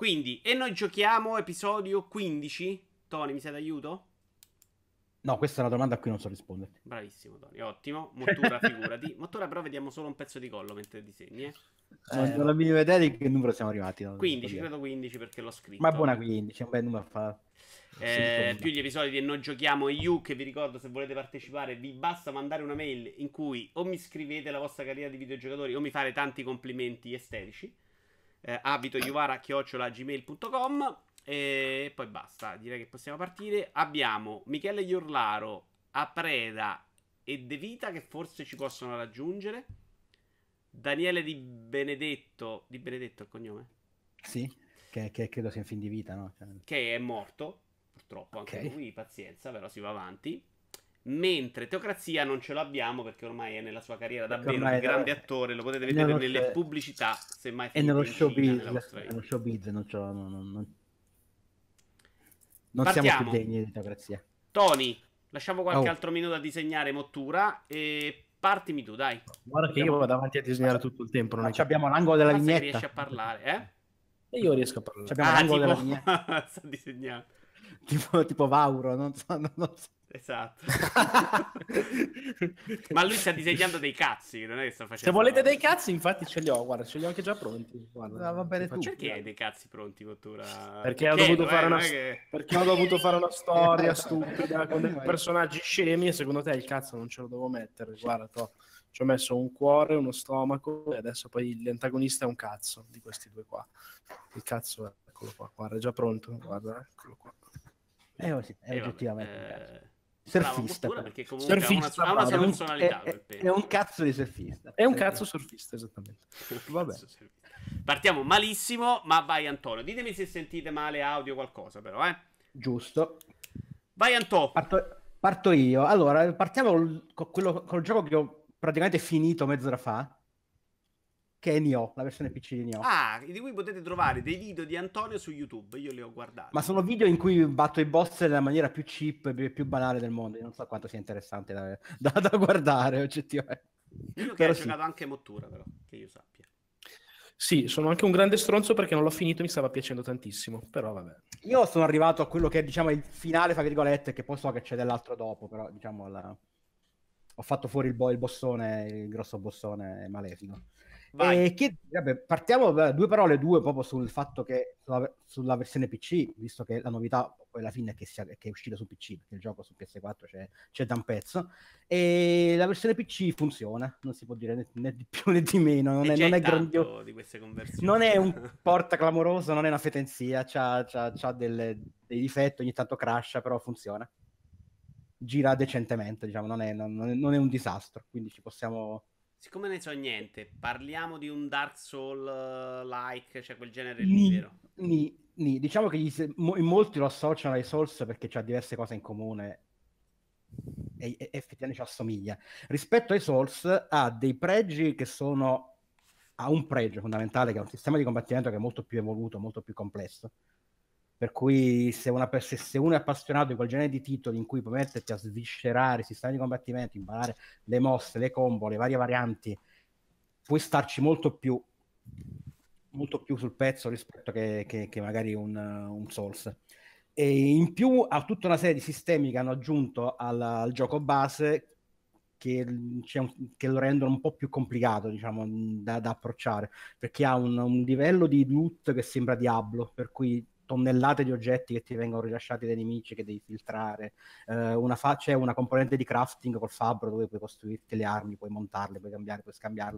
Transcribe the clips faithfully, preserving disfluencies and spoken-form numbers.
Quindi, e noi giochiamo episodio quindici? Tony, mi sei d'aiuto? No, questa è una domanda a cui non so rispondere. Bravissimo, Tony, ottimo. Mottura, figurati. Mottura, però vediamo solo un pezzo di collo mentre disegni, eh. Non, Eh, non ho minima idea di che numero siamo arrivati. No, devo quindici, dire. credo quindici perché l'ho Ma è scritto. buona quindici, è un bel numero. Fa... Significa Eh, nulla. più gli episodi di Noi Giochiamo e You, che vi ricordo, se volete partecipare, vi basta mandare una mail in cui o mi scrivete la vostra carriera di videogiocatori o mi fate tanti complimenti estetici. Eh, abitoiuvara chiocciola gmail punto com e poi basta, direi che possiamo partire. Abbiamo Michele Iurlaro, Apreda e De Vita che forse ci possono raggiungere. Daniele Di Benedetto, Di Benedetto è il cognome? Sì, che, che credo sia in fin di vita, no? Cioè, Che è morto, purtroppo ok. anche lui, pazienza, però si va avanti. Mentre Teocrazia non ce l'abbiamo perché ormai è nella sua carriera Perché davvero di ormai grande è, attore, lo potete è vedere nello, nelle sh- pubblicità se mai è finite nello in Cina showbiz, nella vostra è vita. nello showbiz, non, ce lo- non- non- non- non siamo più Partiamo. degni di democrazia. Tony, lasciamo qualche Oh, altro minuto a disegnare Mottura e partimi tu, dai. Guarda che io abbiamo, vado avanti a ma disegnare c'ha- tutto il tempo, non ma è ci che... abbiamo l'angolo della Basta che riesci vignetta. a parlare, eh? E io riesco a Ci parlare. abbiamo Ah, l'angolo tipo... della vignetta. sta disegnando. Tipo, tipo Vauro, non so, non, non so. Esatto. Ma lui sta disegnando dei cazzi, non è che sta Se facendo... volete dei cazzi, infatti ce li ho, guarda, ce li ho anche già pronti. Guarda, Ah, va bene ti faccio- tu. Perché hai dei cazzi pronti, Mottura? Perché ho, Chiedo, dovuto eh, fare non una... è che- Perché ho dovuto fare una storia stupida con dei Vai. personaggi scemi e secondo te il cazzo non ce lo devo mettere. Guarda, to, ci ho messo un cuore, uno stomaco e adesso poi l'antagonista è un cazzo di questi due qua. Il cazzo è, eccolo qua, guarda, è già pronto, guarda, eccolo qua. Eh, oh sì, è Eh, oggettivamente un vabbè, cazzo. eh, bravo Surfista, Mottura però. perché comunque ha una, Surfista, ha una sua bravo. È un, personalità è- quel è- pene. è un cazzo di surfista. È un cazzo surfista, esattamente. Vabbè. Partiamo malissimo, ma vai Antonio. Ditemi se sentite male audio qualcosa però, eh. Giusto. Vai Anto. Parto, parto io. Allora, partiamo col, con quello, col gioco che ho praticamente finito mezz'ora fa, che è Nioh, la versione P C di Nioh. Ah, di cui potete trovare dei video di Antonio su YouTube, io li ho guardati. Ma sono video in cui batto i boss nella maniera più cheap e più, più banale del mondo. Io non so quanto sia interessante da, da- da guardare, oggettivamente. Io che Però ho sì. giocato anche Mottura però, che io sappia. Sì, sono anche un grande stronzo perché non l'ho finito, mi stava piacendo tantissimo, però vabbè. Io sono arrivato a quello che è, diciamo, il finale, fra virgolette, che poi so che c'è dell'altro dopo, però, diciamo, la... ho fatto fuori il, bo- il bossone, il grosso bossone malefico. Vai. E che, vabbè, partiamo da due parole, due proprio sul fatto che sulla, sulla versione P C, visto che la novità poi alla fine è che, sia, che è uscita su P C, perché il gioco su P S quattro c'è, c'è da un pezzo, e la versione P C funziona, non si può dire né, né di più né di meno, non E è, già non è è tanto grandioso. di queste conversioni. Non è un porta clamoroso, non è una fetenzia, c'ha, c'ha, c'ha delle, dei difetti, ogni tanto crasha, però funziona. Gira decentemente, diciamo, non è, non, non è un disastro, quindi ci possiamo... Siccome ne so niente, parliamo di un Dark Soul-like, cioè quel genere lì, Ni, vero? ni, ni. Diciamo che gli se- mo- in molti lo associano ai Souls perché c'ha diverse cose in comune e, e effettivamente ci assomiglia. Rispetto ai Souls ha dei pregi che sono... ha un pregio fondamentale che è un sistema di combattimento che è molto più evoluto, molto più complesso. Per cui se, una, se, se uno è appassionato di quel genere di titoli in cui puoi metterti a sviscerare i sistemi di combattimento, imparare le mosse, le combo, le varie varianti, puoi starci molto più molto più sul pezzo rispetto che, che, che magari un, un Souls. E in più ha tutta una serie di sistemi che hanno aggiunto al, al gioco base che, c'è un, che lo rendono un po' più complicato, diciamo, da, da approcciare, perché ha un, un livello di loot che sembra Diablo, per cui tonnellate di oggetti che ti vengono rilasciati dai nemici che devi filtrare, eh, una fa- c'è una componente di crafting col fabbro dove puoi costruirti le armi, puoi montarle, puoi cambiare, puoi scambiarle.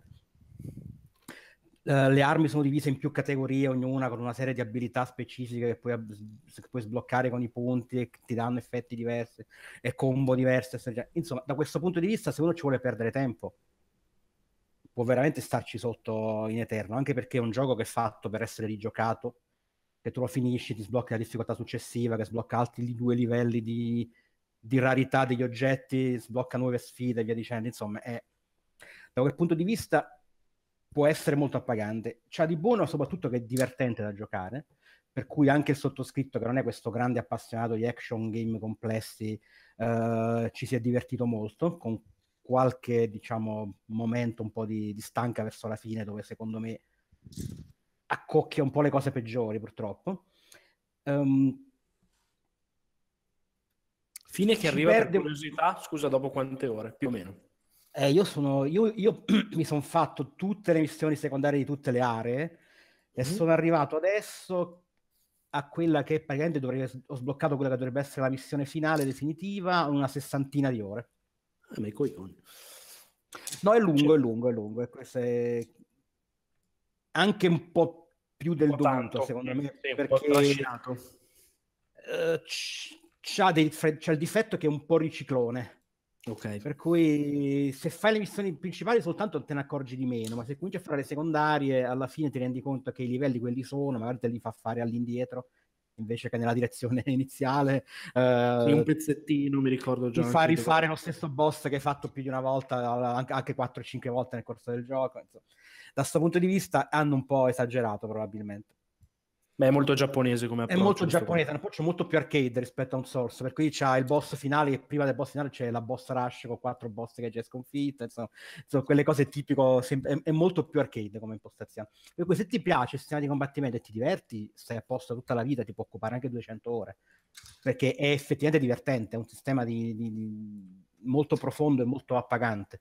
Uh, le armi sono divise in più categorie, ognuna con una serie di abilità specifiche che puoi, che puoi sbloccare con i punti e che ti danno effetti diversi e combo diverse. Insomma, da questo punto di vista, se uno ci vuole perdere tempo, può veramente starci sotto in eterno, anche perché è un gioco che è fatto per essere rigiocato, che tu lo finisci, ti sblocchi la difficoltà successiva, che sblocca altri due livelli di, di rarità degli oggetti, sblocca nuove sfide e via dicendo. Insomma, è, da quel punto di vista può essere molto appagante. C'ha di buono soprattutto che è divertente da giocare, per cui anche il sottoscritto, che non è questo grande appassionato di action game complessi, eh, ci si è divertito molto, con qualche, diciamo, momento un po' di, di stanca verso la fine, dove secondo me accocchia un po' le cose peggiori, purtroppo. Um, Fine che ci arriva per perde- curiosità, scusa, dopo quante ore, più o meno? Eh, io sono io, io mi sono fatto tutte le missioni secondarie di tutte le aree e Mhm. sono arrivato adesso a quella che praticamente dovrei, ho sbloccato quella che dovrebbe essere la missione finale definitiva, una sessantina di ore. Ah, ma i coglioni. No, è lungo, Cioè, è lungo, è lungo. E questo è anche un po' più del un po' dovuto, tanto. secondo me, Sì, un po' perché trascinato. eh, c- c'ha, dei, fre- c'ha il difetto che è un po' riciclone. Ok. Per cui se fai le missioni principali soltanto te ne accorgi di meno, ma se cominci a fare le secondarie, alla fine ti rendi conto che i livelli quelli sono, magari te li fa fare all'indietro invece che nella direzione iniziale. Sì, un Eh, pezzettino, mi ricordo già ti fa anche rifare dove- lo stesso boss che hai fatto più di una volta, anche- anche quattro cinque volte nel corso del gioco. Insomma. Da questo punto di vista hanno un po' esagerato probabilmente. Beh, è molto giapponese come È approccio. molto questo giapponese, è qua. un approccio molto più arcade rispetto a un Source, per cui c'ha il boss finale e prima del boss finale c'è la boss rush con quattro boss che hai già sconfitto, insomma, insomma, quelle cose tipico, sem- è, è molto più arcade come impostazione. Per cui se ti piace il sistema di combattimento e ti diverti, stai a posto tutta la vita, ti può occupare anche duecento ore, perché è effettivamente divertente, è un sistema di, di- di- molto profondo e molto appagante.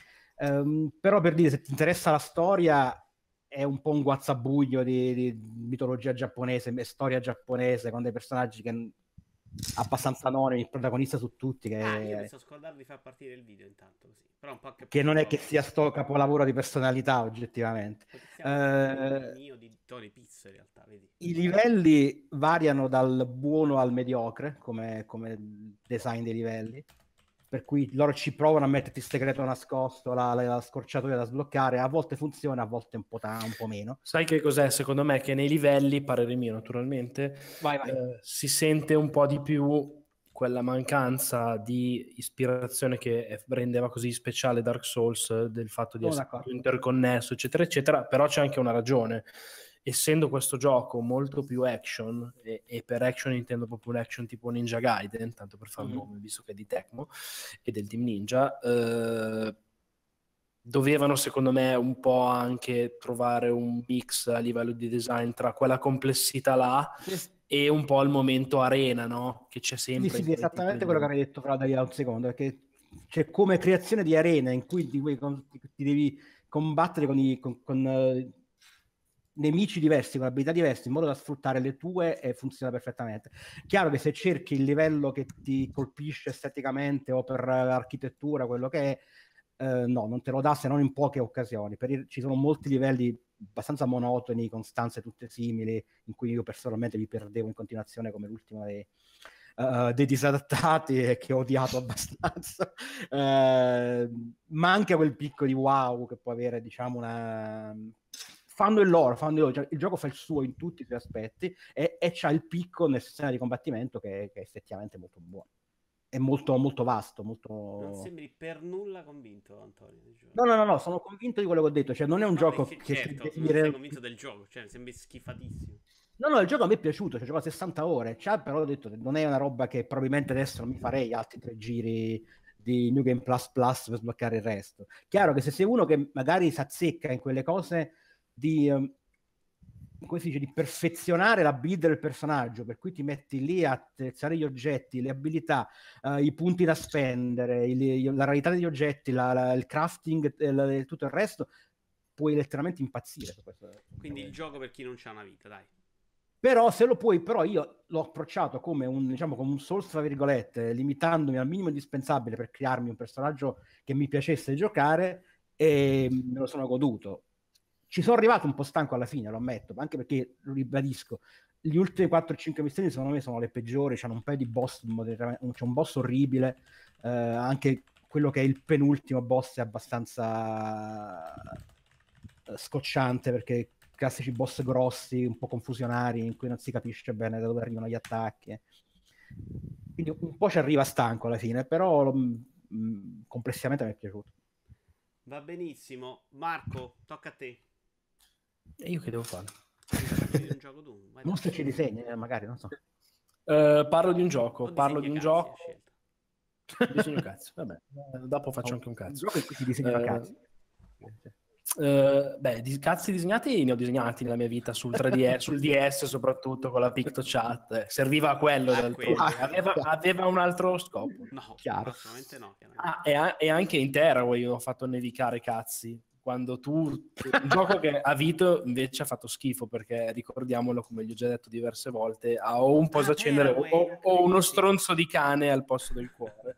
Ehm, però per dire, se ti interessa la storia è un po' un guazzabuglio di, di mitologia giapponese, storia giapponese, con dei personaggi che abbastanza anonimi, il protagonista su tutti, Ah, io mi che, sto scordando di far partire il video intanto così. Però un po' che che posso non è che provo. sia sto capolavoro di personalità, oggettivamente. Potresti vedere il Eh, mio di Tony Pizzo in realtà, vedi? I livelli variano dal buono al mediocre, come, come design dei livelli. Per cui loro ci provano a metterti il segreto nascosto, la, la, la scorciatoia da sbloccare, a volte funziona, a volte un po', ta- un po' meno. Sai che cos'è? Secondo me che nei livelli, parere mio naturalmente, Vai, vai. eh, si sente un po' di più quella mancanza di ispirazione che è- rendeva così speciale Dark Souls, eh, del fatto di Sono essere d'accordo. tutto interconnesso, eccetera, eccetera, però c'è anche una ragione. Essendo questo gioco molto più action, e, e per action intendo proprio un action tipo Ninja Gaiden, tanto per fare un Mhm. nome, visto che è di Tecmo e del Team Ninja, eh, dovevano secondo me un po' anche trovare un mix a livello di design tra quella complessità là Sì. e un po' il momento arena, no? Che c'è Sì, sempre sì, in sì, quel tipo esattamente di quello che gioco. avevi detto fra da un secondo, perché c'è come creazione di arena in cui ti, ti- ti devi combattere con, i, con, con eh, nemici diversi, con abilità diverse, in modo da sfruttare le tue e funziona perfettamente. Chiaro che se cerchi il livello che ti colpisce esteticamente o per architettura, quello che è, eh, no, non te lo dà se non in poche occasioni. Per il, ci sono molti livelli abbastanza monotoni, con stanze tutte simili, in cui io personalmente mi perdevo in continuazione come l'ultimo dei, uh, dei disadattati e che ho odiato abbastanza. uh, manca quel picco di wow che può avere, diciamo, una... Fanno il loro, fanno il loro, cioè, il gioco fa il suo in tutti i suoi aspetti e, e c'ha il picco nel sistema di combattimento che, che è effettivamente molto buono. È molto, molto vasto, molto... Non sembri per nulla convinto, Antonio. Ti giuro. No, no, no, no, sono convinto di quello che ho detto, cioè non è un No, gioco dici- che si certo, non sei definire... convinto del gioco, cioè sembri schifatissimo. No, no, il gioco a me è piaciuto, cioè, gioco a sessanta ore, c'ha, però ho detto non è una roba che probabilmente adesso non mi farei altri tre giri di New Game Plus Plus per sbloccare il resto. Chiaro che se sei uno che magari si azzecca in quelle cose di... Um, come si dice, di perfezionare la build del personaggio, per cui ti metti lì a attrezzare gli oggetti, le abilità, uh, i punti da spendere, il, la rarità degli oggetti, la, la, il crafting e tutto il resto, puoi letteralmente impazzire su questo. Quindi il gioco per chi non c'ha una vita, dai. Però se lo puoi, però io l'ho approcciato come un, diciamo, come un Souls, tra virgolette, limitandomi al minimo indispensabile per crearmi un personaggio che mi piacesse giocare e me lo sono goduto. Ci sono arrivato un po' stanco alla fine, lo ammetto, anche perché, lo ribadisco, gli ultimi quattro cinque missioni secondo me sono le peggiori, c'hanno un paio di boss, c'è un boss orribile, eh, anche quello che è il penultimo boss è abbastanza eh, scocciante perché classici boss grossi, un po' confusionari, in cui non si capisce bene da dove arrivano gli attacchi. Quindi un po' ci arriva stanco alla fine, però mh, complessivamente mi è piaciuto. Va benissimo. Marco, tocca a te. E io che devo fare? Parli di un gioco tu. Vai, Mostraci i disegni, eh, magari, non so. Uh, parlo di un gioco, o parlo di un cazzi, gioco. hai scelto. Disegno cazzo, vabbè, dopo faccio Oh, anche un cazzo. Un gioco in cui si disegnano Uh, cazzi. Uh, beh, di cazzi disegnati ne ho disegnati nella mia vita sul tre D S, sul D S soprattutto con la PictoChat. Eh, serviva a quello, A d'altronde. quello. Aveva, aveva un altro scopo. No, Chiaro. assolutamente no. chiaramente. Ah, e, a- e anche in Terraway ho fatto nevicare cazzi. Quando tu, un gioco che a Vito invece ha fatto schifo, perché ricordiamolo, come gli ho già detto diverse volte, ha o un posacenere o, Terraway, o- o uno sì. stronzo di cane al posto del cuore.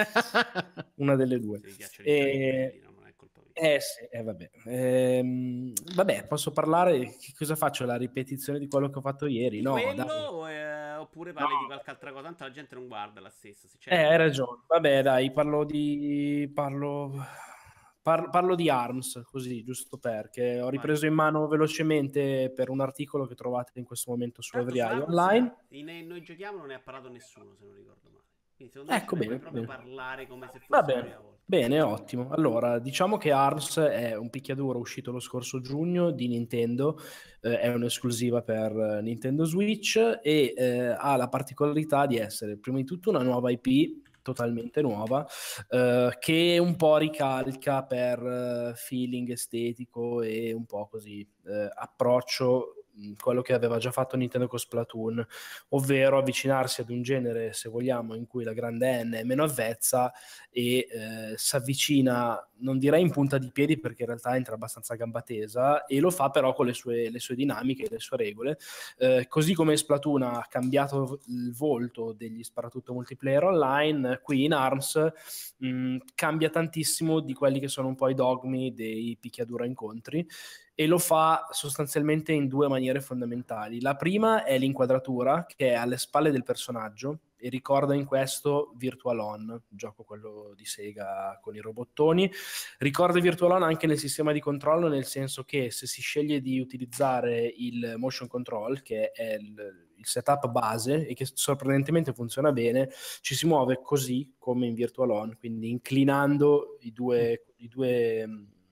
Una delle due. Se vi piacciono i E- cani belli, no, non è colpa mia. Eh sì, eh, vabbè. Ehm, vabbè, posso parlare? Che cosa faccio? La ripetizione di quello che ho fatto ieri? Di No, quello dai. o, eh, oppure parli No. di qualche altra cosa? Tanto la gente non guarda la stessa. Se c'è Eh, hai ragione. Vabbè, dai, parlo di... Parlo... par- parlo di ARMS, così, giusto perché ho ripreso in mano velocemente per un articolo che trovate in questo momento su Tanto Every Eye Arms, Online. in Noi Giochiamo non ne ha parlato nessuno, se non ricordo male. Quindi secondo me Ecco, ce ne bene, puoi proprio bene. parlare come se Va fosse la bene, prima volta. bene, ottimo. Allora, diciamo che ARMS è un picchiaduro uscito lo scorso giugno di Nintendo, eh, è un'esclusiva per eh, Nintendo Switch e eh, ha la particolarità di essere prima di tutto una nuova I P totalmente nuova, eh, che un po' ricalca per eh, feeling estetico e un po' così eh, approccio mh, quello che aveva già fatto Nintendo con Splatoon, ovvero avvicinarsi ad un genere, se vogliamo, in cui la grande N è meno avvezza e eh, si avvicina, non direi in punta di piedi perché in realtà entra abbastanza a gamba tesa, e lo fa però con le sue, le sue dinamiche, le sue regole. Eh, così come Splatoon ha cambiato il volto degli sparatutto multiplayer online, qui in ARMS mh, cambia tantissimo di quelli che sono un po' i dogmi dei picchiaduro incontri, e lo fa sostanzialmente in due maniere fondamentali. La prima è l'inquadratura, che è alle spalle del personaggio e ricorda in questo Virtual On, il gioco quello di Sega con i robottoni. Ricorda Virtual On anche nel sistema di controllo, nel senso che se si sceglie di utilizzare il motion control, che è il, il setup base e che sorprendentemente funziona bene, ci si muove così come in Virtual On, quindi inclinando i due, i due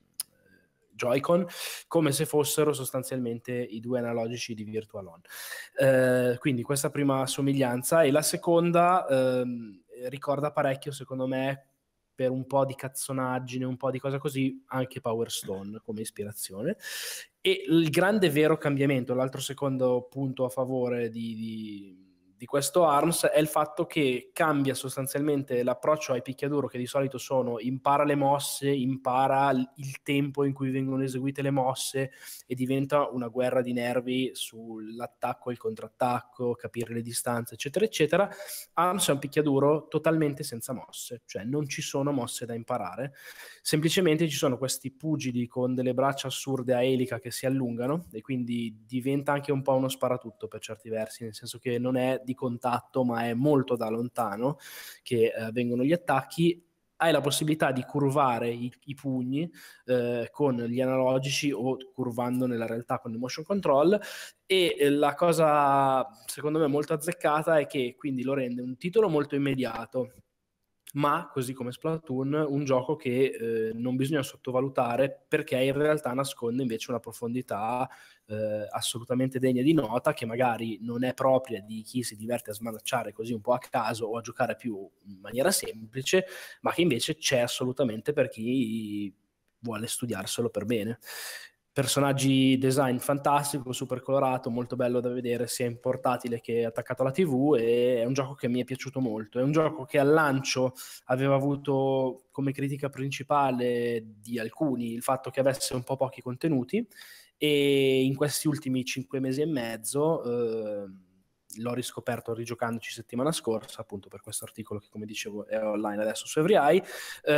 Joy-Con come se fossero sostanzialmente i due analogici di Virtual On. Eh, quindi questa prima somiglianza, e la seconda ehm, ricorda parecchio, secondo me, per un po' di cazzonaggine, un po' di cosa così, anche Power Stone come ispirazione. E il grande vero cambiamento, l'altro secondo punto a favore di, di di questo ARMS è il fatto che cambia sostanzialmente l'approccio ai picchiaduro, che di solito sono impara le mosse, impara il tempo in cui vengono eseguite le mosse, e diventa una guerra di nervi sull'attacco e il contrattacco, capire le distanze, eccetera eccetera. ARMS è un picchiaduro totalmente senza mosse, cioè non ci sono mosse da imparare, semplicemente ci sono questi pugili con delle braccia assurde a elica che si allungano, e quindi diventa anche un po' uno sparatutto per certi versi, nel senso che non è di contatto ma è molto da lontano che eh, vengono gli attacchi. Hai la possibilità di curvare i, i pugni eh, con gli analogici o curvando nella realtà con il motion control, e eh, la cosa secondo me molto azzeccata è che quindi lo rende un titolo molto immediato, ma così come Splatoon un gioco che eh, non bisogna sottovalutare, perché in realtà nasconde invece una profondità eh, assolutamente degna di nota, che magari non è propria di chi si diverte a smanacciare così un po' a caso o a giocare più in maniera semplice, ma che invece c'è assolutamente per chi vuole studiarselo per bene. Personaggi, design fantastico, super colorato, molto bello da vedere sia in portatile che attaccato alla tivù, e è un gioco che mi è piaciuto molto. È un gioco che al lancio aveva avuto come critica principale di alcuni il fatto che avesse un po' pochi contenuti, e in questi ultimi cinque mesi e mezzo eh, l'ho riscoperto rigiocandoci settimana scorsa, appunto per questo articolo che, come dicevo, è online adesso su Every Eye.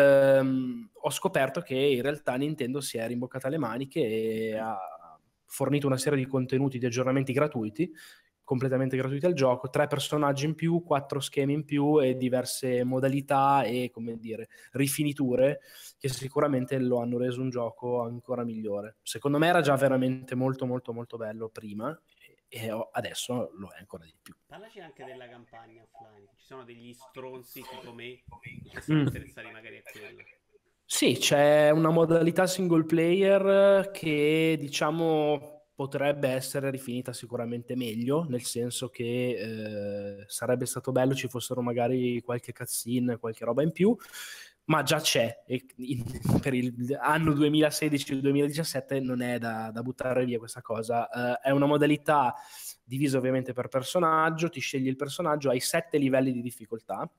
ehm, ho scoperto che in realtà Nintendo si è rimboccata le maniche e ha fornito una serie di contenuti, di aggiornamenti gratuiti, completamente gratuiti al gioco, tre personaggi in più, quattro schemi in più e diverse modalità e, come dire, rifiniture che sicuramente lo hanno reso un gioco ancora migliore. Secondo me era già veramente molto molto molto bello prima, e adesso lo è ancora di più. Parlaci anche della campagna offline. Ci sono degli stronzi tipo me che sono Mm. interessati magari a quello. Sì, c'è una modalità single player che, diciamo, potrebbe essere rifinita sicuramente meglio, nel senso che eh, sarebbe stato bello ci fossero magari qualche cutscene, qualche roba in più, ma già c'è, e in, per il anno duemilasedici duemiladiciassette non è da, da buttare via questa cosa. Uh, è una modalità divisa ovviamente per personaggio, ti scegli il personaggio, hai sette livelli di difficoltà.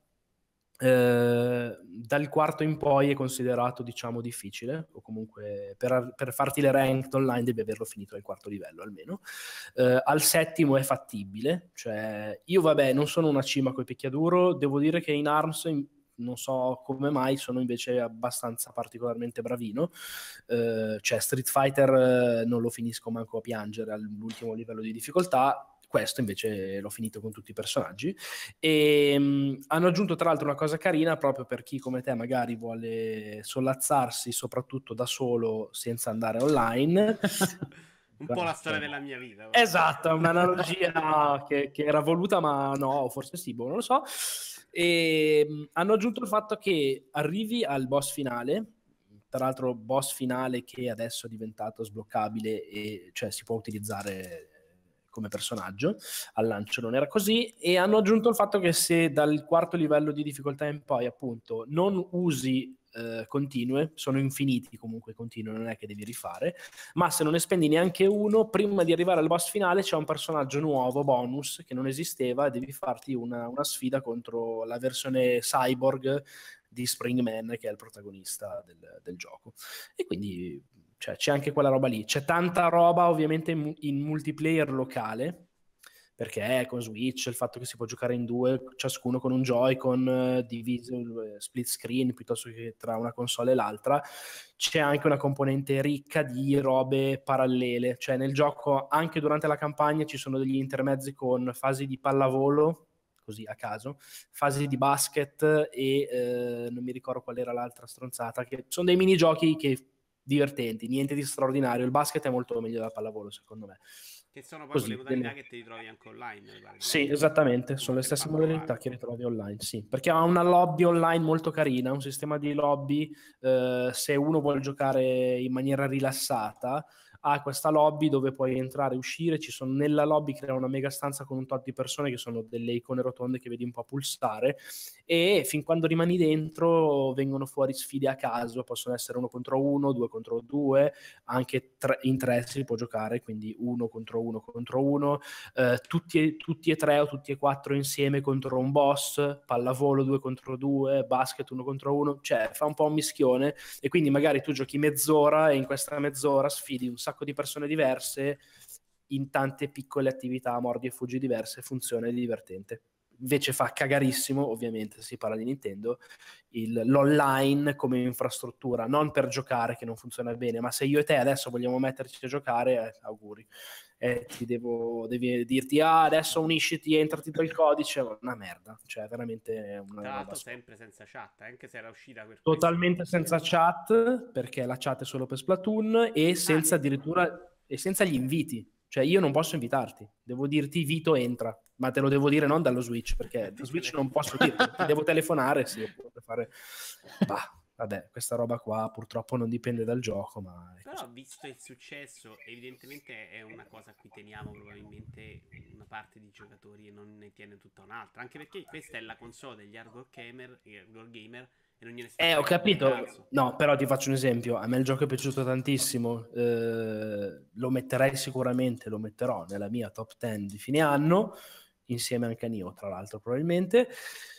Uh, dal quarto in poi è considerato, diciamo, difficile, o comunque per, per farti le ranked online devi averlo finito al quarto livello almeno. Uh, al settimo è fattibile, cioè io vabbè non sono una cima coi picchiaduro, devo dire che in ARMS in, non so come mai sono invece abbastanza particolarmente bravino. Uh, cioè Street Fighter uh, non lo finisco manco a piangere all'ultimo livello di difficoltà. Questo invece l'ho finito con tutti i personaggi e um, hanno aggiunto tra l'altro una cosa carina proprio per chi come te magari vuole sollazzarsi soprattutto da solo senza andare online. Un po' la storia della mia vita. Esatto, un'analogia che, che era voluta ma no, forse sì, boh, non lo so. E um, hanno aggiunto il fatto che arrivi al boss finale, tra l'altro boss finale che adesso è diventato sbloccabile e cioè si può utilizzare come personaggio, al lancio non era così, e hanno aggiunto il fatto che se dal quarto livello di difficoltà in poi appunto non usi eh, continue, sono infiniti comunque continue, non è che devi rifare, ma se non ne spendi neanche uno, prima di arrivare al boss finale c'è un personaggio nuovo, bonus, che non esisteva e devi farti una, una sfida contro la versione cyborg di Springman che è il protagonista del, del gioco, e quindi cioè c'è anche quella roba lì, c'è tanta roba ovviamente in, in multiplayer locale, perché con Switch il fatto che si può giocare in due, ciascuno con un Joy-Con eh, diviso, eh, split screen piuttosto che tra una console e l'altra, c'è anche una componente ricca di robe parallele, cioè nel gioco anche durante la campagna ci sono degli intermezzi con fasi di pallavolo, così a caso, fasi di basket e eh, non mi ricordo qual era l'altra stronzata, che sono dei minigiochi che divertenti, niente di straordinario. Il basket è molto meglio della pallavolo secondo me, che sono poi così, quelle modalità delle... che ti ritrovi anche online, mi pare. Sì, esattamente, sono le stesse modalità che ritrovi online, sì, perché ha una lobby online molto carina, un sistema di lobby, eh, se uno vuole giocare in maniera rilassata ha questa lobby dove puoi entrare e uscire, ci sono nella lobby, crea una mega stanza con un tot di persone che sono delle icone rotonde che vedi un po' pulsare, e fin quando rimani dentro vengono fuori sfide a caso, possono essere uno contro uno, due contro due, anche tre, in tre si può giocare, quindi uno contro uno contro uno, eh, tutti, e, tutti e tre o tutti e quattro insieme contro un boss, pallavolo due contro due, basket uno contro uno, cioè fa un po' un mischione, e quindi magari tu giochi mezz'ora e in questa mezz'ora sfidi un sacco di persone diverse in tante piccole attività, mordi e fuggi diverse, funziona, è divertente. Invece fa cagarissimo, ovviamente si parla di Nintendo, il, l'online come infrastruttura, non per giocare che non funziona bene, ma se io e te adesso vogliamo metterci a giocare, eh, auguri. Eh, ti devo devi dirti ah adesso unisciti, entrati dal codice, una merda, cioè veramente una tra l'altro roba sempre senza chat, anche se era uscita per totalmente senza chat, perché la chat è solo per Splatoon, e senza ah, addirittura e senza gli inviti, cioè io non posso invitarti, devo dirti Vito entra, ma te lo devo dire non dallo Switch, perché da Switch non posso dirti, ti devo telefonare, sì, oppure fare bah, vabbè, questa roba qua purtroppo non dipende dal gioco, ma è però così. visto il successo, evidentemente è una cosa a cui teniamo probabilmente una parte di giocatori e non ne tiene tutta un'altra, anche perché questa è la console degli hardcore gamer, hardcore gamer e non gliene sta Eh, ho fregando un capito. cazzo. No, però ti faccio un esempio. A me il gioco è piaciuto tantissimo. Eh, lo metterei sicuramente, lo metterò nella mia top dieci di fine anno, insieme anche a Nioh, tra l'altro, probabilmente.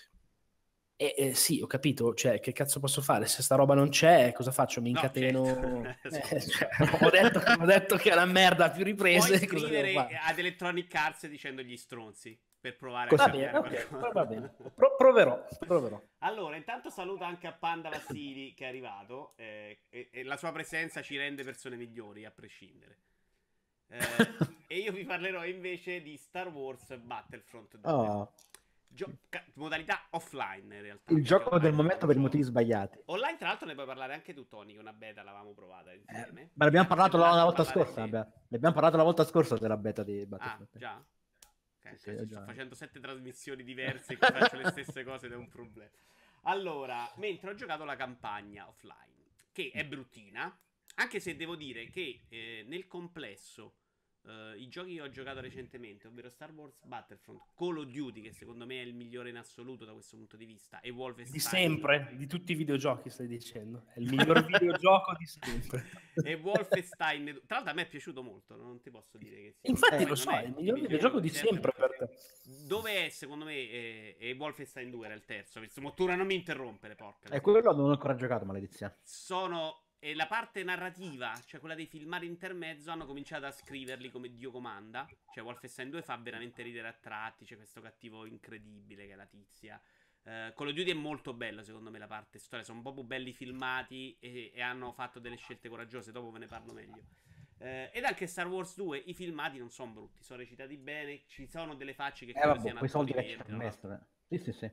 E eh, sì, ho capito. Cioè, che cazzo posso fare? Se sta roba non c'è, cosa faccio? Mi No, incateno. certo. Eh, cioè, ho, detto, ho detto che è una merda a più riprese. Puoi Cosa devo scrivere fare? ad Electronic Arts dicendo gli stronzi per provare Va a bene, cambiare ok, qualcosa. va bene. Pro- proverò, proverò. Allora, intanto saluto anche a Panda Vassili che è arrivato eh, e, e la sua presenza ci rende persone migliori a prescindere. Eh, e io vi parlerò invece di Star Wars Battlefront due. Oh, Gio- ca- modalità offline in realtà. il perché gioco del online non momento lo per i gioco. motivi sbagliati. Online, tra l'altro, ne puoi parlare anche tu, Tony. Che una beta l'avevamo provata Eh, insieme. ma l'abbiamo Anche parlato se la, là la ti volta parlare scorsa. te. Vabbè. Ne abbiamo parlato la volta scorsa della beta di Ah, Battlefield. già? Sì, Ok, sì, cioè, già. sto facendo sette trasmissioni diverse e faccio le stesse cose ed è un problema. Allora, mentre ho giocato la campagna offline, che è bruttina, anche se devo dire che eh, nel complesso uh, i giochi che ho giocato recentemente, ovvero Star Wars Battlefront, Call of Duty, che secondo me è il migliore in assoluto da questo punto di vista, e Wolfenstein. Di sempre, di tutti i videogiochi stai dicendo. È il miglior videogioco di sempre. E Wolfenstein, tra l'altro a me è piaciuto molto, non ti posso dire che sì. Infatti eh, lo so, è il miglior il videogioco di sempre per te. Dove è, secondo me, e, e Wolfenstein due era il terzo. Mottura, non mi interrompere, porca. E quello non ho ancora giocato, maledizione. Sono... E la parte narrativa, cioè quella dei filmati intermezzo, hanno cominciato a scriverli come Dio comanda. Cioè Wolfenstein due fa veramente ridere a tratti, c'è questo cattivo incredibile che è la tizia. Uh, Call of Duty è molto bello, secondo me, la parte storia. Sono proprio belli filmati e, e hanno fatto delle scelte coraggiose. Dopo ve ne parlo meglio. Uh, ed anche Star Wars due, i filmati non sono brutti, sono recitati bene. Ci sono delle facce che eh, vabbè, siano quei soldi che ci vederti, hanno messo. Eh. Sì, sì, sì.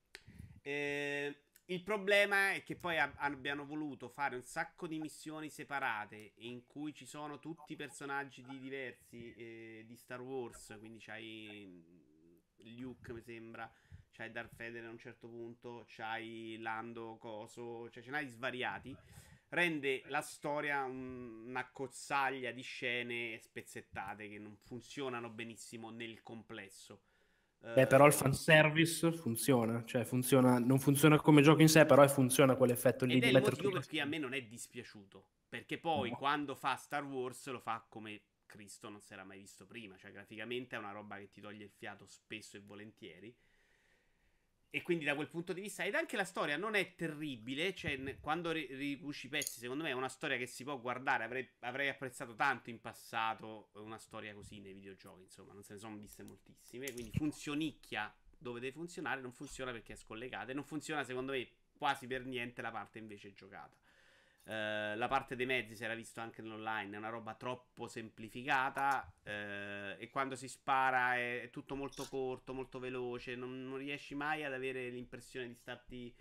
Eh, il problema è che poi ab- abbiano voluto fare un sacco di missioni separate in cui ci sono tutti i personaggi di diversi eh, di Star Wars. Quindi c'hai Luke, mi sembra. C'hai Darth Vader a un certo punto, c'hai Lando, Coso, cioè ce n'hai svariati. Rende la storia un- una cozzaglia di scene spezzettate che non funzionano benissimo nel complesso. Beh, però il fanservice funziona, cioè funziona, non funziona come gioco in sé, però funziona quell'effetto lì Ed di è il mettere motivo tutto per cui a me non è dispiaciuto. Perché poi No. quando fa Star Wars lo fa come Cristo non si era mai visto prima. Cioè graficamente è una roba che ti toglie il fiato spesso e volentieri. E quindi da quel punto di vista, ed anche la storia non è terribile, cioè n- quando ri- ricuci i pezzi, secondo me è una storia che si può guardare, avrei, avrei apprezzato tanto in passato una storia così nei videogiochi, insomma, non se ne sono viste moltissime, quindi funzionicchia dove deve funzionare, non funziona perché è scollegata, e non funziona secondo me quasi per niente la parte invece giocata. Uh, la parte dei mezzi si era visto anche nell'online, è una roba troppo semplificata uh, e quando si spara è, è tutto molto corto, molto veloce, non, non riesci mai ad avere l'impressione di starti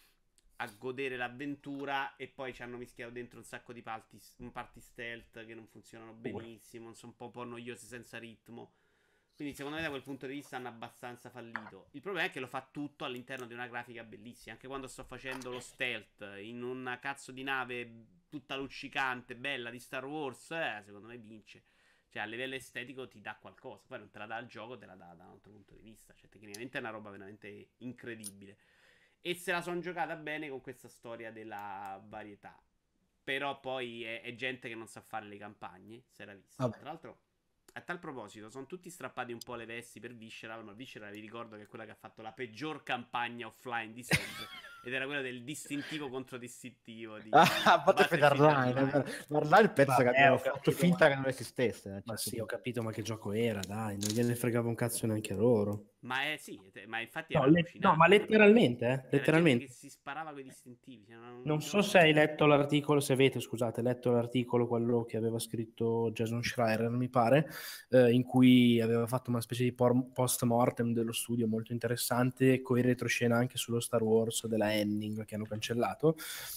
a godere l'avventura. E poi ci hanno mischiato dentro un sacco di party, party stealth che non funzionano benissimo, sono un po', un po' noiose senza ritmo. Quindi secondo me da quel punto di vista hanno abbastanza fallito. Il problema è che lo fa tutto all'interno di una grafica bellissima. Anche quando sto facendo lo stealth in una cazzo di nave tutta luccicante, bella di Star Wars, eh, secondo me vince. Cioè a livello estetico ti dà qualcosa. Poi non te la dà il gioco, te la dà da un altro punto di vista. Cioè tecnicamente è una roba veramente incredibile. E se la sono giocata bene con questa storia della varietà. Però poi è, è gente che non sa fare le campagne, si era vista. Tra l'altro... A tal proposito, sono tutti strappati un po' le vesti per Visceral, ma Visceral vi ricordo che è quella che ha fatto la peggior campagna offline di sempre, ed era quella del distintivo contro distintivo di Ah, Battlefield Hardline. Hardline penso Vabbè, che abbiamo ho fatto capito, finta ma- che non esistesse. eh, Ma certo sì, punto. ho capito, ma che gioco era, dai, non gliene fregava un cazzo neanche loro. Ma è sì, te- ma infatti No, era le- allucinante. no, ma letteralmente, eh, Era gente letteralmente. che si sparava con i distintivi. Cioè, non, Non so se hai letto l'articolo, se avete, scusate, letto l'articolo, quello che aveva scritto Jason Schreier, mi pare, eh, in cui aveva fatto una specie di por- post-mortem dello studio molto interessante, con in retroscena anche sullo Star Wars della Henning che hanno cancellato,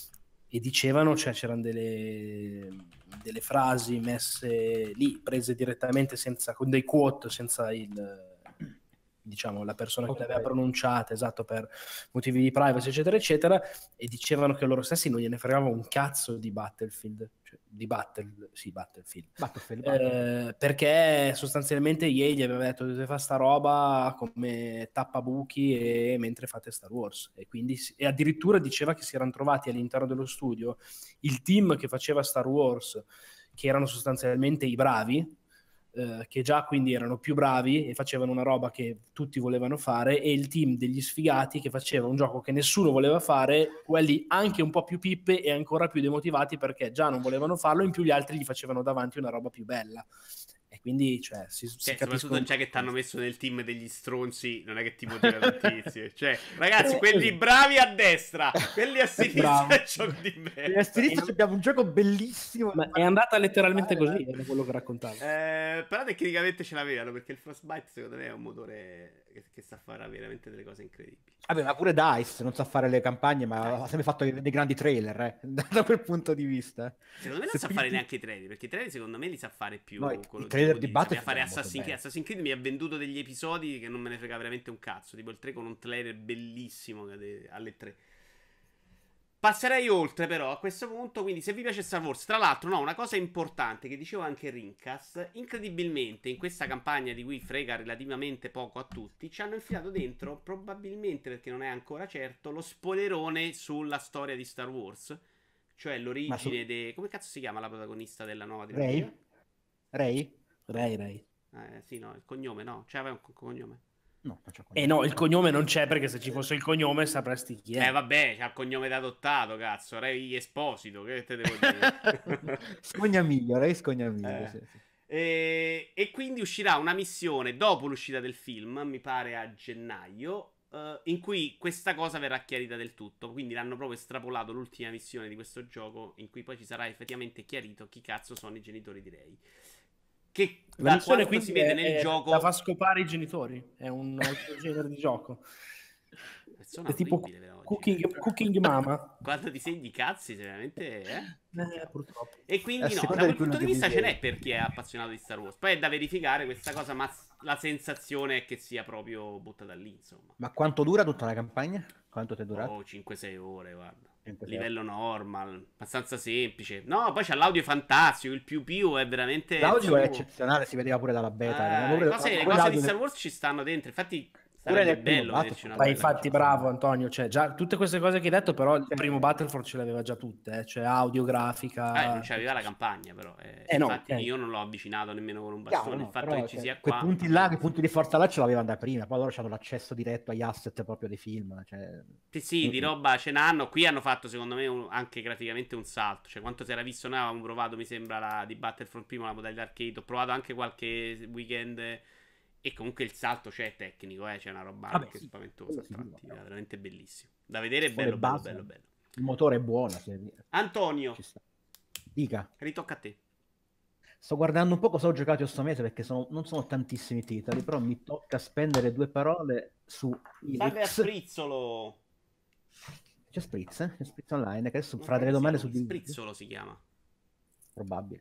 e dicevano, cioè c'erano delle, delle frasi messe lì, prese direttamente senza, con dei quote, senza il... diciamo la persona che le aveva pronunciate, esatto, per motivi di privacy eccetera eccetera, e dicevano che loro stessi non gliene fregava un cazzo di Battlefield, cioè di Battle, sì, Battlefield, Battlefield, Battlefield. Eh, perché sostanzialmente E A gli aveva detto dovete fare sta roba come tappabuchi e mentre fate Star Wars, e quindi e addirittura diceva che si erano trovati all'interno dello studio il team che faceva Star Wars, che erano sostanzialmente i bravi, eh, che già quindi erano più bravi e facevano una roba che tutti volevano fare, e il team degli sfigati che faceva un gioco che nessuno voleva fare, quelli anche un po' più pippe e ancora più demotivati perché già non volevano farlo, in più gli altri gli facevano davanti una roba più bella. E quindi, cioè, si, si Cioè, capiscono... soprattutto già che ti hanno messo nel team degli stronzi, non è che ti motiva tantissimo. Cioè, ragazzi, quelli bravi a destra, quelli a sinistra è gioco di merda. A sinistra abbiamo un gioco bellissimo. Ma è andata letteralmente così, è quello che raccontavo. Eh, però tecnicamente ce l'avevano, perché il Frostbite secondo me è un motore che, che sa fare veramente delle cose incredibili. Vabbè, ma pure DICE non sa fare le campagne, ma ha sempre fatto dei, dei grandi trailer, eh, da quel punto di vista. Secondo me non Se sa pigli- fare neanche i trailer, perché i trailer secondo me li sa fare più No, i- Call i of trailer Duty, di Battlefield sapeva fare erano molto Assassin's Creed. belli. Assassin's Creed mi ha venduto degli episodi che non me ne frega veramente un cazzo, tipo il tre con un trailer bellissimo che de- alle tre. passerei oltre però a questo punto, quindi se vi piace Star Wars, tra l'altro no, una cosa importante che diceva anche Rincas, incredibilmente in questa campagna di cui frega relativamente poco a tutti, ci hanno infilato dentro, probabilmente perché non è ancora certo, lo spoilerone sulla storia di Star Wars, cioè l'origine su... de... come cazzo si chiama la protagonista della nuova trilogia? Rey? Rey? Rey, Rey. Eh, sì, no, il cognome no, cioè aveva un cognome. No, non c'è cognome. Eh no, il cognome non c'è perché se ci fosse il cognome sapresti chi è. Eh vabbè, c'ha il cognome da adottato, cazzo, Rey Esposito, che te devo dire? Scognamiglio, Rey Scognamiglio, eh. sì, sì. E, e quindi uscirà una missione dopo l'uscita del film, mi pare a gennaio, uh, in cui questa cosa verrà chiarita del tutto. Quindi l'hanno proprio estrapolato l'ultima missione di questo gioco, in cui poi ci sarà effettivamente chiarito chi cazzo sono i genitori di Rey. Che la missione quindi si vede è, nel è, gioco la fa scopare i genitori, è un altro genere di gioco. Persona è tipo orribile, cooking, cooking Mama. Quando ti segni cazzi, veramente, eh? Eh, purtroppo. E quindi no, da quel punto di vista ce n'è per chi è appassionato di Star Wars. Poi è da verificare questa cosa, ma la sensazione è che sia proprio buttata lì, insomma. Ma quanto dura tutta la campagna? Quanto ti è durato? Oh, cinque sei ore, guarda. Livello normal, abbastanza semplice. No, poi c'è l'audio fantastico, il più più è veramente... L'audio è eccezionale, si vedeva pure dalla beta. Eh, le cose, le cose di Star Wars ci stanno dentro, infatti... Sarebbe bello vederci una Ma infatti bravo Antonio, cioè già tutte queste cose che hai detto, però il sì. primo Battlefront ce l'aveva già tutte, eh? Cioè audio, grafica... Eh, non c'aveva la campagna però, eh, eh, infatti no, eh. io non l'ho avvicinato nemmeno con un bastone, no, il fatto però, che ci cioè, sia quei qua... punti là, quei punti di forza là ce l'avevano da prima, poi loro hanno l'accesso diretto agli asset proprio dei film, cioè... Sì, sì, di roba ce n'hanno, qui hanno fatto secondo me un, anche graficamente un salto, cioè quanto si era visto, noi avevamo provato mi sembra la di Battlefront prima, la modalità arcade, ho provato anche qualche weekend... E comunque il salto c'è tecnico, eh? C'è una roba Vabbè, anche sì, spaventosa, sì, attrattiva, no. veramente bellissimo. Da vedere è Poi bello, le bello, basi, bello, bello. Il motore è buono. Antonio, Ci sta. Dica. Ritocca a te. Sto guardando un po' cosa ho giocato questo mese perché sono, non sono tantissimi titoli, però mi tocca spendere due parole su Salve a Ilix. Sprizzolo. C'è Spritz, eh? C'è Spritz Online, che adesso Non farà delle domande su Divinity. Sprizzolo si chiama. Probabile.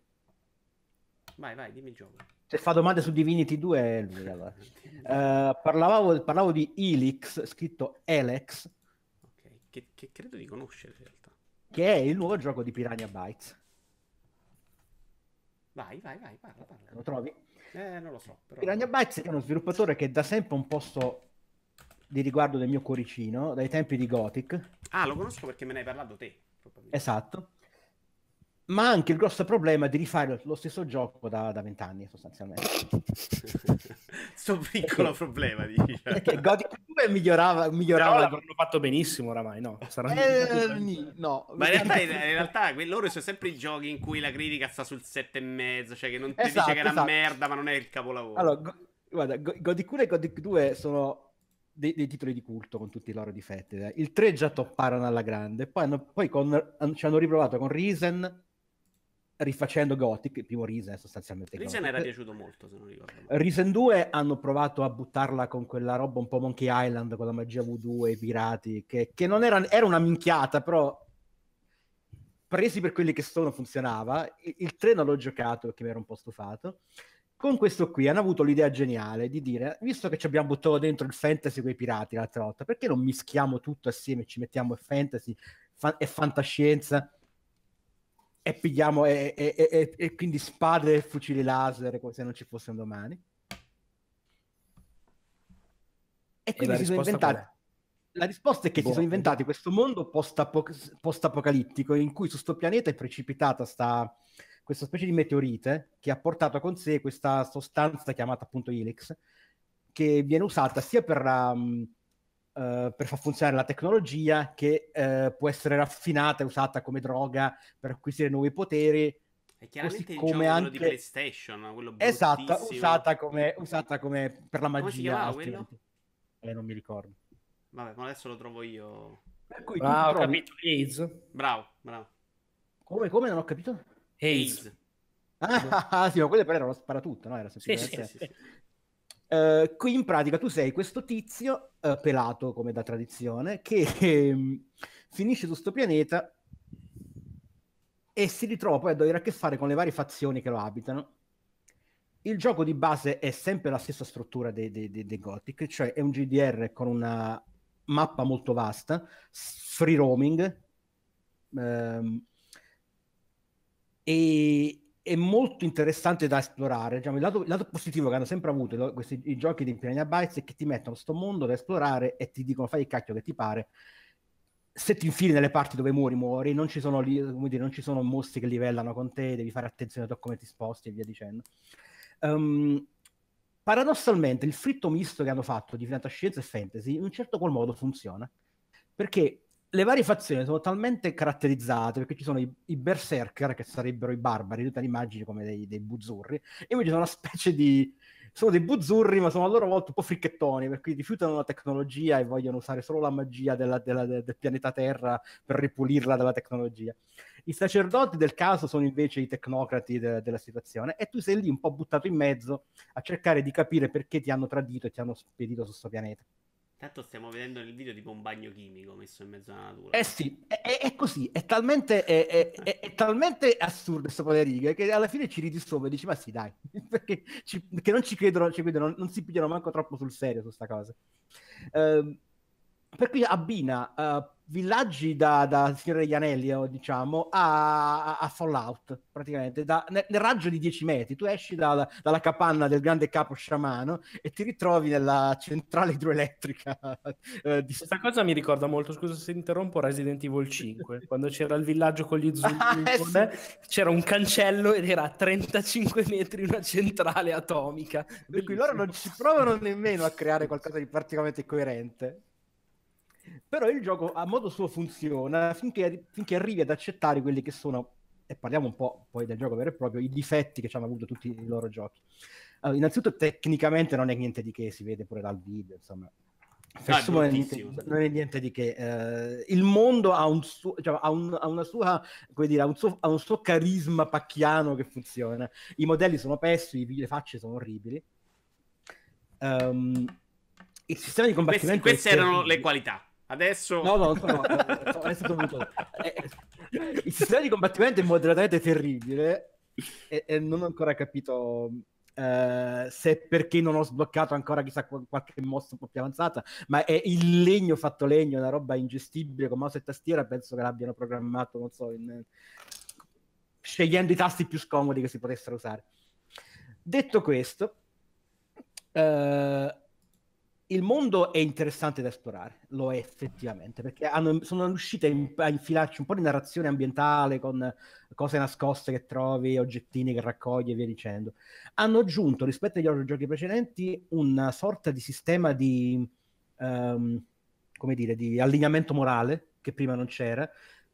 Vai, vai, dimmi il gioco. Se fa domande su Divinity due è lui, allora. uh, parlavo, parlavo di Ilix, scritto Elex. Ok, che, che credo di conoscere in realtà. Che è il nuovo gioco di Piranha Bytes. Vai, vai, vai, parla, parla. Lo trovi? Eh, non lo so. Però... Piranha Bytes è uno sviluppatore che da sempre un posto di riguardo del mio cuoricino, dai tempi di Gothic. Ah, lo conosco perché me ne hai parlato te. Esatto. Ma anche il grosso problema di rifare lo stesso gioco da vent'anni sostanzialmente. Sto piccolo perché, problema, dici. Perché Gothic due migliorava, migliorava però l'hanno fatto benissimo oramai, no? Saranno eh, no. Ma in realtà, in realtà loro sono sempre i giochi in cui la critica sta sul sette e mezzo, cioè che non ti esatto, dice che è una esatto. merda, ma non è il capolavoro. Allora, go, guarda, Gothic uno e Gothic due sono dei, dei titoli di culto con tutti i loro difetti. Eh. Il tre già topparono alla grande, poi, hanno, poi con, ci hanno riprovato con Risen, rifacendo Gothic, il primo Risen sostanzialmente. Risen Gothic. era piaciuto molto, se non ricordo male. Risen due hanno provato a buttarla con quella roba un po' Monkey Island, con la magia voodoo e i pirati, che, che non era, era una minchiata, però presi per quelli che sono funzionava. Il, il tre non l'ho giocato perché mi ero un po' stufato. Con questo qui hanno avuto l'idea geniale di dire, visto che ci abbiamo buttato dentro il fantasy con i pirati l'altra volta, perché non mischiamo tutto assieme, ci mettiamo fantasy fa- e fantascienza e pigliamo e, e, e, e quindi spade e fucili laser come se non ci fossero domani. E quindi e si sono inventati. La risposta è che Buono. si sono inventati questo mondo post-apoc- post-apocalittico in cui su sto pianeta è precipitata sta, questa specie di meteorite che ha portato con sé questa sostanza chiamata appunto Ilix, che viene usata sia per, um, uh, per far funzionare la tecnologia, che uh, può essere raffinata e usata come droga per acquisire nuovi poteri. È chiaramente così il come gioco anche... di PlayStation, quello esatto, usata come, usata come per la magia. Come si chiamava quello? Eh, non mi ricordo. Vabbè, ma adesso lo trovo io. Per cui ah, ho trovi... capito, AIDS. Bravo, bravo. Come, come? Non ho capito? AIDS. Ah, ah, sì, ma quello però era lo sparatutto, no? Era semplicemente... Sì, sì, sì, sì. Uh, qui in pratica tu sei questo tizio, uh, pelato come da tradizione, che um, finisce su sto pianeta e si ritrova poi a dover a che fare con le varie fazioni che lo abitano. Il gioco di base è sempre la stessa struttura dei, dei, dei, dei Gothic, cioè è un G D R con una mappa molto vasta, free roaming, ehm, e è molto interessante da esplorare. Diciamo, il, lato, il lato positivo che hanno sempre avuto lo, questi i giochi di Piranha Bytes è che ti mettono sto mondo da esplorare e ti dicono fai il cacchio che ti pare. Se ti infili nelle parti dove muori, muori, non ci sono, lì, come dire, non ci sono mostri che livellano con te, devi fare attenzione a come ti sposti e via dicendo. Um, paradossalmente, il fritto misto che hanno fatto di fantascienza e fantasy in un certo qual modo funziona, perché le varie fazioni sono talmente caratterizzate, perché ci sono i, i berserker, che sarebbero i barbari, tu te li immagini come dei, dei buzzurri, e invece sono una specie di... sono dei buzzurri, ma sono a loro volta un po' fricchettoni, per cui rifiutano la tecnologia e vogliono usare solo la magia della, della, del pianeta Terra per ripulirla dalla tecnologia. I sacerdoti del caso sono invece i tecnocrati de, della situazione, e tu sei lì un po' buttato in mezzo a cercare di capire perché ti hanno tradito e ti hanno spedito su questo pianeta. Tanto stiamo vedendo nel video tipo un bagno chimico messo in mezzo alla natura. Eh sì, è, è, è così, è talmente, è, è, è, è talmente assurdo questo po' le righe che alla fine ci ridi sopra e dici ma sì dai, perché, ci, perché non ci credono, ci credono, non, non si pigliano manco troppo sul serio su sta cosa. Uh, per cui abbina uh, villaggi da, da Signore degli Anelli, o, diciamo, a, a Fallout, praticamente, da, nel, nel raggio di dieci metri. Tu esci dalla, dalla capanna del grande capo sciamano e ti ritrovi nella centrale idroelettrica. Eh, di... Questa cosa mi ricorda molto, scusa se interrompo, Resident Evil cinque, quando c'era il villaggio con gli zoom, ah, eh sì. c'era un cancello ed era a trentacinque metri una centrale atomica. Per Bellissimo. cui loro non ci provano nemmeno a creare qualcosa di particolarmente coerente. Però il gioco a modo suo funziona finché, finché arrivi ad accettare quelli che sono, e parliamo un po' poi del gioco vero e proprio, i difetti che ci hanno avuto tutti i loro giochi. Allora, innanzitutto tecnicamente non è niente di che, si vede pure dal video, insomma. No, non, è niente, non è niente di che. Eh, il mondo ha, un suo, cioè, ha, un, ha una sua, come dire, ha un suo, ha un suo carisma pacchiano che funziona. I modelli sono pessimi, le facce sono orribili. Um, il sistema di combattimento Questi, queste erano le qualità. Adesso no, no, no, no adesso dovuto... eh, il sistema di combattimento è moderatamente terribile e, e non ho ancora capito eh, se perché non ho sbloccato ancora chissà qualche mossa un po' più avanzata, ma è il legno fatto legno, è una roba ingestibile con mouse e tastiera. Penso che l'abbiano programmato, non so, in... scegliendo i tasti più scomodi che si potessero usare. Detto questo, eh, il mondo è interessante da esplorare, lo è effettivamente, perché hanno, sono riusciti a, in, a infilarci un po' di narrazione ambientale con cose nascoste che trovi, oggettini che raccogli e via dicendo. Hanno aggiunto rispetto agli altri giochi precedenti una sorta di sistema di, um, come dire, di allineamento morale che prima non c'era,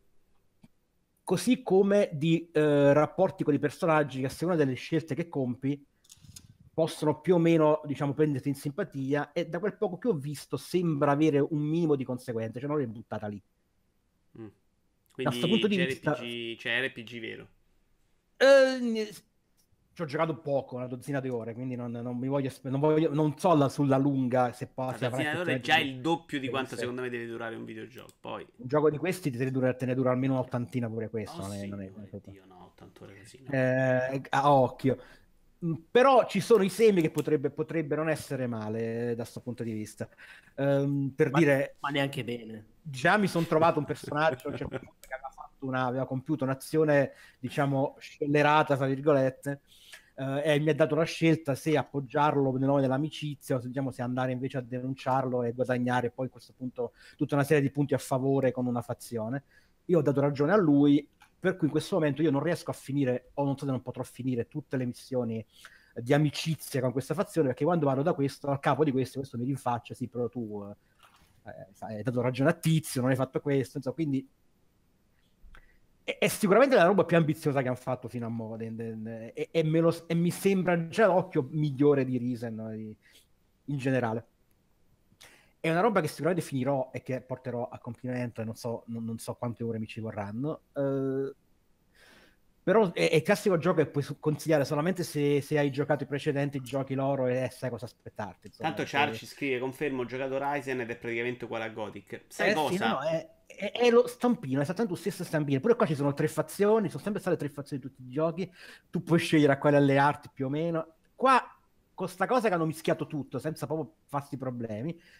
così come di uh, rapporti con i personaggi che a seconda delle scelte che compi possono più o meno, diciamo, prenderti in simpatia, e da quel poco che ho visto sembra avere un minimo di conseguenze, cioè non è buttata lì. Mm. Quindi da questo punto di J R P G, vista cioè R P G vero? Eh, ci ho giocato poco, una dozzina di ore, quindi non, non mi voglio, non, voglio, non so la, sulla lunga se poi... Una dozzina di ore è già il doppio di quanto secondo me deve durare un videogioco. Poi un gioco di questi te ne dura, te ne dura almeno un'ottantina pure questo. Oh, non è, sì, non è, non è Dio, no, ottanta ore così, no. Eh, a occhio. Però ci sono i semi che potrebbe, potrebbero non essere male eh, da questo punto di vista. Um, per ma, dire, ma neanche bene. Già mi sono trovato un personaggio che aveva, fatto una, aveva compiuto un'azione, diciamo, scellerata, tra virgolette, eh, e mi ha dato la scelta se appoggiarlo nel nome dell'amicizia o se, diciamo, se andare invece a denunciarlo e guadagnare poi a questo punto tutta una serie di punti a favore con una fazione. Io ho dato ragione a lui, per cui in questo momento io non riesco a finire, o non so se non potrò finire tutte le missioni di amicizia con questa fazione, perché quando vado da questo, al capo di questo, questo mi rinfaccia, sì, però tu eh, hai dato ragione a Tizio, non hai fatto questo, insomma, quindi è, è sicuramente la roba più ambiziosa che hanno fatto fino a mo', e, e, e, me lo, e mi sembra già l'occhio migliore di Risen, no, di, in generale. È una roba che sicuramente finirò e che porterò a compimento, e non so, non, non so quante ore mi ci vorranno. Uh, però è, è il classico gioco che puoi consigliare solamente se, se hai giocato i precedenti giochi loro e sai cosa aspettarti. Insomma. Tanto Char ci scrive: confermo, ho giocato Ryzen ed è praticamente uguale a Gothic. Sai eh, cosa? Sì, no, no, è, è, è lo stampino, è esattamente lo stesso stampino. Pure qua ci sono tre fazioni, sono sempre state tre fazioni di tutti i giochi. Tu puoi scegliere a quale allearti più o meno. Qua, con sta cosa che hanno mischiato tutto senza proprio farsi problemi,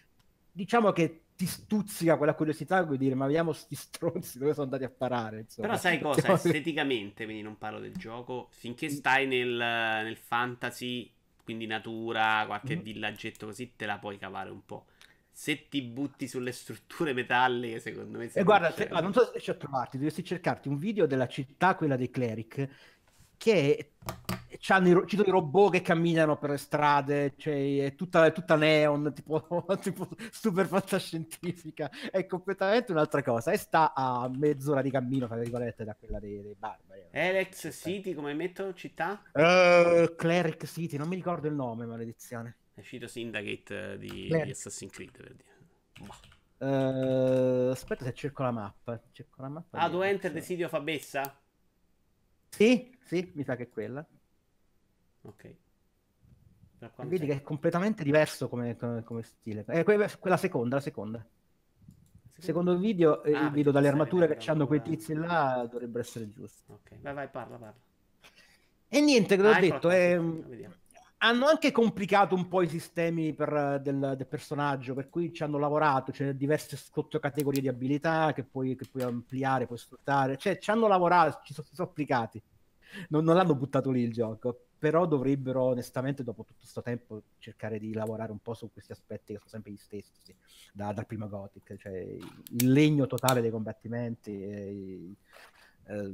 diciamo che ti stuzzica quella curiosità di dire ma vediamo sti stronzi dove sono andati a parare, insomma. Però sai cosa? Mettiamo- Esteticamente, quindi non parlo del gioco, finché stai nel, nel fantasy, quindi natura, qualche Mhm. villaggetto così, te la puoi cavare un po'. Se ti butti sulle strutture metalliche, secondo me E sei guarda, un se- scemo. ah, non so se riesci a trovarti, dovresti cercarti un video della città, quella dei cleric, che c'hanno i, ro- ci sono i robot che camminano per le strade, cioè è tutta, è tutta neon, tipo, tipo super fantascientifica, è completamente un'altra cosa e sta a mezz'ora di cammino, tra virgolette, da quella dei, dei barbari. Alex City, come metto? Città? Uh, Cleric City, non mi ricordo il nome, maledizione. È uscito Syndicate eh, di, di Cleric. Assassin's Creed, per dire. Boh. Uh, aspetta se cerco la mappa. Cerco la mappa Ah, di do Alex. enter the City of Abessa? Sì, sì, mi sa che è quella. Ok. Però qua non Vedi c'è. che è completamente diverso come, come- come stile. Eh, que- quella seconda, la seconda. Il secondo video, eh, Ah, perché vedo tu dalle stai armature vedendo che hanno quei ancora. tizi là, dovrebbero essere giusti. Ok, vai, vai, parla, parla. E niente, che l'ho Ah, eccola detto, qua, sì, ehm, la vediamo. hanno anche complicato un po' i sistemi per, eh, del, del personaggio, per cui ci hanno lavorato, c'è diverse sottocategorie di abilità che puoi, che puoi ampliare, puoi sfruttare, cioè ci hanno lavorato, ci sono, si sono applicati. Non, non l'hanno buttato lì il gioco, però dovrebbero onestamente dopo tutto questo tempo cercare di lavorare un po' su questi aspetti che sono sempre gli stessi da, dal primo Gothic, cioè il legno totale dei combattimenti e, eh,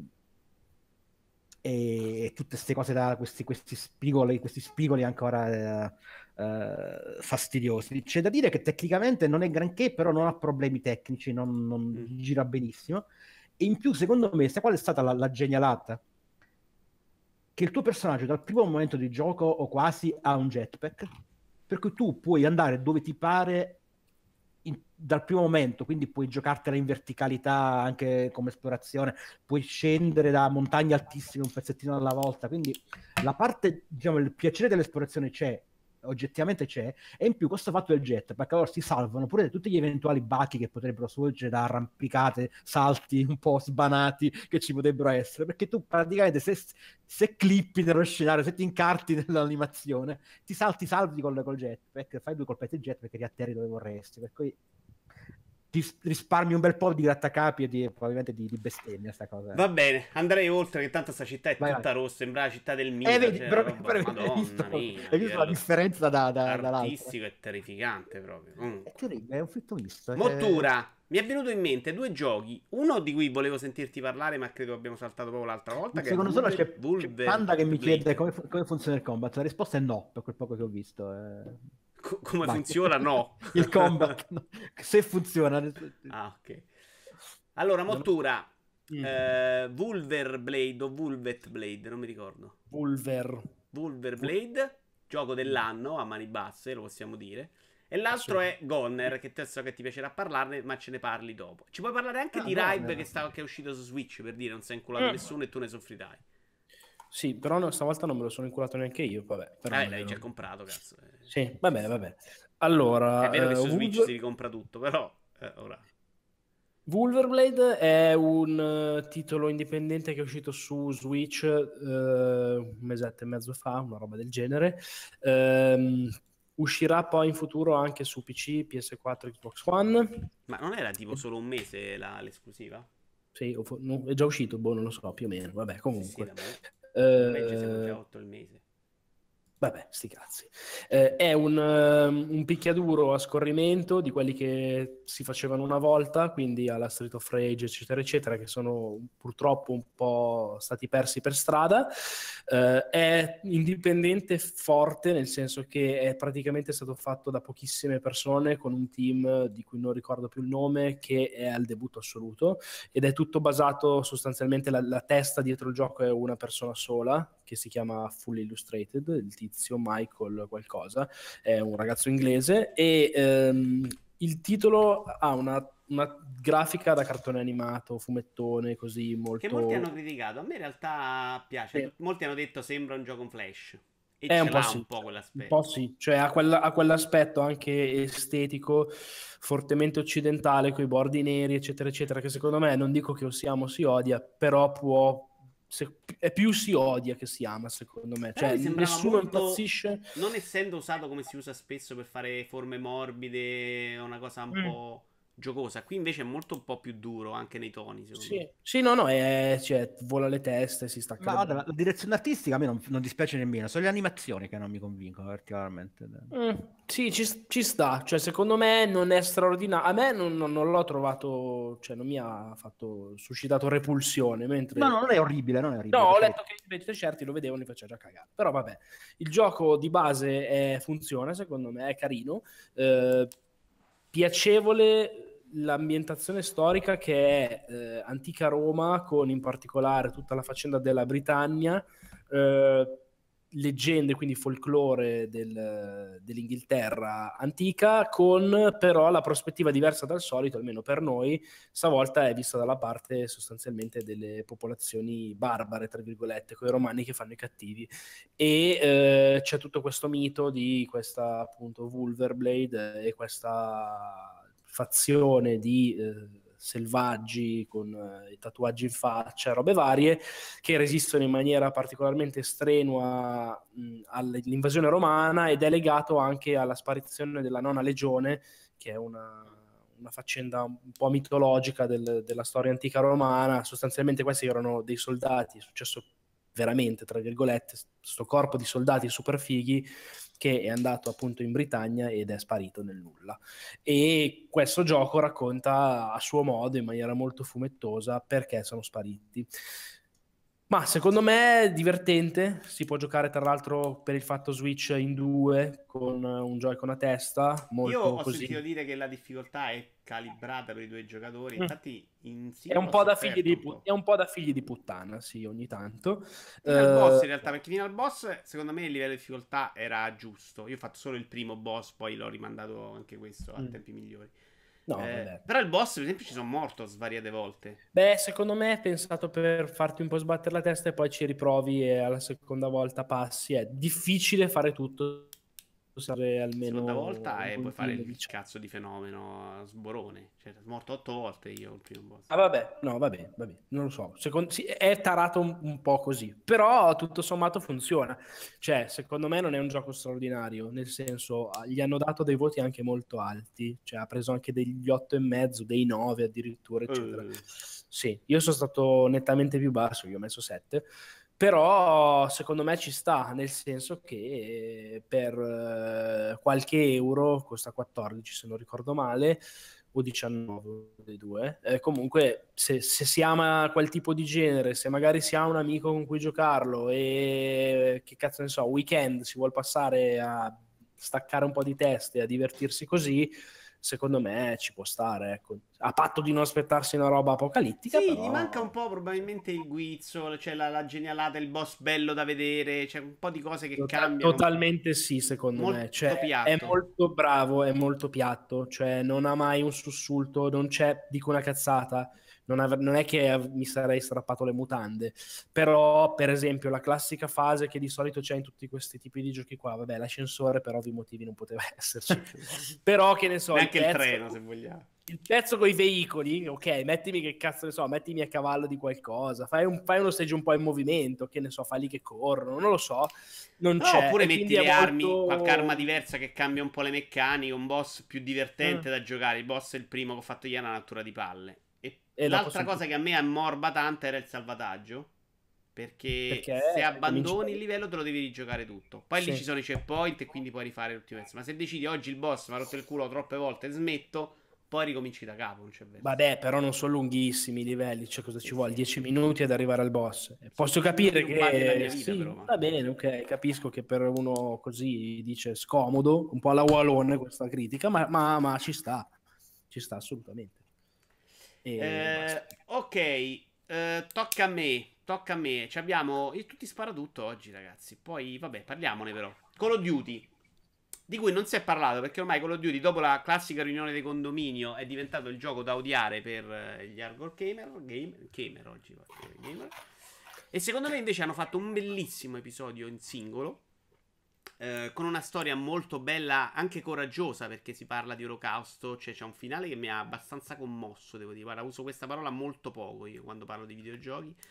e tutte queste cose da questi, questi spigoli, questi spigoli ancora eh, eh, fastidiosi. C'è da dire che tecnicamente non è granché, però non ha problemi tecnici, non, non Mm. gira benissimo. E in più, secondo me, sai qual è stata la, la genialata? Che il tuo personaggio dal primo momento di gioco o quasi ha un jetpack, per cui tu puoi andare dove ti pare in- dal primo momento, quindi puoi giocartela in verticalità anche come esplorazione, puoi scendere da montagne altissime un pezzettino alla volta, quindi la parte, diciamo, il piacere dell'esplorazione c'è, oggettivamente c'è, e in più questo fatto del jetpack, allora si salvano pure tutti gli eventuali bachi che potrebbero sorgere da arrampicate, salti un po' sbanati che ci potrebbero essere, perché tu praticamente se, se clippi nello scenario, se ti incarti nell'animazione, ti salti salvi col, col jetpack, fai due colpetti di jetpack e riatterri dove vorresti, per cui ti risparmi un bel po' di grattacapi e di, probabilmente di, di bestemmia sta cosa. Va bene, andrei oltre, che tanto sta città è Vai, tutta vai. rossa, sembra la città del Eh, Mira, vedi, cioè, però, roba, però hai visto, madonna mia, a hai visto la livello differenza da, da, dall'altra. artistico è terrificante proprio. È Comunque. terribile, è un fitto visto. Cioè... Mottura, mi è venuto in mente due giochi, uno di cui volevo sentirti parlare, ma credo abbiamo saltato proprio l'altra volta, Un che è secondo solo Vulver, c'è, c'è Vulver Panda che mi chiede Blade. come, come funziona il combat. La risposta è no, per quel poco che ho visto. eh. Co- come Vai. funziona? No. Il combat, no. Se funziona. Ah, ok. Allora, Non- Mottura, Mm. eh, Vulver Blade o Vulvet Blade, non mi ricordo. Vulver. Vulver Blade, gioco dell'anno a mani basse, lo possiamo dire. E l'altro è Goner, che te so che ti piacerà parlarne, ma ce ne parli dopo. Ci puoi parlare anche Ah, di Goner. Rive che, sta- che è uscito su Switch, per dire, non si è inculato Mm. nessuno e tu ne soffrirai. Sì, però no, stavolta non me lo sono inculato neanche io, vabbè. Però Eh, me l'hai lo- già comprato, cazzo. Eh, Sì, va bene, va bene. Allora, È vero che eh, su Switch Vulver- si ricompra tutto, però eh, ora. Vulverblade è un eh, titolo indipendente che è uscito su Switch eh, un mesetto e mezzo fa, una roba del genere. Ehm, uscirà poi in futuro anche su P C, P S quattro, Xbox One. Ma non era tipo solo un mese la- l'esclusiva? Sì, o fo- no, è già uscito, boh, non lo so, più o meno. Vabbè, Sì, sì, comunque. da me. Un mese Eh, siamo già otto il mese. Vabbè, sti cazzi. Eh, è un, um, un picchiaduro a scorrimento di quelli che si facevano una volta, quindi alla Street of Rage, eccetera, eccetera, che sono purtroppo un po' stati persi per strada. Eh, è indipendente forte, nel senso che è praticamente stato fatto da pochissime persone con un team di cui non ricordo più il nome, che è al debutto assoluto, ed è tutto basato sostanzialmente, la, la testa dietro il gioco è una persona sola, che si chiama Full Illustrated, il tizio Michael qualcosa, è un ragazzo inglese, e ehm, il titolo ha una, una grafica da cartone animato, fumettone, così molto... Che molti hanno criticato. A me in realtà piace. Sì. Molti hanno detto sembra un gioco in flash. E È ce un po' l'ha sì, un po' un quell'aspetto. po' sì, cioè ha, quella- ha quell'aspetto anche estetico, fortemente occidentale, con i bordi neri, eccetera, eccetera, che secondo me, non dico che osiamo si odia, però può se, è più si odia che si ama, secondo me. Però Cioè, mi sembrava nessuno molto, impazzisce. non essendo usato come si usa spesso per fare forme morbide, è una cosa un Mm. po' giocosa. Qui invece è molto un po' più duro anche nei toni, secondo me. Sì, sì, no, no, è, cioè, vola le teste, si stacca Ma le guarda, la, braccia. la direzione artistica a me non, non dispiace nemmeno, sono le animazioni che non mi convincono particolarmente. Mm, sì, ci, ci sta, cioè secondo me non è straordinario, a me non, non- non l'ho trovato, cioè non mi ha fatto suscitato repulsione, No, mentre no, non è orribile, non è no, orribile, ho per letto carità. che invece certi lo vedevano e mi faceva già cagare, però vabbè, il gioco di base è- funziona, secondo me è carino, eh, piacevole l'ambientazione storica che è eh, antica Roma, con in particolare tutta la faccenda della Britannia, eh, leggende, quindi folklore del- dell'Inghilterra antica, con però la prospettiva diversa dal solito, almeno per noi, stavolta è vista dalla parte sostanzialmente delle popolazioni barbare, tra virgolette, con i romani che fanno i cattivi. E eh, c'è tutto questo mito di questa appunto Wulverblade e questa fazione di eh, selvaggi con eh, i tatuaggi in faccia, robe varie, che resistono in maniera particolarmente strenua mh, all'invasione romana, ed è legato anche alla sparizione della nona legione, che è una, una faccenda un po' mitologica del- della storia antica romana. Sostanzialmente questi erano dei soldati, è successo veramente, tra virgolette, questo corpo di soldati super fighi che è andato appunto in Britannia ed è sparito nel nulla. E questo gioco racconta a suo modo, in maniera molto fumettosa, perché sono spariti. Ma secondo me è divertente, si può giocare tra l'altro per il fatto Switch in due con un Joy-Con a testa, Io molto ho sentito così. dire che la difficoltà è calibrata per i due giocatori. Mm. Infatti, in È un singolo ho po' da figli sofferto di, un put- po'. è un po' da figli di puttana, sì, ogni tanto. Fino al boss, in Eh, realtà, perché fino al boss, secondo me, il livello di difficoltà era giusto. Io ho fatto solo il primo boss, poi l'ho rimandato anche questo a mm. tempi migliori. No, Eh, vabbè. però il boss, per esempio, ci sono morto svariate volte. Beh, secondo me è pensato per farti un po' sbattere la testa e poi ci riprovi e alla seconda volta passi. È difficile fare tutto, serve Seconda almeno volta un e puoi fare continuo, il diciamo. cazzo di fenomeno sborone. Cioè, sono morto otto volte io il primo boss. Ah, vabbè, no, vabbè, vabbè, non lo so. Secondo, sì, è tarato un, un po' così, però tutto sommato funziona. Cioè, secondo me non è un gioco straordinario, nel senso, ah, gli hanno dato dei voti anche molto alti, cioè ha preso anche degli otto e mezzo, dei nove addirittura, eccetera. Eh. Sì, io sono stato nettamente più basso, io ho messo sette, però secondo me ci sta, nel senso che per eh, qualche euro, costa quattordici se non ricordo male, o diciannove dei due. Eh, comunque, se, se si ama quel tipo di genere, se magari si ha un amico con cui giocarlo e che cazzo ne so, weekend si vuol passare a staccare un po' di teste, a divertirsi così, secondo me ci può stare, ecco. A patto di non aspettarsi una roba apocalittica, Sì, gli manca però un po' probabilmente il guizzo, cioè la, la genialata, il boss bello da vedere, c'è un po' di cose che Tota- cambiano. totalmente sì, secondo me. Molto Cioè, è piatto. molto bravo, è molto piatto, cioè non ha mai un sussulto, non c'è, dico una cazzata, non, av- non è che av- mi sarei strappato le mutande, però per esempio la classica fase che di solito c'è in tutti questi tipi di giochi qua, vabbè, l'ascensore per ovvi motivi non poteva esserci, però che ne so, il Neanche il pezzo, treno, se vogliamo. il pezzo con i veicoli, ok, mettimi che cazzo ne so, mettimi a cavallo di qualcosa, fai, un- fai uno stage un po' in movimento, che ne so, fai lì che corrono, non lo so, non No, c'è, oppure e metti quindi è le armi, qualche arma molto... diversa che cambia un po' le meccaniche, un boss più divertente Mm. da giocare. Il boss è il primo che ho fatto io, è una natura di palle. E E dopo l'altra sono cosa tutti- che a me ammorba tanto era il salvataggio. Perché perché se cominci da abbandoni il lì. livello te lo devi rigiocare tutto. Poi lì Sì. ci sono i checkpoint e quindi puoi rifare l'ultimo pezzo. Ma se decidi oggi il boss mi ha rotto il culo troppe volte e smetto, poi ricominci da capo, non c'è verso. Vabbè, però non sono lunghissimi i livelli, cioè cosa Sì, ci vuole? sì. dieci minuti ad arrivare al boss. Eh, Sono Posso dieci minuti capire rubati della mia che vita, però, sì, ma. va bene, ok, capisco che per uno così dice scomodo, un po' alla Wallone questa critica, ma, ma- ma ci sta, ci sta assolutamente. E basta. Eh, ok, eh, tocca a me. Tocca a me. Ci abbiamo. Io tutti sparatutto oggi, ragazzi. Poi, vabbè, parliamone però. Call of Duty. Di cui non si è parlato perché ormai Call of Duty, dopo la classica riunione di condominio, è diventato il gioco da odiare per eh, gli hardcore gamer. Gamer, gamer oggi. Gamer. E secondo me invece hanno fatto un bellissimo episodio in singolo. Eh, con una storia molto bella, anche coraggiosa, perché si parla di olocausto. Cioè, c'è un finale che mi ha abbastanza commosso, devo dire. Guarda, uso questa parola molto poco io quando parlo di videogiochi.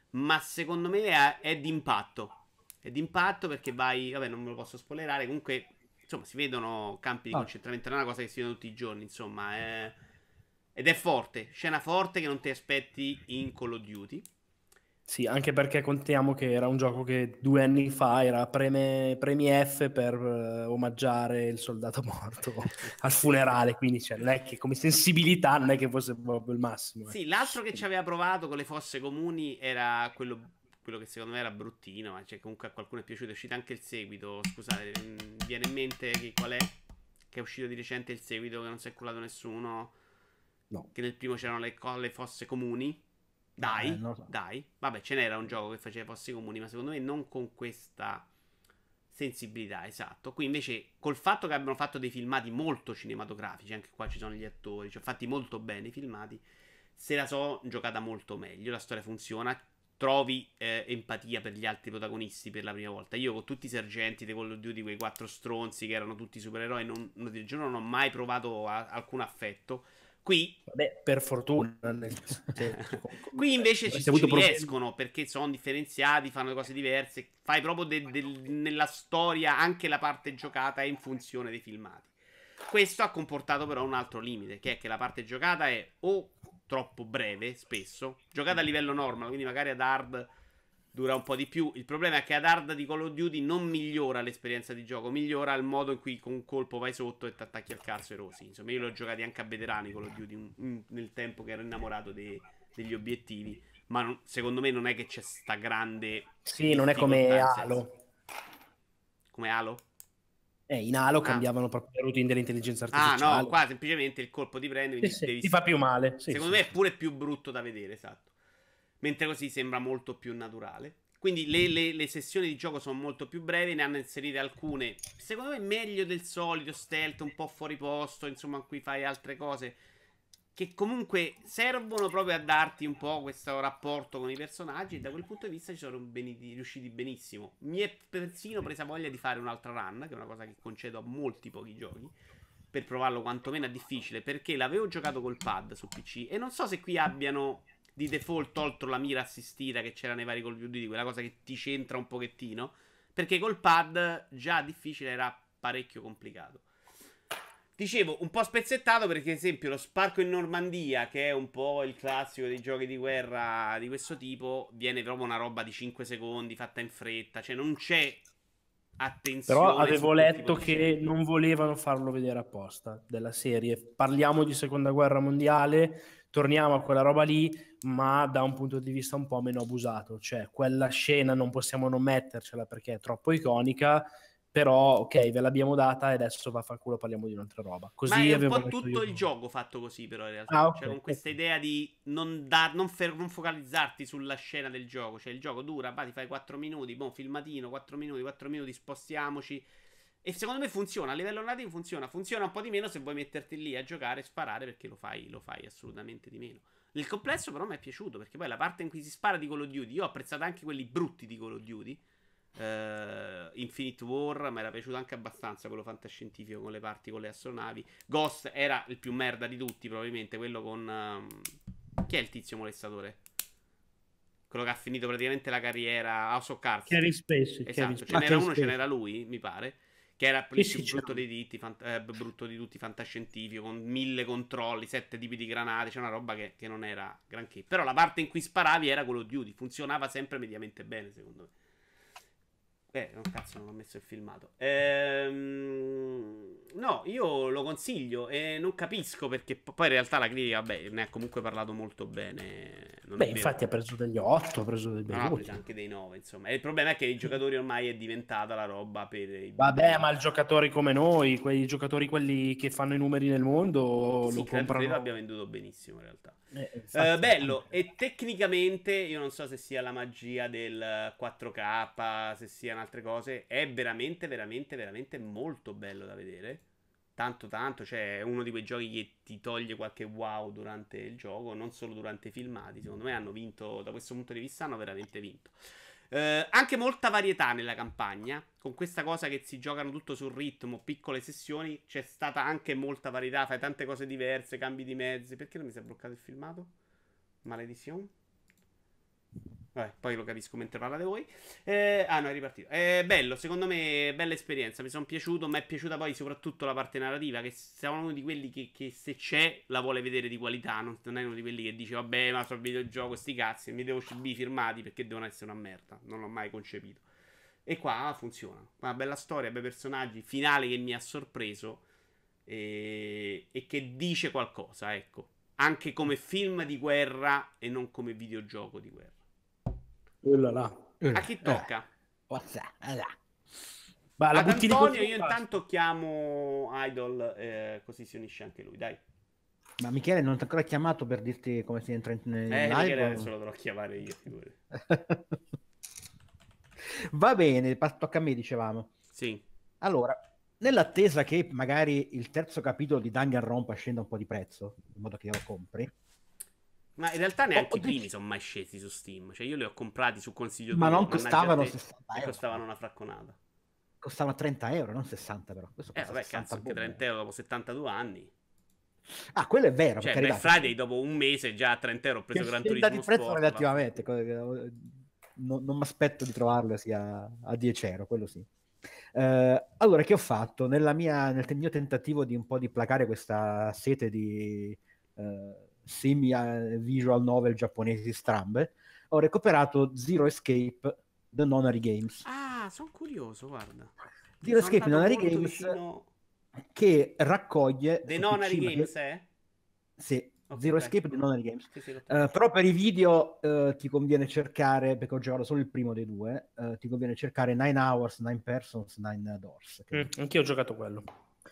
ma secondo me è, è d'impatto. È d'impatto perché vai, vabbè, non me lo posso spoilerare, comunque, insomma, si vedono campi di Ah, concentramento, non è una cosa che si vede tutti i giorni, insomma, è... ed è forte, scena forte che non ti aspetti in Call of Duty. Sì, anche perché contiamo che era un gioco che due anni fa era preme, premi F per eh, omaggiare il soldato morto al funerale, quindi cioè, non è che come sensibilità non è che fosse proprio il massimo. eh. Sì, l'altro che ci aveva provato con le fosse comuni era quello, quello che secondo me era bruttino, ma cioè, comunque a qualcuno è piaciuto. È uscito anche il seguito. Scusate, mi viene in mente che, qual è? Che è uscito di recente il seguito, che non si è culato nessuno. No. Che nel primo c'erano le, co- le fosse comuni. eh, Dai, non lo so. dai. Vabbè, ce n'era un gioco che faceva fosse comuni, ma secondo me non con questa sensibilità, esatto. Qui invece, col fatto che abbiano fatto dei filmati molto cinematografici, anche qua ci sono gli attori, cioè fatti molto bene i filmati, se la so giocata molto meglio, la storia funziona, trovi eh, empatia per gli altri protagonisti per la prima volta. Io con tutti i sergenti di Call of Duty, quei quattro stronzi che erano tutti supereroi, non, non, di giorno non ho mai provato a, alcun affetto. Qui Vabbè, per fortuna. nel- cioè, Qui invece ci, avresti ci avuto problemi. riescono perché sono differenziati, fanno cose diverse. Fai proprio de- del- nella storia anche la parte giocata è in funzione dei filmati. Questo ha comportato però un altro limite, che è che la parte giocata è o troppo breve, spesso, giocata a livello normal, quindi magari ad hard dura un po' di più. Il problema è che ad hard di Call of Duty non migliora l'esperienza di gioco, migliora il modo in cui con un colpo vai sotto e ti attacchi al cazzo e rosi. Insomma, io l'ho giocati anche a veterani Call of Duty un- un- nel tempo che ero innamorato dei- degli obiettivi. Ma non- secondo me non è che c'è sta grande Sì, non è come difficoltà in sé. Halo. Come Halo? Eh, in Halo Ah. cambiavano proprio le routine dell'intelligenza Ah, artificiale. no, qua semplicemente il colpo ti prende, Sì, quindi sì, devi... ti fa più male. Sì, Secondo sì, me sì. è pure più brutto da vedere, esatto. Mentre così sembra molto più naturale. Quindi le, le- le sessioni di gioco sono molto più brevi, ne hanno inserite alcune, secondo me meglio del solito, stealth, un po' fuori posto, insomma, in cui fai altre cose che comunque servono proprio a darti un po' questo rapporto con i personaggi e da quel punto di vista ci sono beni- riusciti benissimo. Mi è persino presa voglia di fare un'altra run, che è una cosa che concedo a molti pochi giochi, per provarlo quantomeno è difficile, perché l'avevo giocato col pad su P C e non so se qui abbiano di default tolto la mira assistita che c'era nei vari Call of Duty, quella cosa che ti centra un pochettino, perché col pad già difficile era parecchio complicato. Dicevo, un po' spezzettato perché, ad esempio, lo sparco in Normandia, che è un po' il classico dei giochi di guerra di questo tipo, viene proprio una roba di cinque secondi, fatta in fretta, cioè non c'è attenzione. Però su avevo quel letto tipo di che scene. non volevano farlo vedere apposta della serie. Parliamo di seconda guerra mondiale, torniamo a quella roba lì, ma da un punto di vista un po' meno abusato. Cioè, quella scena non possiamo non mettercela perché è troppo iconica, però ok, ve l'abbiamo data e adesso vaffanculo parliamo di un'altra roba. Ma Così è un avevo po' letto tutto io. il gioco fatto così, però, in realtà. Ah, ok. Cioè, con questa ok. idea di non, dar- non, fer- non focalizzarti sulla scena del gioco. Cioè, il gioco dura, va, ti fai quattro minuti, boh, filmatino, quattro minuti, quattro minuti, spostiamoci. E secondo me funziona, a livello narrativo funziona. Funziona un po' di meno se vuoi metterti lì a giocare e sparare, perché lo fai, lo fai assolutamente di meno. Nel complesso, però, mi è piaciuto, perché poi la parte in cui si spara di Call of Duty, io ho apprezzato anche quelli brutti di Call of Duty. Uh, Infinite War mi era piaciuto anche abbastanza, quello fantascientifico con le parti con le astronavi. Ghost era il più merda di tutti, probabilmente quello con um, chi è il tizio molestatore? Quello che ha finito praticamente la carriera House of Cards. Kevin Spacey. Esatto, Kevin ce Spacey. n'era Ah, uno, Kevin ce Spacey. n'era lui, mi pare. Che era Sì, il sì, più c'era brutto lui. dei tutti, fant- eh, brutto di tutti, fantascientifico, con mille controlli, sette tipi di granate. C'è una roba che, che non era granché. Però la parte in cui sparavi era Call of Duty. Funzionava sempre mediamente bene, secondo me. Eh, no, cazzo, non ho messo il filmato. Ehm, no, io lo consiglio e non capisco perché p- poi in realtà la critica, vabbè, ne ha comunque parlato molto bene. Non Beh, è vero. infatti ha preso degli otto, ha preso dei bei No, ha voti. preso anche dei nove, insomma. E il problema è che i giocatori ormai è diventata la roba per i Vabbè, ma i giocatori come noi, quei giocatori quelli che fanno i numeri nel mondo, sì, lo credo, comprano. credo abbia venduto benissimo in realtà. Eh, Eh, infatti, bello, e tecnicamente io non so se sia la magia del quattro K, se siano altre cose, è veramente, veramente, veramente molto bello da vedere. Tanto, tanto, cioè è uno di quei giochi che ti toglie qualche wow durante il gioco, non solo durante i filmati. Secondo me hanno vinto, da questo punto di vista hanno veramente vinto. Eh, anche molta varietà nella campagna, con questa cosa che si giocano tutto sul ritmo, piccole sessioni, c'è stata anche molta varietà, fai tante cose diverse, cambi di mezzi. Perché non mi si è bloccato il filmato? Maledizione. Vabbè, poi lo capisco mentre parlate voi. Eh, ah, no, è ripartito. È bello, secondo me, bella esperienza. Mi sono piaciuto. Mi è piaciuta poi soprattutto la parte narrativa. Che siamo uno di quelli che, che se c'è la vuole vedere di qualità. Non, non è uno di quelli che dice, vabbè, ma sul videogioco sti cazzi, mi devo scibire firmati perché devono essere una merda. Non l'ho mai concepito. E qua funziona. Una bella storia, bei personaggi. Finale che mi ha sorpreso. E, e che dice qualcosa, ecco. Anche come film di guerra e non come videogioco di guerra. Quella là. A chi tocca? Eh. Ma la Ad butti lì Antonio così, io basta. intanto chiamo Idol, eh, così si unisce anche lui, dai. Ma Michele non ti ha ancora chiamato per dirti come si entra in, in Eh, live? Michele adesso lo dovrò chiamare io, figurati. Va bene, pa- tocca a me, dicevamo. Sì. Allora, nell'attesa che magari il terzo capitolo di Danganronpa scenda un po' di prezzo, in modo che lo compri. Ma in realtà neanche Oh, i primi sono mai scesi su Steam. Cioè io li ho comprati su consiglio Ma tuo, non mannaggia costavano a te, sessanta e euro. costavano una fracconata. Costavano trenta euro, non sessanta però. Questo Eh costa vabbè, sessanta cazzo, anche bombe. trenta euro dopo settantadue anni. Ah, quello è vero, Cioè, per Black carità. Friday dopo un mese già a trenta euro ho preso Gran Scenda Turismo di prezzo Sport. relativamente. co- Non, non mi aspetto di trovarlo sia a dieci euro, quello sì. Eh, allora, che ho fatto? Nella mia, nel mio tentativo di un po' di placare questa sete di eh, semi eh, visual novel giapponesi strambe, ho recuperato Zero Escape The Nonary Games. Ah, sono curioso, guarda. Zero Sono Escape The andato Nonary molto Games vicino. che raccoglie The su Nonary P C, ma Games, che- eh? sì, Ok, Zero vai. Escape The Nonary Games. Sì, sì, l'ho Eh, trovato. però per i video eh, ti conviene cercare, perché ho giocato solo il primo dei due, eh, ti conviene cercare Nine Hours, Nine Persons, Nine Doors. che- Mm, anch'io ho giocato quello.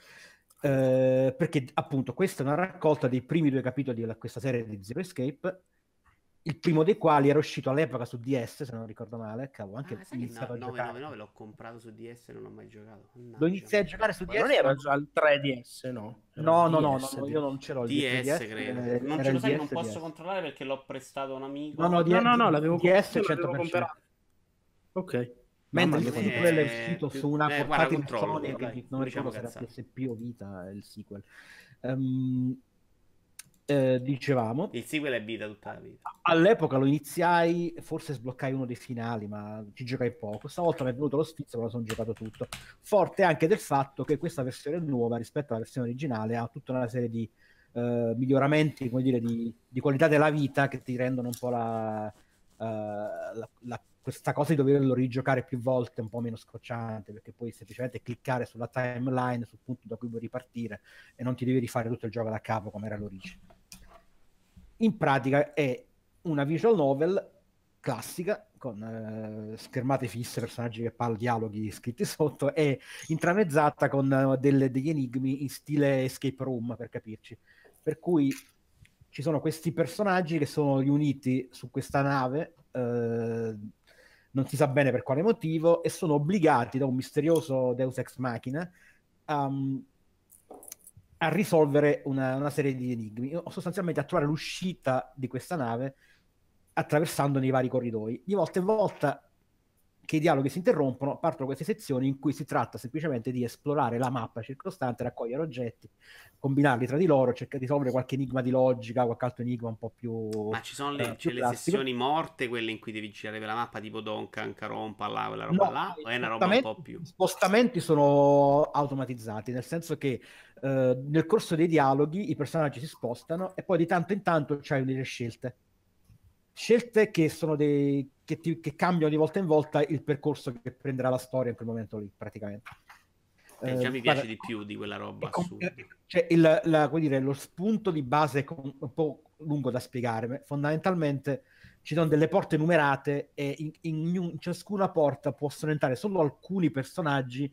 Eh, perché appunto questa è una raccolta dei primi due capitoli di questa serie di Zero Escape, il primo dei quali era uscito all'epoca su D S, se non ricordo male, che avevo anche Ah, sai che iniziato no, a giocare. nove nove nove l'ho comprato su D S e non ho mai giocato. Lo Mannaggia. iniziai a giocare su Ma D S. non era ma- già il tre D S, no? Era No, il no, no, D S, no, io non ce l'ho il D S, D S, credo. eh, Non era ce lo il sai, non D S, posso D S. controllare perché l'ho prestato a un amico. No, no, No, no, no, l'avevo D S l'avevo cento per cento. comprato. Ok. Mentre Mamma il mia, sequel è Eh, uscito più- su una eh, guarda, portatile controllo, Sony, dai, che non non ricordo diciamo se era cazzate. P S P o Vita, il sequel. Ehm, eh, dicevamo, Il sequel è vita tutta la vita. all'epoca lo iniziai, forse sbloccai uno dei finali, ma ci giocai poco. Stavolta mi è venuto lo sfizio, me lo sono giocato tutto. Forte anche del fatto che questa versione nuova, rispetto alla versione originale, ha tutta una serie di eh, miglioramenti, come dire, di, di qualità della vita che ti rendono un po' la, eh, la- la- questa cosa di doverlo rigiocare più volte un po' meno scocciante, perché puoi semplicemente cliccare sulla timeline, sul punto da cui vuoi ripartire, e non ti devi rifare tutto il gioco da capo come era l'origine. In pratica è una visual novel classica con eh, schermate fisse, personaggi che parlano, dialoghi scritti sotto, e intramezzata con eh, delle- degli enigmi in stile escape room, per capirci. Per cui ci sono questi personaggi che sono riuniti su questa nave, eh, non si sa bene per quale motivo, e sono obbligati da un misterioso Deus Ex Machina a, a risolvere una, una serie di enigmi, o sostanzialmente a trovare l'uscita di questa nave attraversandone i vari corridoi. Di volta in volta che i dialoghi si interrompono, partono queste sezioni in cui si tratta semplicemente di esplorare la mappa circostante, raccogliere oggetti, combinarli tra di loro, cercare di risolvere qualche enigma di logica, qualche altro enigma un po' più Ma ci sono le, eh, c'è più le classico. sessioni morte, quelle in cui devi girare per la mappa tipo Donkan, Carompa, là, quella roba No, là? i O è una roba un spostamenti, po' più... i spostamenti sono automatizzati, nel senso che eh, nel corso dei dialoghi i personaggi si spostano e poi di tanto in tanto c'hai delle scelte. Scelte che sono dei che, ti, che cambiano di volta in volta il percorso che prenderà la storia in quel momento lì, praticamente. Eh, Eh, già mi piace guarda, di più di quella roba è com- assurda. eh, cioè il, la, come dire, lo spunto di base è com- un po' lungo da spiegare, ma fondamentalmente ci sono delle porte numerate e in, in, in ciascuna porta possono entrare solo alcuni personaggi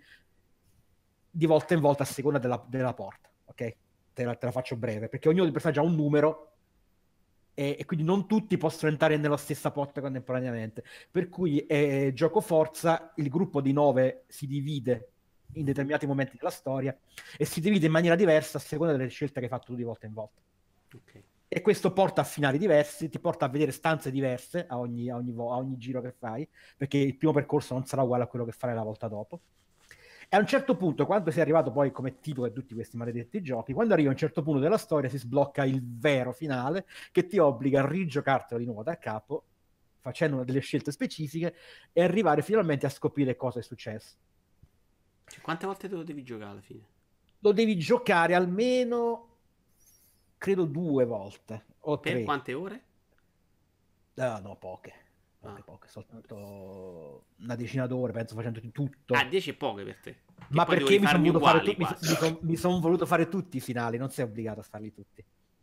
di volta in volta a seconda della, della porta, ok? Te la, te la faccio breve, perché ognuno dei personaggi ha un numero e, e quindi non tutti possono entrare nella stessa porta contemporaneamente, per cui eh, gioco forza, il gruppo di nove si divide in determinati momenti della storia e si divide in maniera diversa a seconda delle scelte che hai fatto tu di volta in volta. Ok. E questo porta a finali diversi, ti porta a vedere stanze diverse a ogni, a ogni, vo- a ogni giro che fai, perché il primo percorso non sarà uguale a quello che farai la volta dopo. E a un certo punto, quando sei arrivato poi come tipo di tutti questi maledetti giochi, quando arriva a un certo punto della storia si sblocca il vero finale che ti obbliga a rigiocartelo di nuovo da capo, facendo delle scelte specifiche e arrivare finalmente a scoprire cosa è successo. Cioè, quante volte te lo devi giocare alla fine? Lo devi giocare almeno, credo, due volte o Per tre. quante ore? Ah, no, poche. Poche, Ah. poche, soltanto una decina d'ore, penso, facendo di tutto. Ah, dieci è poche per te. Che Ma poi perché dovevi mi sono farli voluto, fare uguali tu- mi, quasi. mi son- mi son voluto fare tutti i finali, non sei obbligato a farli tutti.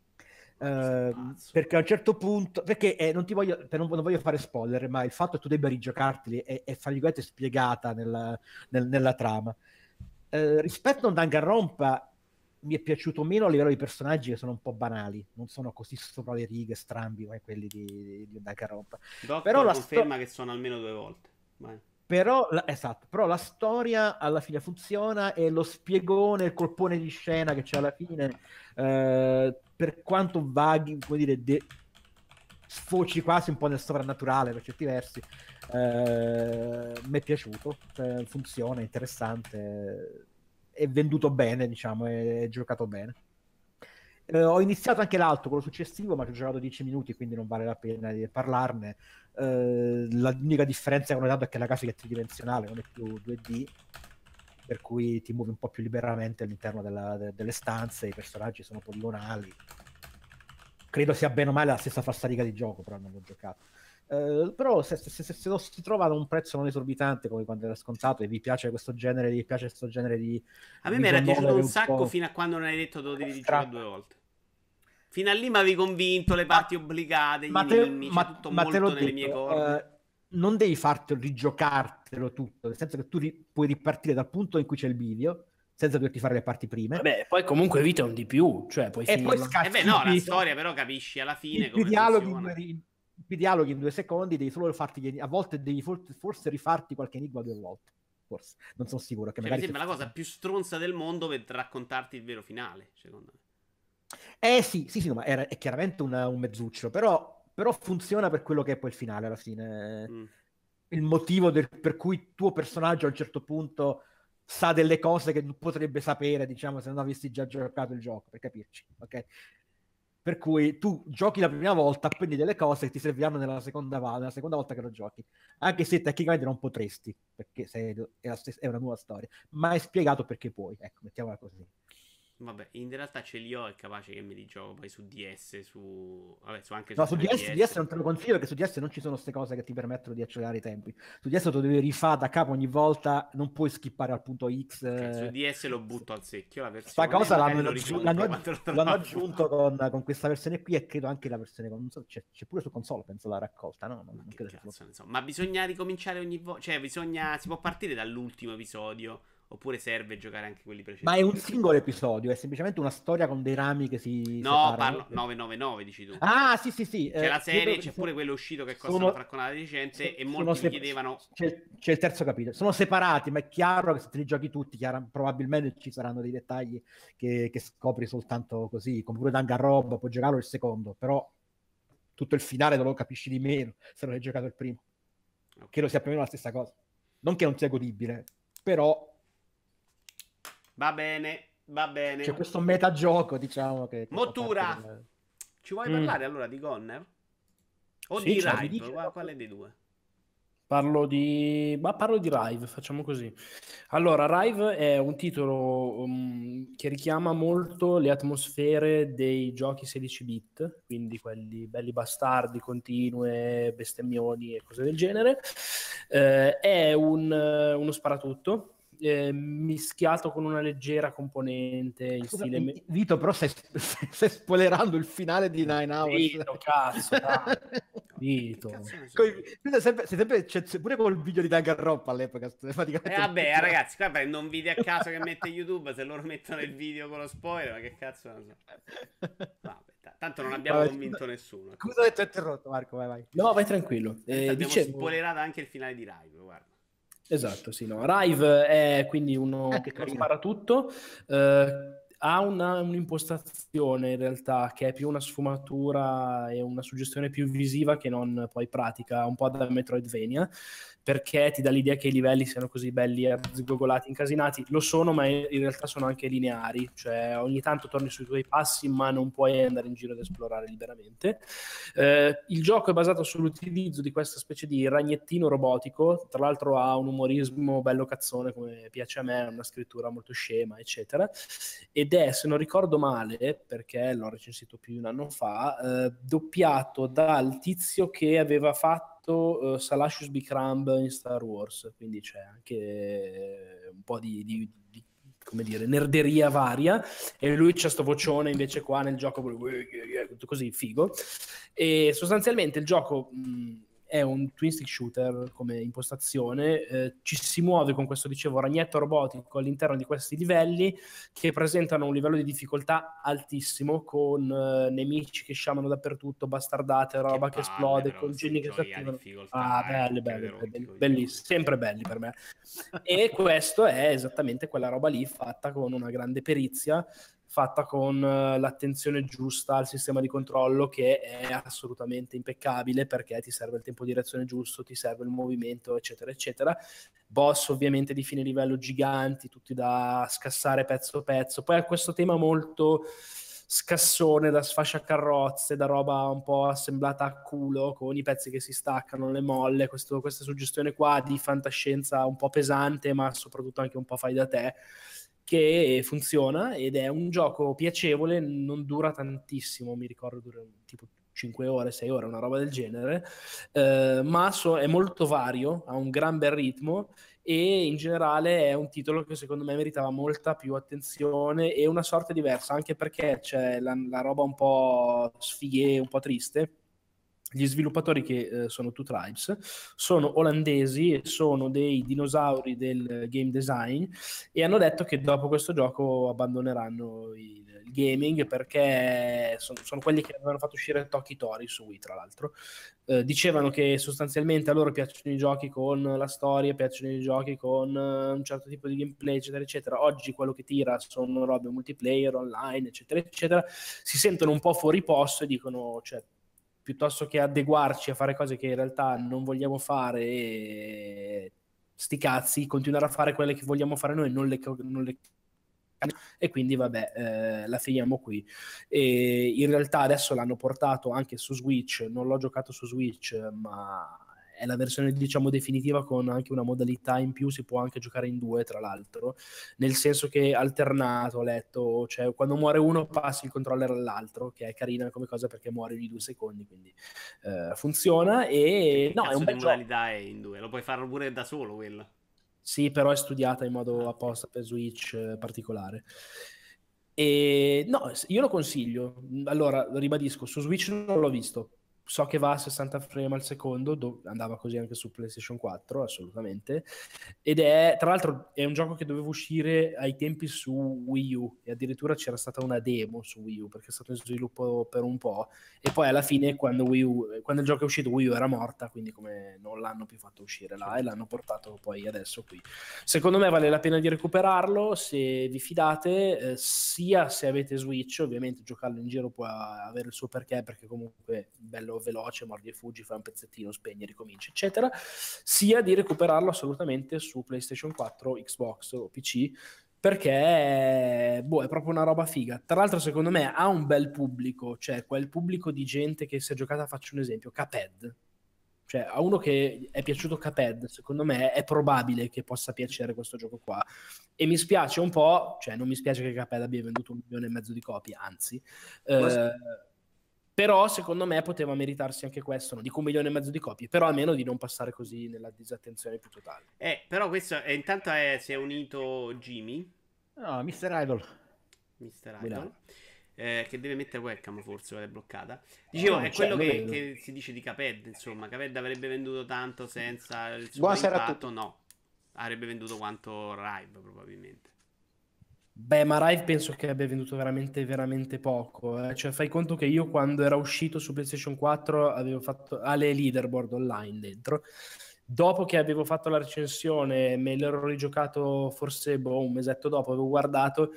Eh, Pazzo. perché a un certo punto, perché eh, non ti voglio, per non, non voglio fare spoiler, ma il fatto che tu debba rigiocarteli è, è fra virgolette spiegata nella, nel- nella trama. Eh, rispetto a un Danganronpa mi è piaciuto meno a livello di personaggi che sono un po' banali, non sono così sopra le righe, strambi come quelli di, di un Danganronpa. Doctor Però la conferma sto- che sono almeno due volte. Vai. Però la, esatto, però la storia alla fine funziona e lo spiegone, il colpone di scena che c'è alla fine, eh, per quanto vaghi, come dire, de- sfoci quasi un po' nel sovrannaturale per certi versi, eh, mi è piaciuto, cioè, funziona, è interessante, è venduto bene, diciamo, è, è giocato bene. Eh, ho iniziato anche l'altro, quello successivo, ma ci ho giocato dieci minuti, quindi non vale la pena di parlarne. Eh, l'unica differenza che ho notato è che la grafica è tridimensionale, non è più due D, per cui ti muovi un po' più liberamente all'interno della, de, delle stanze, i personaggi sono poligonali. Credo sia bene o male la stessa falsariga di gioco, però non l'ho giocato. Eh, però se, se, se, se lo si trova ad un prezzo non esorbitante come quando era scontato e vi piace questo genere, vi piace questo genere di A me mi era visual piaciuto novel un un sacco po' fino a quando non hai detto te lo devi stra- rigiocare due volte. Fino a lì mi avevi convinto, le parti obbligate, gli ma te, enigmi, ma, c'è tutto ma te l'ho molto nelle mie detto, corde. eh, non devi fartelo rigiocartelo tutto, nel senso che tu ri- puoi ripartire dal punto in cui c'è il bivio senza doverti fare le parti prime. Vabbè, poi comunque Vita è un di più, cioè puoi E poi finirlo. scazzi Eh beh, no, la i- storia però capisci alla fine i- i come dialoghi in funziona. due, ri- i dialoghi in due secondi devi solo farti gli eni- a volte devi for- forse rifarti qualche enigma due volte, forse, non sono sicuro che Cioè, mi magari sembra se- la cosa più stronza del mondo per raccontarti il vero finale, secondo me. eh sì, sì, sì, no, ma era, è chiaramente una- un mezzuccio, però, però funziona per quello che è poi il finale alla fine. Mm. Il motivo del- per cui il tuo personaggio a un certo punto sa delle cose che non potrebbe sapere, diciamo, se non avessi già giocato il gioco, per capirci, ok? Per cui tu giochi la prima volta, apprendi delle cose che ti serviranno nella seconda, nella seconda volta che lo giochi, anche se tecnicamente non potresti, perché sei, è, la stessa, è una nuova storia, ma è spiegato perché puoi, ecco, mettiamola così. Vabbè, in realtà ce li ho, è capace che me li gioco poi su D S, su... Vabbè, su anche No, su su tre D S, D S. D S non te lo consiglio perché su D S non ci sono queste cose che ti permettono di accelerare i tempi. Su D S lo devi rifare da capo ogni volta, non puoi skippare al punto X. Ok, su eh. D S lo butto al secchio la Sta versione, cosa magari l'hanno, lo aggiu- ricompro l'hanno, quando lo l'hanno trovo. aggiunto con, con questa versione qui e credo anche la versione con, non so, c'è, c'è pure su console, penso la raccolta, no? Non, Ma non che credo sia cazzo solo- ne so. Ma bisogna ricominciare ogni volta, cioè bisogna... si può partire dall'ultimo episodio, oppure serve giocare anche quelli Ma è precedenti? un singolo episodio, è semplicemente una storia con dei rami che si No, separano. parlo nove nove nove, dici tu. Ah, sì, sì, sì. C'è eh, la serie, credo c'è che pure so- quello uscito che costa sono- una fracconata decente so- e sono molti mi sep- chiedevano... C'è, c'è il terzo capitolo. Sono separati, ma è chiaro che se te li giochi tutti, chiaro- probabilmente ci saranno dei dettagli che, che scopri soltanto così, come pure Danganronpa, puoi giocarlo il secondo, però tutto il finale non lo capisci di meno se non hai giocato il primo. Ok. Credo sia più o meno la stessa cosa. Non che non sia godibile, però Va bene, va bene. c'è questo metagioco, diciamo, che... che fa Mottura! parte del- Ci vuoi Mm. parlare allora di Gonner? O Sì, di certo. Rive? Mi dice- Qua- Quale dei due? Parlo di... Ma parlo di Rive, facciamo così. Allora, Rive è un titolo um, che richiama molto le atmosfere dei giochi sedici bit, quindi quelli belli bastardi, continue, bestemmioni e cose del genere. Eh, è un, eh, uno sparatutto eh, mischiato con una leggera componente in Scusa, stile... me- Vito, però stai, stai spoilerando il finale di Nine Hours. Vito, cazzo, dai. Vito. Che cazzo ne so? Coi- quindi è sempre, sei sempre- c'è, c'è pure col video di Danganronpa all'epoca. praticamente. E vabbè, eh, ragazzi, qua prendo un video a caso che mette YouTube, se loro mettono il video con lo spoiler, ma che cazzo ne so. Vabbè, t- tanto non abbiamo Vabbè, convinto scusa- nessuno. Scusa che ti ho interrotto, Marco, vai, vai. No, vai tranquillo. Eh, abbiamo dicevo- spoilerato anche il finale di Rive, guarda. Esatto, sì, no. Rive è quindi uno, Eh, che uno carino. sparatutto. Eh, ha una, un'impostazione in realtà che è più una sfumatura e una suggestione più visiva che non poi pratica, un po' da Metroidvania, perché ti dà l'idea che i livelli siano così belli, arzigogolati, incasinati. Lo sono, ma in realtà sono anche lineari, cioè ogni tanto torni sui tuoi passi, ma non puoi andare in giro ad esplorare liberamente. Eh, il gioco è basato sull'utilizzo di questa specie di ragnettino robotico, tra l'altro ha un umorismo bello cazzone, come piace a me, una scrittura molto scema, eccetera, ed è, se non ricordo male, perché l'ho recensito più di un anno fa, eh, doppiato dal tizio che aveva fatto Uh, Salacious Bicramb in Star Wars, quindi c'è anche un po' di, di, di come dire, nerderia varia, e lui c'ha sto vocione invece qua nel gioco tutto così figo, e sostanzialmente il gioco mh, è un twin stick shooter come impostazione, eh, ci si muove con questo, dicevo, ragnetto robotico all'interno di questi livelli che presentano un livello di difficoltà altissimo, con eh, nemici che sciamano dappertutto, bastardate, roba che, che esplode, congegni che si attivano. Ah, belli, belli, belli, bellissimi, sempre belli per me. E questo è esattamente quella roba lì, fatta con una grande perizia, fatta con uh, l'attenzione giusta al sistema di controllo, che è assolutamente impeccabile, perché ti serve il tempo di reazione giusto, ti serve il movimento, eccetera, eccetera. Boss ovviamente di fine livello giganti, tutti da scassare pezzo pezzo. Poi ha questo tema molto scassone, da sfasciacarrozze, da roba un po' assemblata a culo, con i pezzi che si staccano, le molle, questo, questa suggestione qua di fantascienza un po' pesante, ma soprattutto anche un po' fai da te, che funziona, ed è un gioco piacevole, non dura tantissimo, mi ricordo dura tipo cinque ore, sei ore, una roba del genere, eh, ma so, è molto vario, ha un gran bel ritmo, e in generale è un titolo che secondo me meritava molta più attenzione e una sorte diversa, anche perché c'è la, la roba un po' sfighe, un po' triste. Gli sviluppatori, che eh, sono Two Tribes, sono olandesi e sono dei dinosauri del game design, e hanno detto che dopo questo gioco abbandoneranno il, il gaming, perché sono, sono quelli che avevano fatto uscire Toki Tori su Wii, tra l'altro. Eh, dicevano che sostanzialmente a loro piacciono i giochi con la storia, piacciono i giochi con uh, un certo tipo di gameplay, eccetera, eccetera. Oggi quello che tira sono robe multiplayer, online, eccetera, eccetera. Si sentono un po' fuori posto e dicono, cioè, piuttosto che adeguarci a fare cose che in realtà non vogliamo fare, e sti cazzi, continuare a fare quelle che vogliamo fare noi, non le, non le... e quindi vabbè, eh, la finiamo qui. E in realtà adesso l'hanno portato anche su Switch, non l'ho giocato su Switch, ma è la versione, diciamo, definitiva, con anche una modalità in più, si può anche giocare in due, tra l'altro, nel senso che alternato, ho letto, cioè quando muore uno passi il controller all'altro, che è carina come cosa perché muore ogni due secondi, quindi eh, funziona. E che no, cazzo è un di bel modalità gioco. è in due? Lo puoi farlo pure da solo quello? Sì, però è studiata in modo ah, apposta per Switch eh, particolare. E no, io lo consiglio. Allora, ribadisco, su Switch non l'ho visto. So che va a sessanta frame al secondo, do- andava così anche su PlayStation quattro, assolutamente. Ed è, tra l'altro, è un gioco che doveva uscire ai tempi su Wii U, e addirittura c'era stata una demo su Wii U, perché è stato in sviluppo per un po'. E poi alla fine, quando Wii U, quando il gioco è uscito, Wii U era morta, quindi come non l'hanno più fatto uscire là, e l'hanno portato poi adesso qui. Secondo me vale la pena di recuperarlo se vi fidate, eh, sia se avete Switch, ovviamente giocarlo in giro può avere il suo perché, perché comunque bello veloce, mordi e fuggi, fai un pezzettino, spegni, ricominci, eccetera, sia di recuperarlo assolutamente su PlayStation quattro, Xbox o P C, perché boh, è proprio una roba figa. Tra l'altro secondo me ha un bel pubblico, cioè quel pubblico di gente che si è giocata, faccio un esempio, Cuphead. Cioè, a uno che è piaciuto Cuphead, secondo me è probabile che possa piacere questo gioco qua. E mi spiace un po', cioè non mi spiace che Cuphead abbia venduto un milione e mezzo di copie, anzi, eh, però secondo me poteva meritarsi anche questo, non dico un milione e mezzo di copie, però almeno di non passare così nella disattenzione più totale. Eh, però questo è, intanto è, si è unito Jimmy, No, mister Idol. mister Buona. Idol, eh, che deve mettere webcam forse, è bloccata. Dicevo, No, è cioè, quello lo che, vedo. che si dice di Cuphead, insomma. Cuphead avrebbe venduto tanto senza il suo Buonasera a impatto? tutti. No. Avrebbe venduto quanto Rive, probabilmente. Beh, ma Rive penso che abbia venduto veramente, veramente poco. Eh. Cioè, fai conto che io quando era uscito su PlayStation quattro avevo fatto alle leaderboard online dentro. Dopo che avevo fatto la recensione, me l'ero rigiocato forse boh, un mesetto dopo, avevo guardato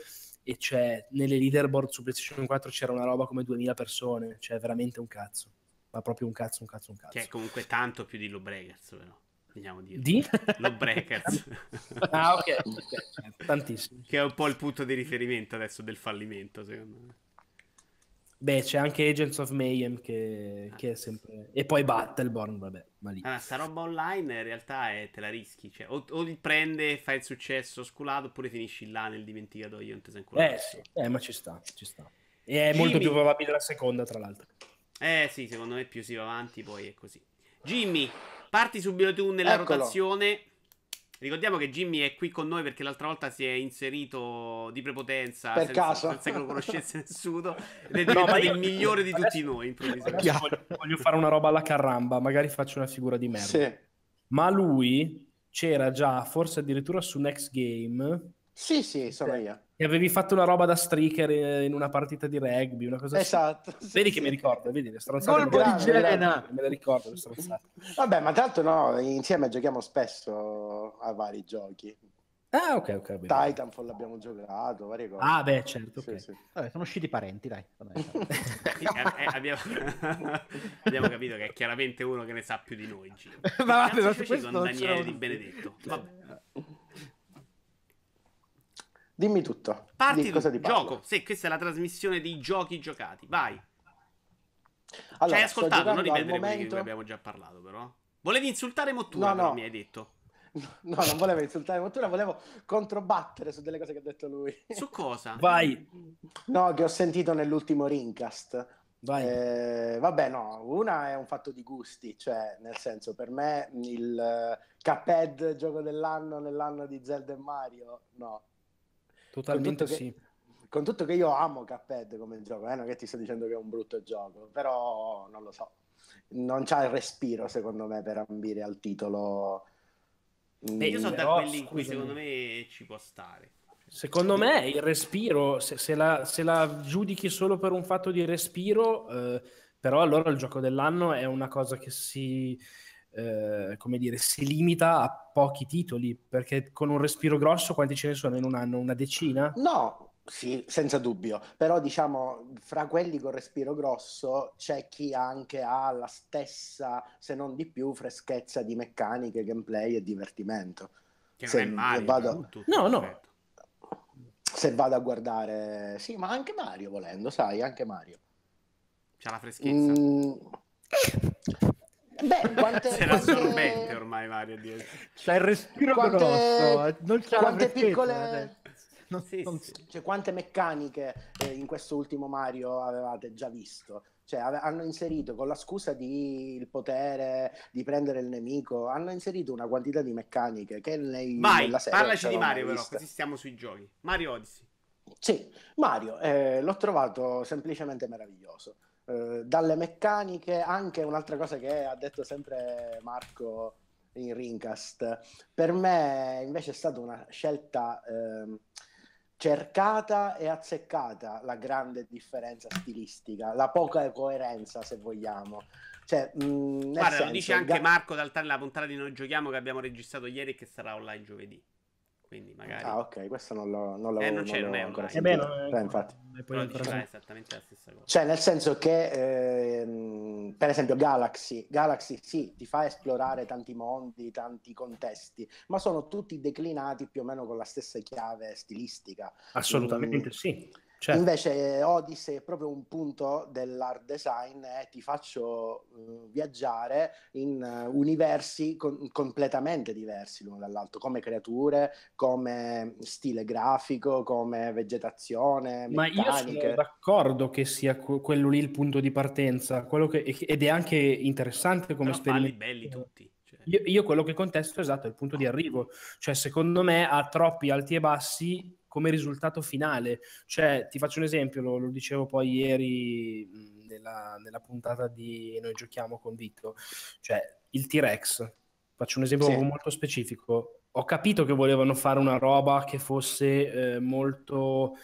e c'è nelle leaderboard su PlayStation quattro c'era una roba come duemila persone, cioè veramente un cazzo, ma proprio un cazzo, un cazzo, un cazzo. Che è comunque tanto più di Lawbreakers, però. Vediamo dire. Di? Lawbreakers. Ah, ok, okay. Tantissimo. Che è un po' il punto di riferimento adesso del fallimento, secondo me. Beh, c'è anche Agents of Mayhem che, Ah. che è sempre... E poi Battleborn, vabbè, ma lì. Allora, sta roba online in realtà è, te la rischi. Cioè, o, o li prende, fai il successo sculato, oppure finisci là nel dimenticatoio. Non te sei ancora Eh sì, eh, ma ci sta, ci sta. E è Jimmy. molto più probabile la seconda, tra l'altro. Eh sì, secondo me più si va avanti, poi è così. Jimmy, parti subito tu nella Eccolo. rotazione. Ricordiamo che Jimmy è qui con noi perché l'altra volta si è inserito di prepotenza Per senza, caso. senza che lo conoscesse nessuno ed è No, diventato ma io- il migliore di tutti adesso- noi improvvisamente. Adesso voglio, voglio fare una roba alla caramba, magari faccio una figura di merda. Sì. Ma lui c'era già, forse addirittura su Next Game, Sì, sì, sono io. e avevi fatto una roba da streaker in una partita di rugby, una cosa Esatto. così. sì, Vedi sì. che mi ricordo, vedi le stronzate. Colpo me le- di Gena. Me le ricordo le stronzate. Vabbè, ma tanto no, insieme giochiamo spesso a vari giochi. Ah, ok, ok. bene. Titanfall l'abbiamo giocato, varie cose. Ah, beh, certo, Sì, ok. sì. Vabbè, sono usciti parenti, dai. Sì, eh, eh, abbiamo... abbiamo capito che è chiaramente uno che ne sa più di noi, Jimmy. Ma Che vabbè, cazzo ma ci su feci questo con non Daniele c'ero- Di Benedetto? Vabbè. Dimmi tutto. Parti Di cosa tu, ti parlo? gioco. Sì, questa è la trasmissione dei giochi giocati. Vai. Allora, Ci hai sto ascoltato, non giocando al ripetere quelli di momento... cui abbiamo già parlato, però. Volevi insultare Mottura, No, però, no. mi hai detto. No, non volevo insultare Mottura, volevo controbattere su delle cose che ha detto lui. Su cosa? Vai, No, che ho sentito nell'ultimo Rincast. vai. Eh, vabbè, no, una è un fatto di gusti, cioè, nel senso, per me il eh, Cuphead gioco dell'anno nell'anno di Zelda e Mario, no. Totalmente con tutto che- sì. Con tutto che io amo Cuphead come gioco, eh, non che ti sto dicendo che è un brutto gioco, però non lo so. Non c'ha il respiro, secondo me, per ambire al titolo. Beh, io sono da Però, quelli in cui scusami. secondo me ci può stare. Secondo me il respiro, se, se la, se la giudichi solo per un fatto di respiro, eh, però allora il gioco dell'anno è una cosa che si, eh, come dire, si limita a pochi titoli, perché con un respiro grosso quanti ce ne sono in un anno? Una decina? No, sì, senza dubbio, però diciamo, fra quelli con respiro grosso c'è chi anche ha la stessa, se non di più, freschezza di meccaniche, gameplay e divertimento. Che non Se è Mario, vado- con tutto No, no. rispetto. Se vado a guardare, sì, ma anche Mario volendo, sai, anche Mario. C'ha la freschezza. Mm. Beh, quante, Sei quante- assorbente ormai Mario. Dio. C'è il respiro Quante- grosso, eh, non c'ha la quante freschezza, piccole- eh. Non- Sì, non- sì. Cioè, quante meccaniche eh, in questo ultimo Mario avevate già visto? Cioè, ave- hanno inserito con la scusa di il potere di prendere il nemico, hanno inserito una quantità di meccaniche che nei, Vai, nella serie parlaci non di c'erano Mario mai però, viste. così stiamo sui giochi. Mario Odyssey. Sì, Mario, eh, l'ho trovato semplicemente meraviglioso. Eh, dalle meccaniche, anche un'altra cosa che ha detto sempre Marco in Rincast, per me invece è stata una scelta ehm, cercata e azzeccata, la grande differenza stilistica, la poca coerenza, se vogliamo. Cioè, mh, nel Guarda, lo senso, dice anche ga- Marco Daltani nella puntata di Noi Giochiamo che abbiamo registrato ieri e che sarà online giovedì. Quindi magari... Ah, ok, questo non l'ho, non Eh, l'avevo- non c'è, non l'avevo è ancora online. Eh beh, sentito. non è Eh, ancora- infatti. non è poi Però ancora diceva sentito. esattamente la stessa cosa. Cioè, nel senso che, ehm, per esempio, Galaxy, Galaxy sì, ti fa esplorare tanti mondi, tanti contesti, ma sono tutti declinati più o meno con la stessa chiave stilistica. Assolutamente Mm. sì. Certo. Invece Odyssey è proprio un punto dell'art design e ti faccio eh, viaggiare in eh, universi con- completamente diversi l'uno dall'altro, come creature, come stile grafico, come vegetazione, Ma io meccaniche. sono d'accordo che sia que- quello lì il punto di partenza, quello che- ed è anche interessante come Però falli esperimento. belli tutti. Cioè. Io, io quello che contesto esatto è il punto di arrivo, cioè secondo me ha troppi alti e bassi come risultato finale. Cioè ti faccio un esempio, lo, lo dicevo poi ieri mh, nella, nella puntata di Noi Giochiamo con Vito, cioè il T-Rex, faccio un esempio Sì. molto specifico. Ho capito che volevano fare una roba che fosse eh, molto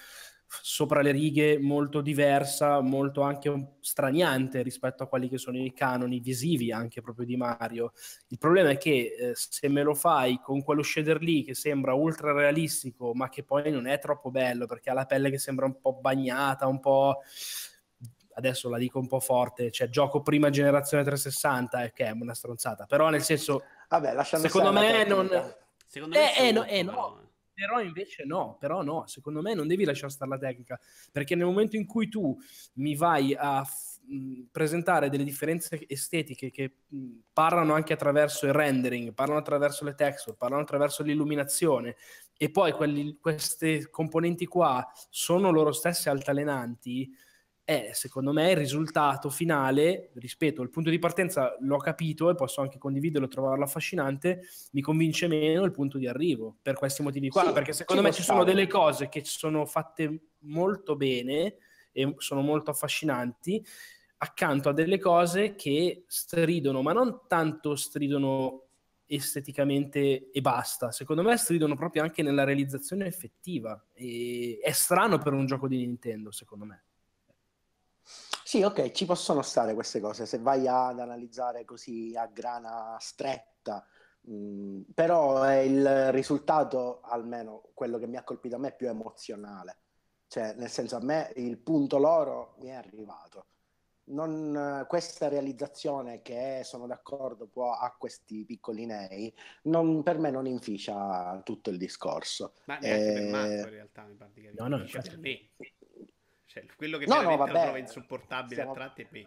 sopra le righe, molto diversa, molto anche straniante rispetto a quelli che sono i canoni visivi anche proprio di Mario. Il problema è che eh, se me lo fai con quello shader lì che sembra ultra realistico ma che poi non è troppo bello perché ha la pelle che sembra un po' bagnata, un po'... adesso la dico un po' forte, cioè gioco prima generazione trecentosessanta, eh, che è una stronzata, però nel senso, vabbè, lasciando secondo me non... Secondo me eh, eh, no, molto, eh, però, no. eh. Però invece no, però no, secondo me non devi lasciare stare la tecnica, perché nel momento in cui tu mi vai a f- mh, presentare delle differenze estetiche che mh, parlano anche attraverso il rendering, parlano attraverso le texture, parlano attraverso l'illuminazione, e poi quelli, queste componenti qua sono loro stesse altalenanti, eh, secondo me il risultato finale, rispetto al punto di partenza l'ho capito e posso anche condividerlo e trovarlo affascinante, mi convince meno il punto di arrivo per questi motivi qua, Sì, perché secondo ci me può ci sono stare. delle cose che sono fatte molto bene e sono molto affascinanti accanto a delle cose che stridono, ma non tanto stridono esteticamente e basta, secondo me stridono proprio anche nella realizzazione effettiva, e è strano per un gioco di Nintendo, secondo me. Sì, ok, ci possono stare queste cose se vai ad analizzare così a grana stretta, mh, però è il risultato, almeno quello che mi ha colpito a me, è più emozionale. Cioè, nel senso, a me il punto loro mi è arrivato. Non, questa realizzazione che sono d'accordo può a questi piccoli nei, non, per me non inficia tutto il discorso. Ma neanche per Eh, Marco in realtà mi pare di capire. No, no, Dice per me. Cioè, quello che no, no, veramente lo trova vabbè, insopportabile stiamo... a tratti è me.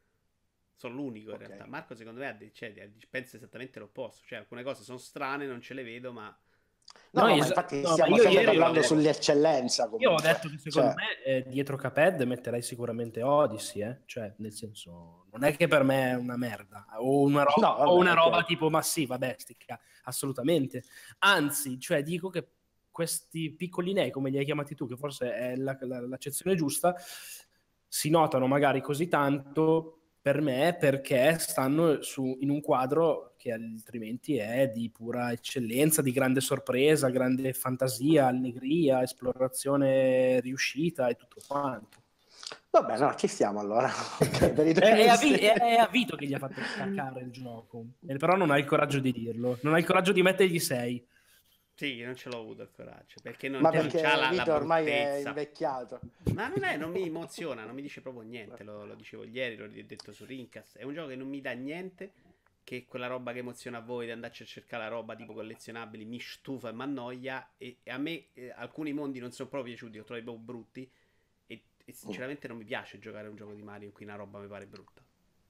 Sono l'unico in Ok. realtà. Marco secondo me ha de- cioè, pensa esattamente l'opposto. Cioè, alcune cose sono strane, non ce le vedo, ma... No, No, no, ma es- infatti no, ma stiamo io sempre ieri l'ho parlando detto. sull'eccellenza Io ho comunque. detto che secondo Cioè, me eh, dietro Cuphead metterei sicuramente Odyssey, eh? Cioè nel senso, non è che per me è una merda o una, ro- no, o vabbè, una ok. roba tipo massiva, bestica, assolutamente. Anzi, cioè dico che questi piccoli nei, come li hai chiamati tu, che forse è la- la- l'accezione giusta, si notano magari così tanto per me perché stanno su, in un quadro che altrimenti è di pura eccellenza, di grande sorpresa, grande fantasia, allegria, esplorazione riuscita e tutto quanto. Vabbè, no, ci stiamo allora. Ok, per i tuoi È, è, a gusti. Vi- è- è a Vito che gli ha fatto cacare il gioco, Eh, però non ha il coraggio di dirlo, non ha il coraggio di mettergli sei. Sì, non ce l'ho avuto il coraggio. Perché non, Ma non perché c'ha la, la Vito ormai è bruttezza. invecchiato. Ma non è, non mi emoziona, non mi dice proprio niente. Lo, lo dicevo ieri, l'ho detto su Rincast. È un gioco che non mi dà niente. Che quella roba che emoziona a voi di andarci a cercare la roba tipo collezionabili mi stufa e mi annoia. E, e a me eh, alcuni mondi non sono proprio piaciuti, li ho trovati proprio brutti. E, e sinceramente non mi piace giocare a un gioco di Mario in cui una roba mi pare brutta.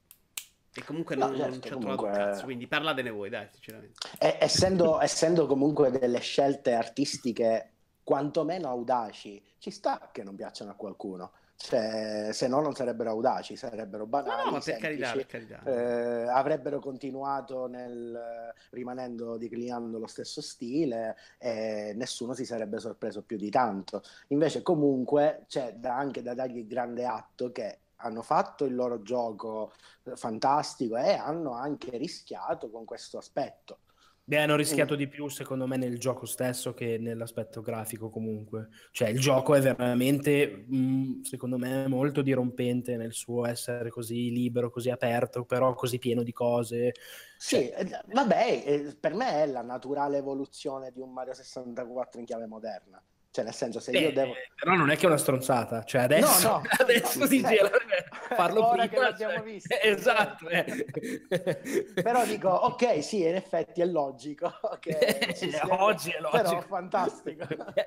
E comunque No, non, non certo, ci ho trovato un comunque- cazzo. Quindi parlatene voi, dai, sinceramente. E- essendo, essendo comunque delle scelte artistiche quantomeno audaci, ci sta che non piacciono a qualcuno. Cioè, se no non sarebbero audaci, sarebbero No, no, banali, ma per carità, semplici, per carità. eh, avrebbero continuato nel, rimanendo, declinando lo stesso stile e nessuno si sarebbe sorpreso più di tanto. Invece comunque c'è da- anche da dargli grande atto che hanno fatto il loro gioco eh, fantastico e hanno anche rischiato con questo aspetto. Beh, hanno Mm. rischiato di più, secondo me, nel gioco stesso che nell'aspetto grafico comunque. Cioè, il gioco è veramente, mh, secondo me, molto dirompente nel suo essere così libero, così aperto, però così pieno di cose. Sì, Cioè, eh, vabbè, eh, per me è la naturale evoluzione di un Mario sessantaquattro in chiave moderna. Cioè, nel senso, se beh, io devo... però non è che è una stronzata. Cioè, No, adesso, no, adesso no, dici, ecco. farlo Ora prima. che l'abbiamo cioè, visto, esatto. certo. eh. Però dico, ok, sì, in effetti è logico che ci sia... Oggi è logico. Però fantastico.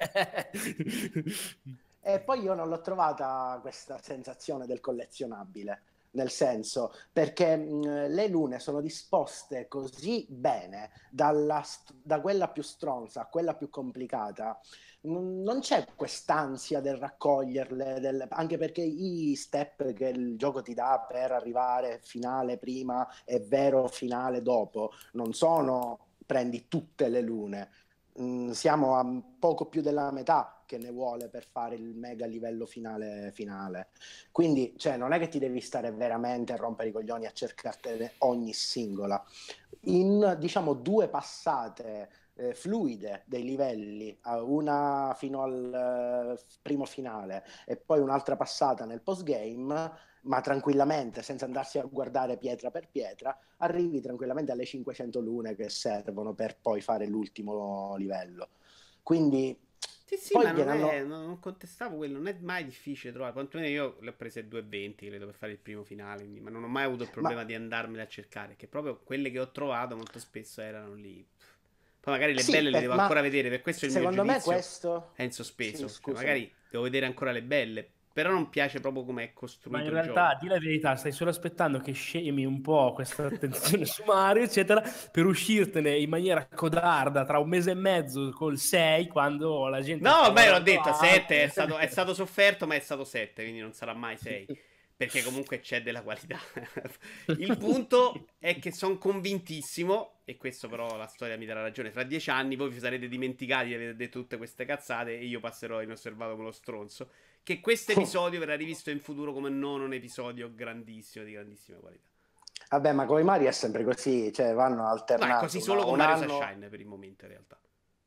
E poi io non l'ho trovata questa sensazione del collezionabile, nel senso, perché mh, le lune sono disposte così bene, dalla st- da quella più stronza a quella più complicata, n- non c'è quest'ansia del raccoglierle, del- anche perché i step che il gioco ti dà per arrivare finale prima e vero finale dopo, non sono prendi tutte le lune. Mm, siamo a poco più della metà che ne vuole per fare il mega livello finale finale. Quindi, cioè, non è che ti devi stare veramente a rompere i coglioni a cercartene ogni singola. In, diciamo, due passate eh, fluide dei livelli, una fino al uh, primo finale e poi un'altra passata nel postgame, ma tranquillamente, senza andarsi a guardare pietra per pietra, arrivi tranquillamente alle cinquecento lune che servono per poi fare l'ultimo livello. Quindi sì, sì, poi ma non, hanno... è, non contestavo quello, non è mai difficile trovare, quantomeno io le ho prese due e venti, credo, per fare il primo finale, quindi, ma non ho mai avuto il problema ma... di andarmene a cercare, che proprio quelle che ho trovato molto spesso erano lì. Poi magari le Sì, belle le per... devo ma ancora vedere, per questo il mio secondo me giudizio questo... è in Sì, sospeso, cioè scusami. magari devo vedere ancora le belle, però non piace proprio come è Ma costruito in il realtà, gioco. di la verità, stai solo aspettando che scemi un po' questa attenzione su Mario, eccetera, per uscirtene in maniera codarda tra un mese e mezzo col sei, quando la gente No, sta ormai l'ho guardando detto, sette è altro. stato, è stato sofferto, ma è stato sette, quindi non sarà mai sei. Perché comunque c'è della qualità. Il punto è che sono convintissimo, e questo però la storia mi darà ragione, fra dieci anni voi vi sarete dimenticati di aver detto tutte queste cazzate e io passerò inosservato come lo stronzo, che questo episodio verrà rivisto in futuro come non un episodio grandissimo, di grandissima qualità. Vabbè, ma con i Mario è sempre così, cioè vanno No, è alternati. così solo no? con Un Mario anno... Sunshine per il momento in realtà.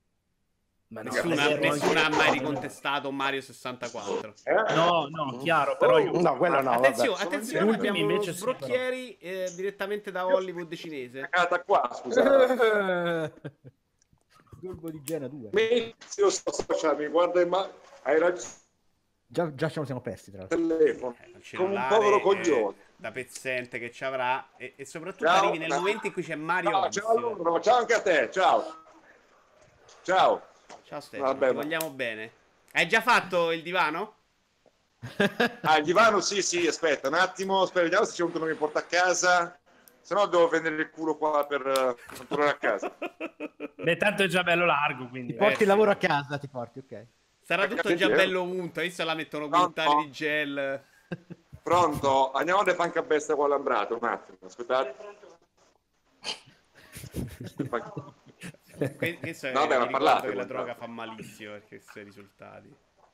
Ma no, Nessuna, è vero, nessuna ha anche- mai ricontestato Mario sessantaquattro. No, no, chiaro, però io... Mm, no, quello no, Attenzione, vabbè. attenzione, Gli abbiamo ultimi uno invece sì, però. sbrocchieri eh, direttamente da Hollywood cinese. Cagata qua, scusa. Turbo di Gena due. Io sto social, mi guarda in ma hai ragione. Già, già ce lo siamo persi, tra l'altro. Telefono Eh, il come un cellulare povero eh, coglione. da pezzente che ci avrà e, e soprattutto Ciao. arrivi nel momento in cui c'è Mario No, Odyssey. ciao, allora, ciao anche a te, ciao. Ciao. Ciao Stefano, Vabbè, ti ma- vogliamo bene. Hai già fatto il divano? Ah, il divano, sì, sì, aspetta un attimo, aspetta, vediamo se c'è un che mi porta a casa. Se no devo vendere il culo qua per uh, tornare a casa. Beh, tanto è già bello largo, quindi... Ti porti sì. il lavoro a casa, ti porti, ok. Sarà tutto già bello unto, visto la mettono No, quintali no. di gel. Pronto? Andiamo alle panca bestia con l'ambrato, un attimo, aspettate. Que- questo è, No, beh, mi ma ricordo parlate, che la guardate. droga fa malissimo perché questi risultati.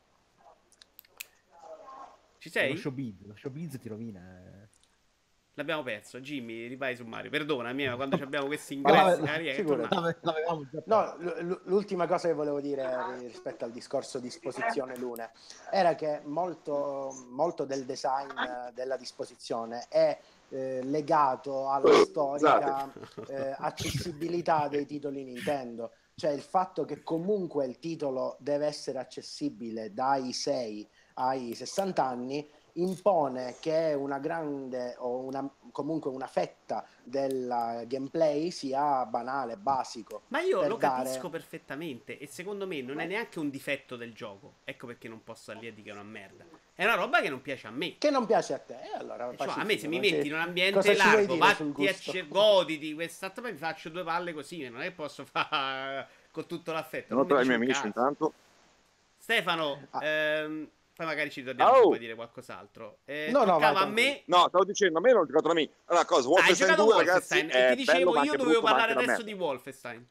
Ci Lo sei? showbiz, lo showbiz ti rovina. eh. L'abbiamo perso. Jimmy, rivai su Mario. Perdonami, ma quando abbiamo questi Ma ingressi. vabbè, Ah, ria, è figurati. tornato. L'ave- L'avevamo già No, l- l- l'ultima cosa che volevo dire rispetto al discorso disposizione lune era che molto, molto del design eh, della disposizione è eh, legato alla storica eh, accessibilità dei titoli Nintendo, cioè il fatto che comunque il titolo deve essere accessibile dai sei ai sessanta anni impone che una grande o una, comunque una fetta del gameplay sia banale, basico. Ma io per lo dare- capisco perfettamente e secondo me non è neanche un difetto del gioco. Ecco perché non posso stare lì a dire che è una merda. È una roba che non piace a me. Che non piace a te, e allora Cioè, facci a me il se filo, mi non metti c'è- in un ambiente cosa ci vuoi largo, dire sul vatti a gusto? cer- goditi questa, poi mi faccio due palle così, non è che posso fare con tutto l'affetto. Non Sono mi tra i dici miei un amici cazzo. intanto. Stefano, Ah. ehm, poi magari ci torniamo Oh. se vuoi dire qualcos'altro. Eh, No, no, toccava vai, a me. No, stavo dicendo, a me non ho giocato da me. Allora, cosa, Ah, hai Wolfenstein giocato due, ragazzi, Wolfenstein e è ti dicevo bello, ma io anche dovevo brutto, ma parlare anche da adesso merda. di Wolfenstein.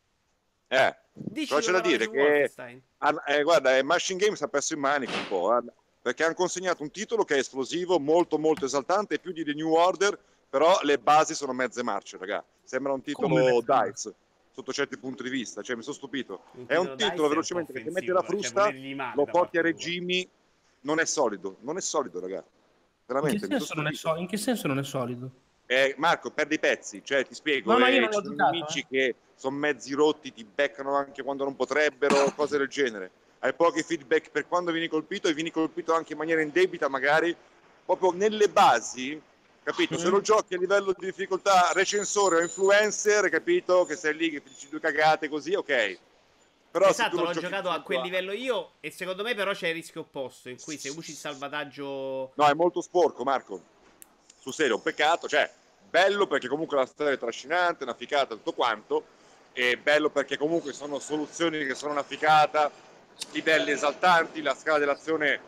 Eh, Dici però c'è da parlare dire su che Wolfenstein. ah, eh, guarda, eh, Machine Games si è perso in manico un po', eh, perché hanno consegnato un titolo che è esplosivo, molto molto esaltante, più di The New Order, però le basi sono mezze marce, raga. Sembra un Come titolo mezze marce? DICE sotto certi punti di vista, cioè mi sono stupito. Un È un titolo titolo DICE è velocemente un po' che ti mette offensivo, la cioè, frusta, volergli male lo da porti a parte tua. regimi, non è solido, non è solido, raga. In Veramente, che, mi sono senso non è stupito. so- in che senso non è solido? Eh, Marco, perdi i pezzi, cioè ti spiego, No, no, io eh, non ci l'ho sono giocato, nemici eh. che sono mezzi rotti, ti beccano anche quando non potrebbero, cose del genere. Hai pochi feedback per quando vieni colpito e vieni colpito anche in maniera indebita, magari proprio nelle basi, capito? Se Mm. lo giochi a livello di difficoltà recensore o influencer, capito? Che sei lì che ti dici due cagate così, ok. Però se tu Esatto, lo l'ho giochi giocato a quel difficoltà- livello io e secondo me però c'è il rischio opposto in cui se usi il salvataggio. No, è molto sporco, Marco. Sul serio, è un peccato. Cioè, bello perché comunque la storia è trascinante, una ficata, tutto quanto. E bello perché comunque sono soluzioni che sono una ficata, livelli esaltanti, la scala dell'azione.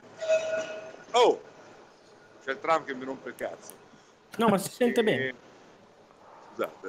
Oh! C'è il tram che mi rompe il cazzo. No, ma si sente E- bene. Scusate,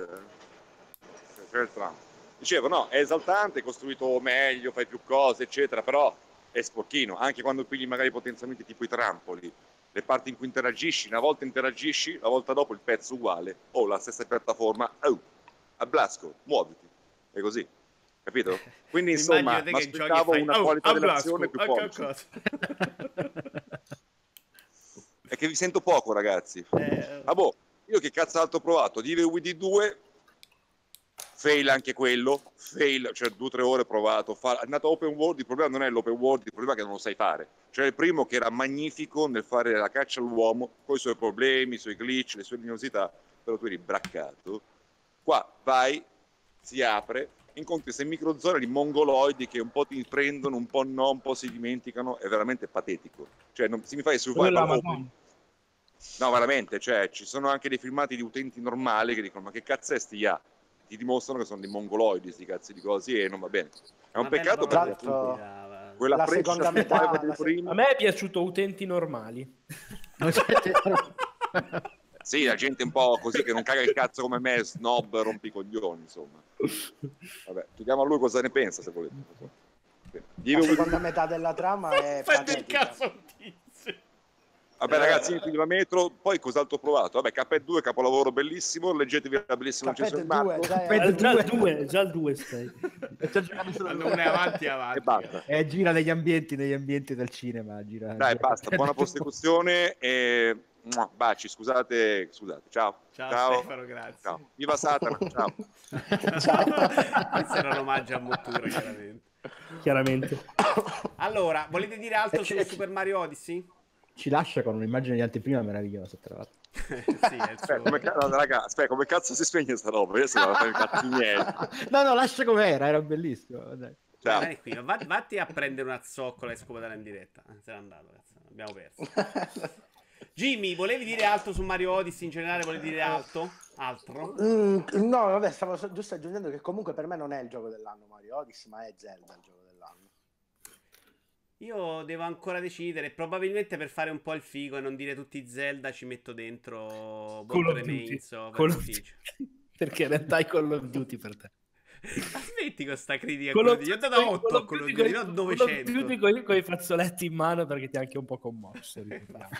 eh. C'è il tram. Dicevo, no, è esaltante, è costruito meglio, fai più cose, eccetera, però è sporchino. Anche quando pigli magari potenziamenti tipo i trampoli, le parti in cui interagisci, una volta interagisci, la volta dopo il pezzo uguale, o la stessa piattaforma, oh, a Blasco, muoviti. È così. capito? Quindi Mi insomma, immagino te mi che giochi e aspettavo fai, una "Oh, qualità a dell'azione Blasco, più a che forte. cosa?" È che vi sento poco, ragazzi. Eh, Ah boh, io che cazzo altro ho provato? Dire W D due, fail anche quello, fail, cioè due o tre ore provato, fa... è andato open world, il problema non è l'open world, il problema è che non lo sai fare. Cioè il primo che era magnifico nel fare la caccia all'uomo, con i suoi problemi, i suoi glitch, le sue luminosità, però tu eri braccato. Qua vai, si apre, incontri queste microzone di mongoloidi che un po' ti prendono, un po' no, un po' si dimenticano, è veramente patetico. Cioè non, se mi fai survival open... No, veramente, cioè ci sono anche dei filmati di utenti normali che dicono ma che cazzo è sti ya? Ti dimostrano che sono dei mongoloidi, sti cazzi di cose e non va bene. È un una bella peccato parola perché Tra appunto l'altro, quella la freccia seconda metà, survival del la se- primo... A me è piaciuto utenti normali. Sì, la gente un po' così che non caga il cazzo come me, snob, rompicoglioni, insomma. Vabbè, chiediamo a lui cosa ne pensa se volete. la seconda metà della trama è fai del patetica. cazzo a un tizio. Vabbè ragazzi, quindi la metro, poi cos'altro ho provato? Vabbè, K due, capolavoro bellissimo, leggetevi la bellissima recensione di Capete due, Marco già Capete è... Già il due, già il due stai. E sto giocando solo Quando lui. uno è avanti è avanti. e basta. Eh, gira negli ambienti, negli ambienti del cinema. Gira, Dai, gira- basta, buona prosecuzione e mua, baci, scusate, scusate, ciao. Ciao, Stefano, grazie. Ciao. Viva Satana, ciao. Ciao. Questo era un omaggio a Mottura, chiaramente. Chiaramente. Allora, volete dire altro E su c- Super Mario Odyssey? Ci lascia con un'immagine di anteprima meravigliosa, tra l'altro. Sì, è il Aspetta, suo... come, ca- no, raga, aspetta, come cazzo si spegne sta roba? Io sono fare i cazzi miei. No, no, lascia com'era, era bellissimo. Dai. Dai, Ciao. vieni qui, va- vatti a prendere una zoccola e scomodarla in diretta. Eh, Se n'è andato, cazzo. Abbiamo perso. Jimmy, volevi dire altro su Mario Odyssey in generale? Volevi dire altro? Altro? Mm, no, vabbè, stavo so- giusto aggiungendo che comunque per me non è il gioco dell'anno Mario Odyssey, ma è Zelda il gioco dell'anno. Io devo ancora decidere. Probabilmente per fare un po' il figo e non dire tutti Zelda ci metto dentro Call Bot of Duty. Remains o Call of Overwatch. Duty. Perché in realtà è Call of Duty per te. Ma smetti con sta critica. Call Call of of Duty. Io ho Duty- dato Call otto of a Call of Duty Duty, con- non Call of novecento. Duty con, con i fazzoletti in mano perché ti ha anche un po' commosso. ricordiamo.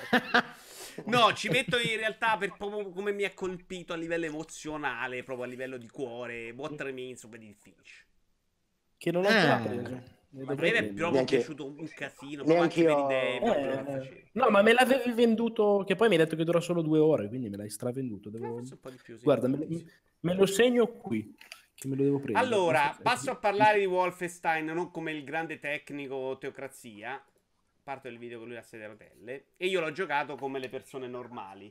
No, ci metto in realtà per proprio come mi ha colpito a livello emozionale, proprio a livello di cuore. What Remains of Edith Finch. Che non ho Eh. ancora preso. Ne A dovrei me è prendere. proprio Neanche- piaciuto un casino. Proprio anche neanch'io- per idee. proprio Eh, non facevo. no, ma me l'avevi venduto, che poi mi hai detto che dura solo due ore, quindi me l'hai stravenduto. Devo... Eh, forse un po' di più, sì. Guarda, me, me lo segno qui, che me lo devo prendere. Allora, Non so se- passo a parlare di Wolfenstein, non come il grande tecnico teocrazia. Parto del video con lui a sedia a rotelle. E io l'ho giocato come le persone normali.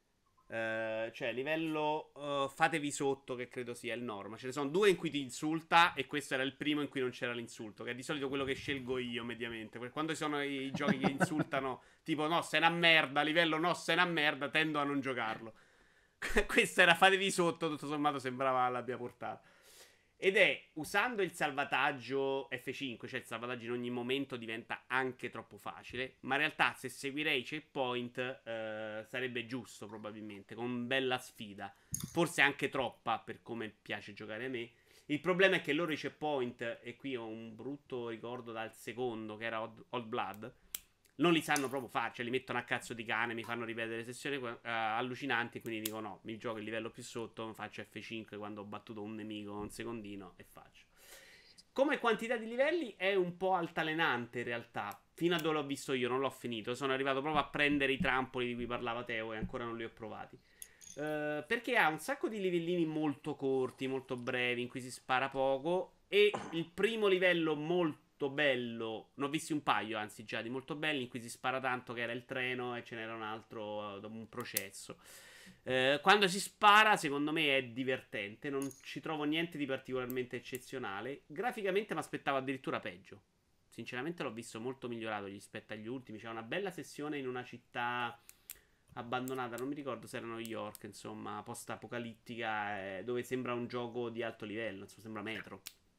Eh, cioè, livello eh, fatevi sotto, che credo sia il norma. Ce ne sono due in cui ti insulta, e questo era il primo in cui non c'era l'insulto, che è di solito quello che scelgo io mediamente. Perché quando sono i, i giochi che insultano, tipo no, sei una merda, livello no, sei una merda, tendo a non giocarlo. Questo era fatevi sotto, tutto sommato sembrava l'abbia portato. Ed è usando il salvataggio F cinque, cioè il salvataggio in ogni momento diventa anche troppo facile. Ma in realtà, se seguirei i checkpoint, eh, sarebbe giusto, probabilmente. Con bella sfida, forse anche troppa per come piace giocare a me. Il problema è che loro i checkpoint, e qui ho un brutto ricordo dal secondo, che era Old, Old Blood, non li sanno proprio fare, cioè li mettono a cazzo di cane, mi fanno ripetere sessioni uh, allucinanti, quindi dico no, mi gioco il livello più sotto, faccio F cinque quando ho battuto un nemico un secondino e faccio. Come quantità di livelli è un po' altalenante in realtà, fino a dove l'ho visto io, non l'ho finito, sono arrivato proprio a prendere i trampoli di cui parlava Teo e ancora non li ho provati. Uh, perché ha un sacco di livellini molto corti, molto brevi, in cui si spara poco, e il primo livello molto bello, ne ho visti un paio anzi già di molto belli in cui si spara tanto, che era il treno, e ce n'era un altro dopo un processo. Eh, quando si spara secondo me è divertente, non ci trovo niente di particolarmente eccezionale. Graficamente mi aspettavo addirittura peggio, sinceramente l'ho visto molto migliorato rispetto agli ultimi. C'è una bella sessione in una città abbandonata, non mi ricordo se era New York, insomma post apocalittica, eh, dove sembra un gioco di alto livello, insomma sembra Metro.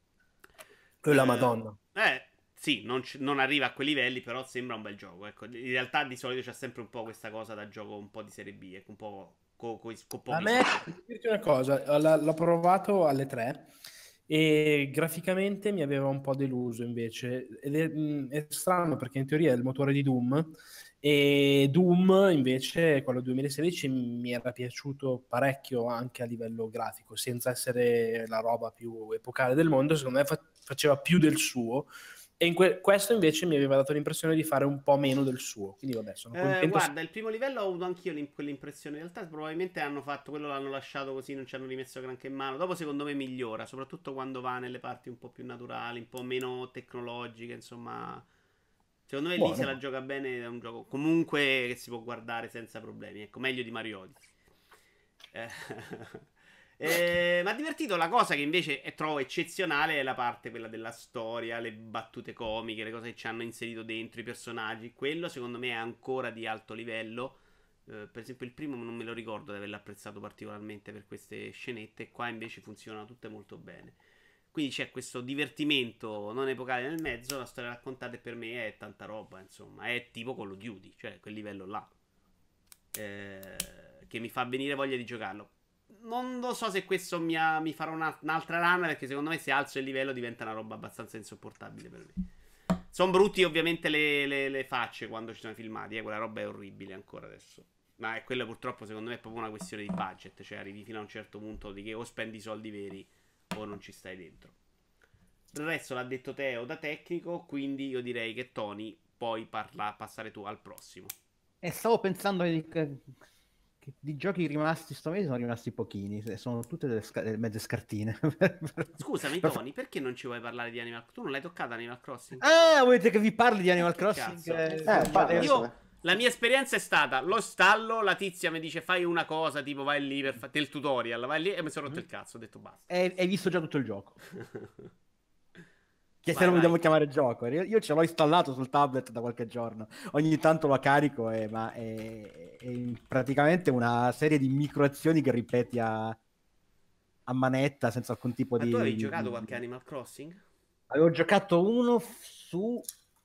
Oh, la Eh, Madonna. Eh, sì, non, c- non arriva a quei livelli, però sembra un bel gioco. Ecco, in realtà di solito c'è sempre un po' questa cosa da gioco un po' di serie B, ecco, un po' co- co- con pochi A me, soldi. devo dirti una cosa, l- l'ho provato alle tre e graficamente mi aveva un po' deluso invece. Ed è, mh, è strano perché in teoria è il motore di Doom E Doom invece, quello duemilasedici, mi era piaciuto parecchio anche a livello grafico, senza essere la roba più epocale del mondo. Secondo me fa- faceva più del suo, e in que- questo invece mi aveva dato l'impressione di fare un po' meno del suo, quindi vabbè, sono Eh, contento. guarda, il primo livello ho avuto anch'io l'im- quell'impressione. In realtà, probabilmente hanno fatto quello, l'hanno lasciato così, non ci hanno rimesso granché in mano. Dopo, secondo me, migliora, soprattutto quando va nelle parti un po' più naturali, un po' meno tecnologiche. Insomma, secondo me lì se Buono. la gioca bene. È un gioco comunque che si può guardare senza problemi. Ecco, meglio di Mario Odyssey. Eh, eh, ma ha divertito. La cosa che invece è, trovo eccezionale è la parte quella della storia, le battute comiche, le cose che ci hanno inserito dentro i personaggi. Quello secondo me è ancora di alto livello. Eh, per esempio il primo non me lo ricordo di averlo apprezzato particolarmente per queste scenette. Qua invece funzionano tutte molto bene. Quindi c'è questo divertimento non epocale nel mezzo. La storia raccontata per me è tanta roba, insomma. È tipo Call of Duty, cioè quel livello là. Eh, che mi fa venire voglia di giocarlo. Non lo so se questo mi, ha- mi farà una- un'altra run, perché secondo me se alzo il livello diventa una roba abbastanza insopportabile per me. Sono brutti ovviamente le, le- le facce quando ci sono i filmati, eh, quella roba è orribile ancora adesso. Ma è quello purtroppo secondo me è proprio una questione di budget, cioè arrivi fino a un certo punto di che o spendi i soldi veri o non ci stai dentro. Il resto l'ha detto Teo da tecnico, quindi io direi che Tony puoi parla- passare tu al prossimo. E stavo pensando di, che, che di giochi rimasti sto mese sono rimasti pochini, se- sono tutte delle, sca- delle mezze scartine. Scusami Per fa- Tony, perché non ci vuoi parlare di Animal Crossing? Tu non l'hai toccato Animal Crossing? Ah, volete che vi parli di Eh, Animal che Crossing? cazzo? Eh, Eh, Eh, sì, parla, Matteo? Io, la mia esperienza è stata, lo installo, la tizia mi dice fai una cosa, tipo vai lì per fare il tutorial, vai lì e mi sono rotto il cazzo, ho detto basta. Hai, hai visto già tutto il gioco. Che se Vai, lo vai. vogliamo chiamare gioco. Io, io ce l'ho installato sul tablet da qualche giorno. Ogni tanto lo carico, e, ma è, è praticamente una serie di microazioni che ripeti a, a manetta senza alcun tipo Ma tu di, avevi di- giocato di- qualche Animal Crossing? Avevo giocato uno su...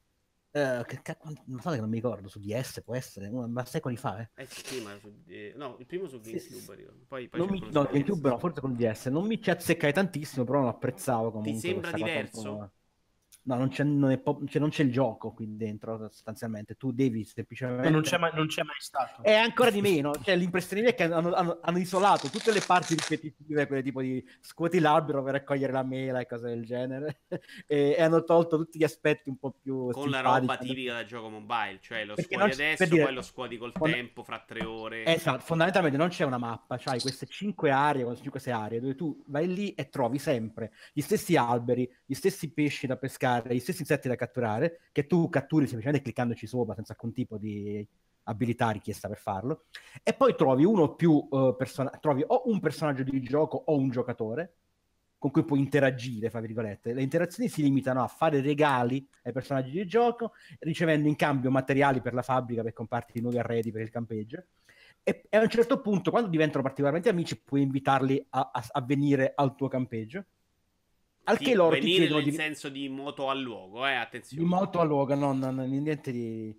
eh, che cazzo, non so che non mi ricordo, su D S può essere, una- ma secoli fa, eh. Eh sì, ma su, eh, no, il primo su Sì, sì, GameCube, sì. ricordo. Poi, poi Non c'è mi, quello no, su GameCube no, D S. forse con D S. Non mi ci azzeccai tantissimo, però non apprezzavo Ti comunque sembra questa cosa un diverso? po'... No, non c'è, non è po- cioè, non c'è il gioco qui dentro, sostanzialmente. Tu devi semplicemente... Non c'è mai, non c'è mai stato. E ancora di meno, cioè l'impressione mia è che hanno, hanno- hanno isolato tutte le parti ripetitive, quelle tipo di scuoti l'albero per raccogliere la mela e cose del genere, e, e hanno tolto tutti gli aspetti un po' più Con la simpatici. roba tipica da gioco mobile, cioè lo Perché scuoti non c- per adesso, dire, poi lo scuoti col fond- tempo, fra tre ore. Esatto, fondamentalmente non c'è una mappa, c'hai queste cinque aree, queste cinque sei aree, dove tu vai lì e trovi sempre gli stessi alberi, gli stessi pesci da pescare, gli stessi insetti da catturare, che tu catturi semplicemente cliccandoci sopra senza alcun tipo di abilità richiesta per farlo. E poi trovi uno o più uh, person- trovi o un personaggio di gioco o un giocatore con cui puoi interagire, fra virgolette. Le interazioni si limitano a fare regali ai personaggi di gioco, ricevendo in cambio materiali per la fabbrica per comparti nuovi arredi per il campeggio. E, e a un certo punto, quando diventano particolarmente amici, puoi invitarli a, a, a venire al tuo campeggio. Al Ti, che loro ti venire chiedono nel di, senso di moto al luogo, eh, di attenzione. moto a luogo, non, non, niente di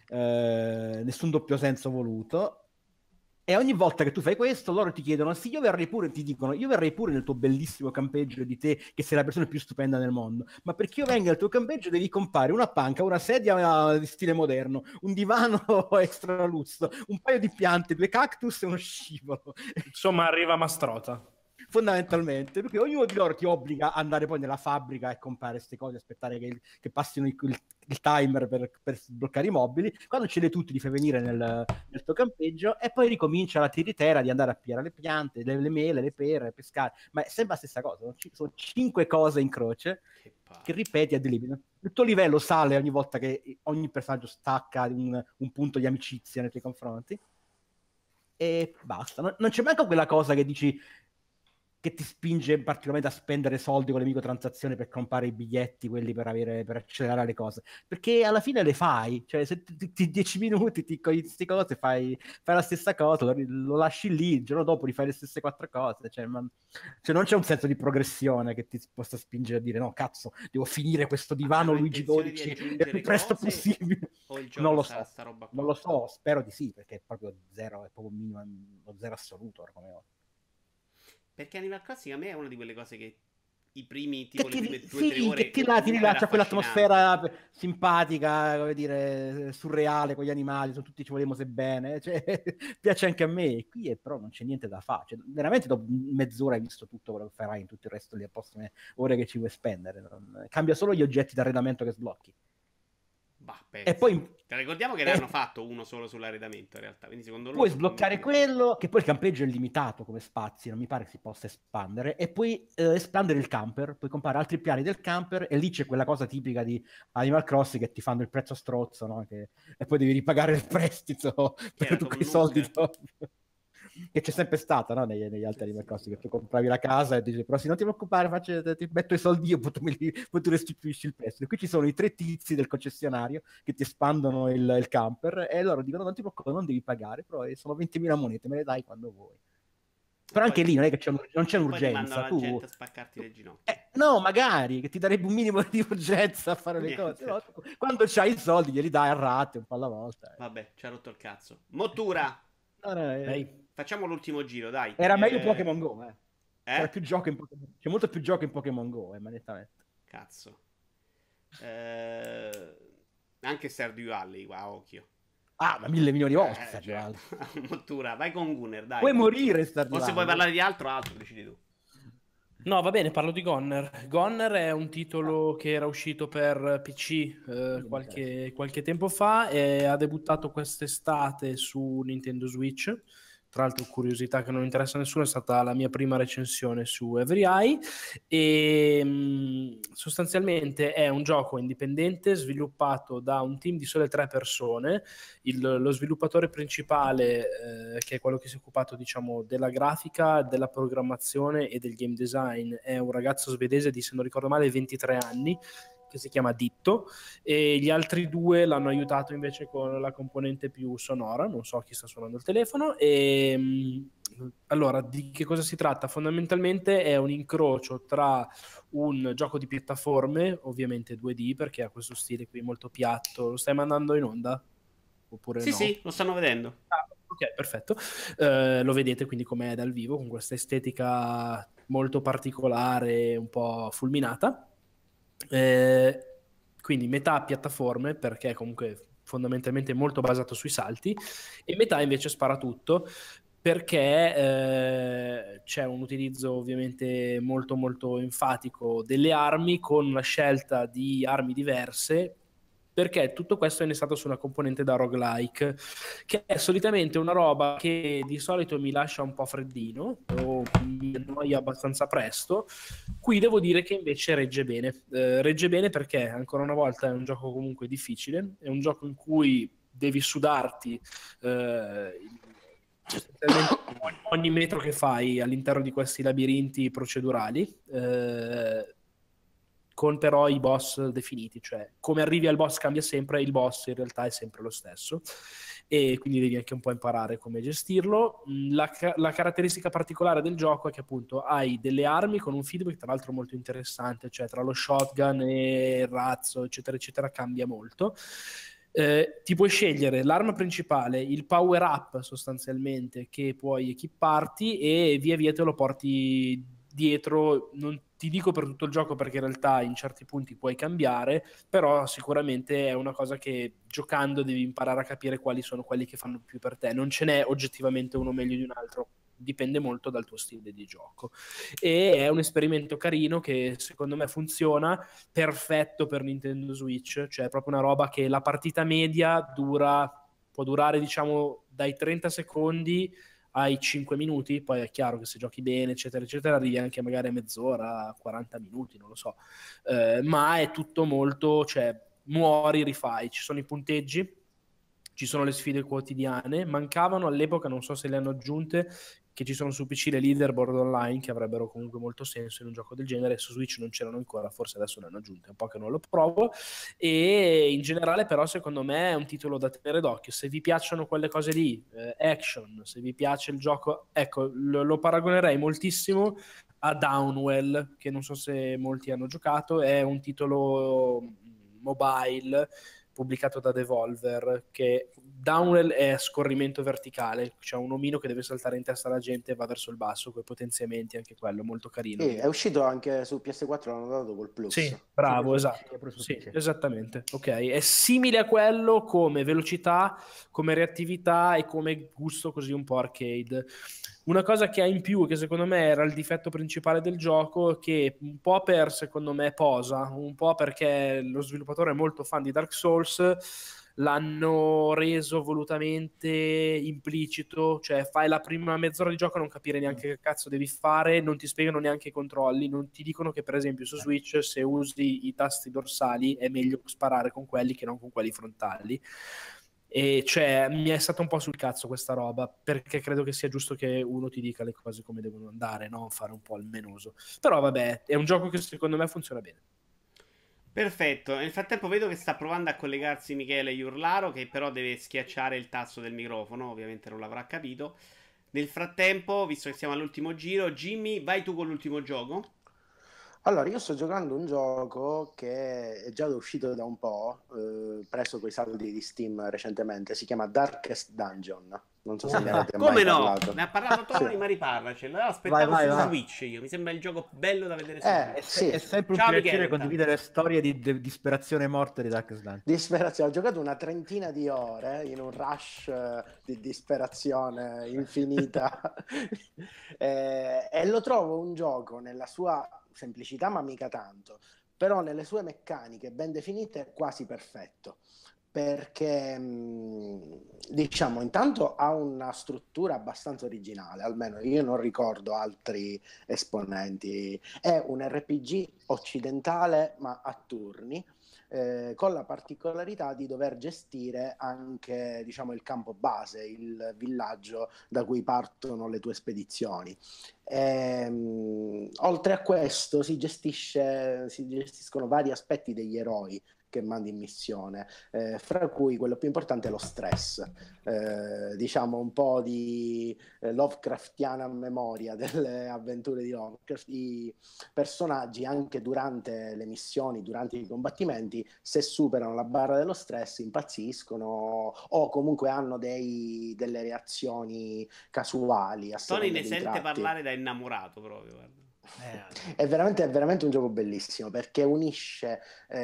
eh, nessun doppio senso voluto. E ogni volta che tu fai questo, loro ti chiedono: sì, io verrei pure, ti dicono, io verrei pure nel tuo bellissimo campeggio di te, che sei la persona più stupenda nel mondo. Ma perché io venga al tuo campeggio devi comprare una panca, una sedia di stile moderno, un divano extra lusso, un paio di piante, due cactus e uno scivolo. Insomma, arriva Mastrota. Fondamentalmente, perché ognuno di loro ti obbliga ad andare poi nella fabbrica e comprare queste cose, aspettare che, che passino il, il, il timer per, per sbloccare i mobili. Quando ce l'hai tutti, li fai venire nel, nel tuo campeggio e poi ricomincia la tiritera di andare a pigliare le piante, le, le mele, le pere, pescare. Ma è sempre la stessa cosa, sono, c- sono cinque cose in croce Che palle. che ripeti ad libitum. Il tuo livello sale ogni volta che ogni personaggio stacca un, un punto di amicizia nei tuoi confronti e basta. Non, non c'è manco quella cosa che dici che ti spinge particolarmente a spendere soldi con le microtransazioni per comprare i biglietti, quelli per, avere, per accelerare le cose, perché alla fine le fai, cioè se ti, ti dieci minuti ti con queste cose fai, fai la stessa cosa, lo, lo lasci lì, il giorno dopo rifai le stesse quattro cose, cioè, man, cioè non c'è un senso di progressione che ti possa spingere a dire no cazzo, devo finire questo divano Hanno Luigi intenzione di dodici il aggiungere più presto cose possibile. o il gioco Non lo sarà so, sta roba qua? non lo so, spero di sì, perché è proprio zero, è proprio minimo, lo zero assoluto ora come ora. Perché Animal Crossing a me è una di quelle cose che i primi tipo Che le ti, prime due o tre sì, ore che ti, là, ti comunque rilascia era quell'atmosfera simpatica, come dire, surreale con gli animali, sono tutti ci volevamo se bene, cioè, piace anche a me. Qui è, però non c'è niente da fare, cioè, veramente dopo mezz'ora hai visto tutto quello che farai in tutto il resto delle prossime ore che ci vuoi spendere. Non... Cambia solo gli oggetti d'arredamento che sblocchi. Bah, E penso. poi Te ricordiamo che ne eh, hanno fatto uno solo sull'arredamento in realtà, quindi secondo loro puoi sono sbloccare convinti. quello, che poi il campeggio è limitato come spazi, non mi pare che si possa espandere, e puoi eh, espandere il camper, puoi comprare altri piani del camper, e lì c'è quella cosa tipica di Animal Crossing che ti fanno il prezzo a strozzo, no? Che... e poi devi ripagare il prestito Che per era tutti Tom quei soldi Nook. dopo. Che c'è sempre stata, no? negli, negli altri Sì, Animal sì, Crossing, sì. che tu compravi la casa e dici, però sì, non ti preoccupare, faccio, ti metto i soldi io, poi tu, me li, poi tu restituisci il prestito. Qui ci sono i tre tizi del concessionario che ti espandono il, il camper, e loro dicono, non ti preoccupare, non devi pagare, però sono ventimila monete, me le dai quando vuoi. Però Poi, anche lì non è che c'è un- non c'è e poi ti mandano un'urgenza, la tu... gente a spaccarti le ginocchia. Eh, no, magari, che ti darebbe un minimo di urgenza a fare le cose. Niente. No, tu- quando c'hai i soldi glieli dai a rate un po' alla volta. Vabbè, ci ha rotto il cazzo. Mottura, No, no, eh, Ehi. facciamo l'ultimo giro, dai. era meglio Eh, Pokémon Go, eh. C'era eh? più gioco in Pokémon... C'è molto più gioco in Pokémon Go, eh, ma nettamente. Cazzo. Eh, anche Stardew Valley, qua, occhio. Ah, ma mille milioni di volte, Eh, Stardew cioè, Valley. Mottura, vai con Gunner, dai. Puoi morire, O Stardew se vuoi Valley. parlare di altro, altro, decidi tu. No, va bene, parlo di Gonner. Gonner è un titolo che era uscito per P C eh, qualche, qualche tempo fa e ha debuttato quest'estate su Nintendo Switch. Tra l'altro, curiosità che non interessa a nessuno, è stata la mia prima recensione su EveryEye e mh, sostanzialmente è un gioco indipendente sviluppato da un team di sole tre persone. Il, lo sviluppatore principale, eh, che è quello che si è occupato, diciamo, della grafica, della programmazione e del game design, è un ragazzo svedese di, se non ricordo male, ventitré anni, che si chiama Ditto, e gli altri due l'hanno aiutato invece con la componente più sonora. Non so chi sta suonando il telefono. E mh, allora, di che cosa si tratta? Fondamentalmente è un incrocio tra un gioco di piattaforme, ovviamente due D, perché ha questo stile qui molto piatto. Lo stai mandando in onda? Oppure Sì, no? sì, lo stanno vedendo. Ah, ok, perfetto. Eh, lo vedete quindi com'è dal vivo, con questa estetica molto particolare, un po' fulminata. Eh, quindi metà piattaforme, perché comunque fondamentalmente molto basato sui salti, e metà invece spara tutto, perché eh, c'è un utilizzo ovviamente molto molto enfatico delle armi, con una scelta di armi diverse, perché tutto questo è innestato su una componente da roguelike, che è solitamente una roba che di solito mi lascia un po' freddino o mi annoia abbastanza presto. Qui devo dire che invece regge bene. Eh, regge bene perché, ancora una volta, è un gioco comunque difficile, è un gioco in cui devi sudarti eh, ogni metro che fai all'interno di questi labirinti procedurali, eh, con però i boss definiti, cioè come arrivi al boss cambia sempre, il boss in realtà è sempre lo stesso, e quindi devi anche un po' imparare come gestirlo. La, la caratteristica particolare del gioco è che appunto hai delle armi con un feedback tra l'altro molto interessante, cioè tra lo shotgun e il razzo eccetera eccetera cambia molto. Eh, ti puoi scegliere l'arma principale, il power up sostanzialmente che puoi equipparti, e via via te lo porti dietro. Non ti dico per tutto il gioco perché in realtà in certi punti puoi cambiare, però sicuramente è una cosa che giocando devi imparare a capire quali sono quelli che fanno più per te. Non ce n'è oggettivamente uno meglio di un altro, dipende molto dal tuo stile di gioco, e è un esperimento carino che secondo me funziona perfetto per Nintendo Switch, cioè è proprio una roba che la partita media dura, può durare diciamo dai trenta secondi ai cinque minuti, poi è chiaro che se giochi bene eccetera eccetera arrivi anche magari a mezz'ora, quaranta minuti, non lo so, eh, ma è tutto molto, cioè muori, rifai, ci sono i punteggi, ci sono le sfide quotidiane, mancavano all'epoca, non so se le hanno aggiunte, che ci sono su P C le leaderboard online, che avrebbero comunque molto senso in un gioco del genere. Su Switch non c'erano ancora, forse adesso le hanno aggiunte, è un po' che non lo provo, e in generale però secondo me è un titolo da tenere d'occhio. Se vi piacciono quelle cose lì, eh, action, se vi piace il gioco, ecco, lo, lo paragonerei moltissimo a Downwell, che non so se molti hanno giocato, è un titolo mobile pubblicato da Devolver, che downwell è scorrimento verticale, c'è un omino che deve saltare in testa alla gente e va verso il basso, con i potenziamenti, anche quello, molto carino. Sì, è uscito anche su P S quattro, l'hanno dato col Plus. Sì, bravo, esatto. Sì, esattamente. Ok, è simile a quello come velocità, come reattività e come gusto così un po' arcade. Una cosa che ha in più, che secondo me era il difetto principale del gioco, che un po' per, secondo me, posa, un po' perché lo sviluppatore è molto fan di Dark Souls, l'hanno reso volutamente implicito, cioè fai la prima mezz'ora di gioco a non capire neanche che cazzo devi fare, non ti spiegano neanche i controlli, non ti dicono che per esempio su Switch se usi i tasti dorsali è meglio sparare con quelli che non con quelli frontali. E cioè mi è stata un po' sul cazzo questa roba, perché credo che sia giusto che uno ti dica le cose come devono andare, no? Fare un po' il menoso. Però vabbè, è un gioco che secondo me funziona bene. Perfetto, nel frattempo vedo che sta provando a collegarsi Michele Iurlaro, che però deve schiacciare il tasto del microfono, ovviamente non l'avrà capito. Nel frattempo, visto che siamo all'ultimo giro, Jimmy, vai tu con l'ultimo gioco. Allora, io sto giocando un gioco che è già uscito da un po', eh, preso quei saldi di Steam recentemente, si chiama Darkest Dungeon. Non so se ne avete Come mai no? parlato. Ne ha parlato Tony, Sì. ma riparlacelo. Aspettavo Vai, vai, su vai. Switch io, mi sembra il gioco bello da vedere su Eh, Switch. È, sì. è sempre un Ciao, piacere Michele, condividere storie di de- disperazione e morte di Darkest Dungeon. Disperazione, ho giocato una trentina di ore in un rush eh, di disperazione infinita eh, e lo trovo un gioco nella sua semplicità, ma mica tanto, però nelle sue meccaniche ben definite quasi perfetto, perché mh, diciamo intanto ha una struttura abbastanza originale, almeno io non ricordo altri esponenti. È un R P G occidentale ma a turni, eh, con la particolarità di dover gestire anche, diciamo, il campo base, il villaggio da cui partono le tue spedizioni. Ehm, oltre a questo si gestisce, si gestiscono vari aspetti degli eroi che mandi in missione, eh, fra cui quello più importante è lo stress, eh, diciamo un po' di eh, Lovecraftiana memoria delle avventure di Lovecraft. I personaggi anche durante le missioni, durante i combattimenti, se superano la barra dello stress impazziscono o comunque hanno dei, delle reazioni casuali a Tony seconda ne dei sente tratti. parlare da innamorato proprio, guarda. Eh, È veramente, è veramente un gioco bellissimo perché unisce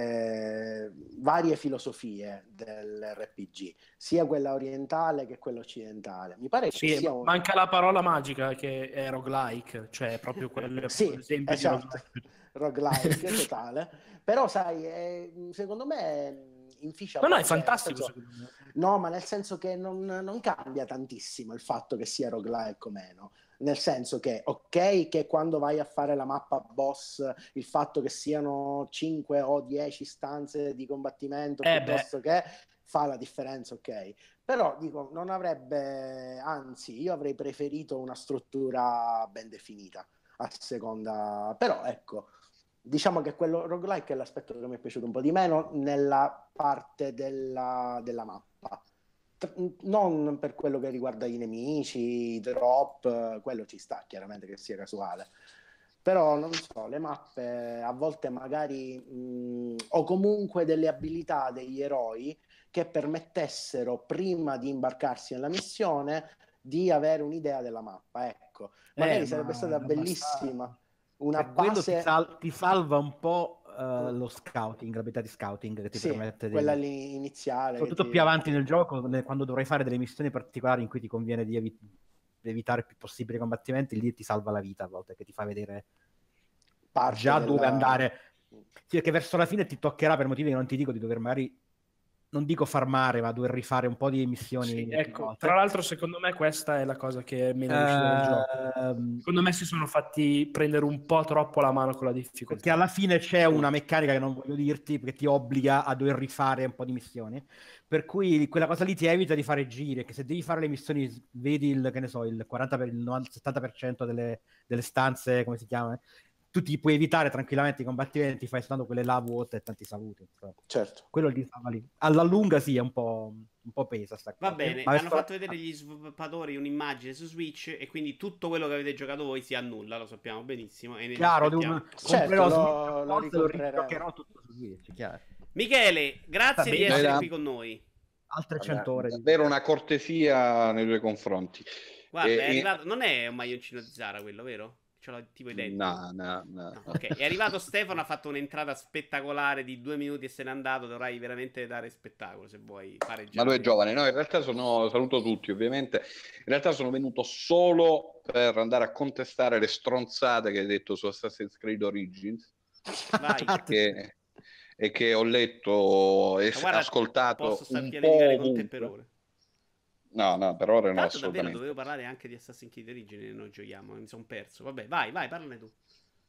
eh, varie filosofie dell'R P G, sia quella orientale che quella occidentale. Mi pare che Sì, sia un... manca la parola magica che è roguelike, cioè proprio quello Sì, esempio esatto, di roguelike totale. Però sai, è, secondo me inficia No, no, è poco, cioè, nel fantastico senso- secondo me. no, ma nel senso che non, non cambia tantissimo il fatto che sia roguelike o meno. Nel senso che, ok, che quando vai a fare la mappa boss, il fatto che siano cinque o dieci stanze di combattimento Eh piuttosto che fa la differenza, ok. Però dico, non avrebbe, anzi, io avrei preferito una struttura ben definita a seconda, però ecco, diciamo che quello roguelike è l'aspetto che mi è piaciuto un po' di meno nella parte della, della mappa. Tr- non per quello che riguarda i nemici, i drop, quello ci sta chiaramente che sia casuale, però non so, le mappe a volte magari mh, o comunque delle abilità degli eroi che permettessero prima di imbarcarsi nella missione di avere un'idea della mappa, ecco, magari eh, sarebbe ma stata non bellissima basta- una per quello ti, base. sal- ti salva un po' eh, lo scouting, l'abilità di scouting che ti Sì, permette quella di... lì iniziale che Soprattutto ti- più avanti nel gioco, ne- quando dovrai fare delle missioni particolari in cui ti conviene di evi- di evitare il più possibile i combattimenti, lì ti salva la vita a volte, che ti fa vedere parte già della... dove andare. Sì, perché verso la fine ti toccherà, per motivi che non ti dico, di dover magari, non dico farmare, ma dover rifare un po' di missioni. Sì, più ecco, volte. tra l'altro secondo me questa è la cosa che è meno riuscita del gioco. Ehm, Secondo me si sono fatti prendere un po' troppo la mano con la perché difficoltà. alla fine c'è una meccanica che non voglio dirti, perché ti obbliga a dover rifare un po' di missioni, per cui quella cosa lì ti evita di fare giri, che se devi fare le missioni vedi il, che ne so, il quaranta per, il novanta, settanta per cento delle, delle stanze, come si chiama, tu ti puoi evitare tranquillamente i combattimenti, fai soltanto quelle là vuote e tanti saluti. Insomma. Certo. Quello lì stava lì. Alla lunga sì, è un po', un po' pesa sta Va cosa. bene, Ma hanno adesso- fatto vedere gli sviluppatori un'immagine su Switch e quindi tutto quello che avete giocato voi si annulla, lo sappiamo benissimo. E ne chiaro, aspettiamo. un, Certo, comprerò lo- Switch lo apposta e lo ricompreremo. rigiocherò tutto su Switch, chiaro. Michele, grazie Vabbè, di essere era- qui con noi. Altre cento ore. di- davvero una cortesia nei tuoi confronti. Guarda, E- è arrivato... Non è un maglioncino di Zara quello, vero? Ce l'ho tipo identico. No, no, no. No, ok, è arrivato Stefano, ha fatto un'entrata spettacolare di due minuti e se n'è andato. Dovrai veramente dare spettacolo se vuoi fare Ma lui è giovane, no? In realtà sono, saluto tutti ovviamente, in realtà sono venuto solo per andare a contestare le stronzate che hai detto su Assassin's Creed Origins Vai. che, e che ho letto e Ma guarda, ascoltato posso star un chiacchierare po' con te per ovunque. ore. No, no, per ore no, Tanto davvero assolutamente. dovevo parlare anche di Assassin's Creed Origins e noi giochiamo, mi sono perso. Vabbè, vai, vai, parlane tu.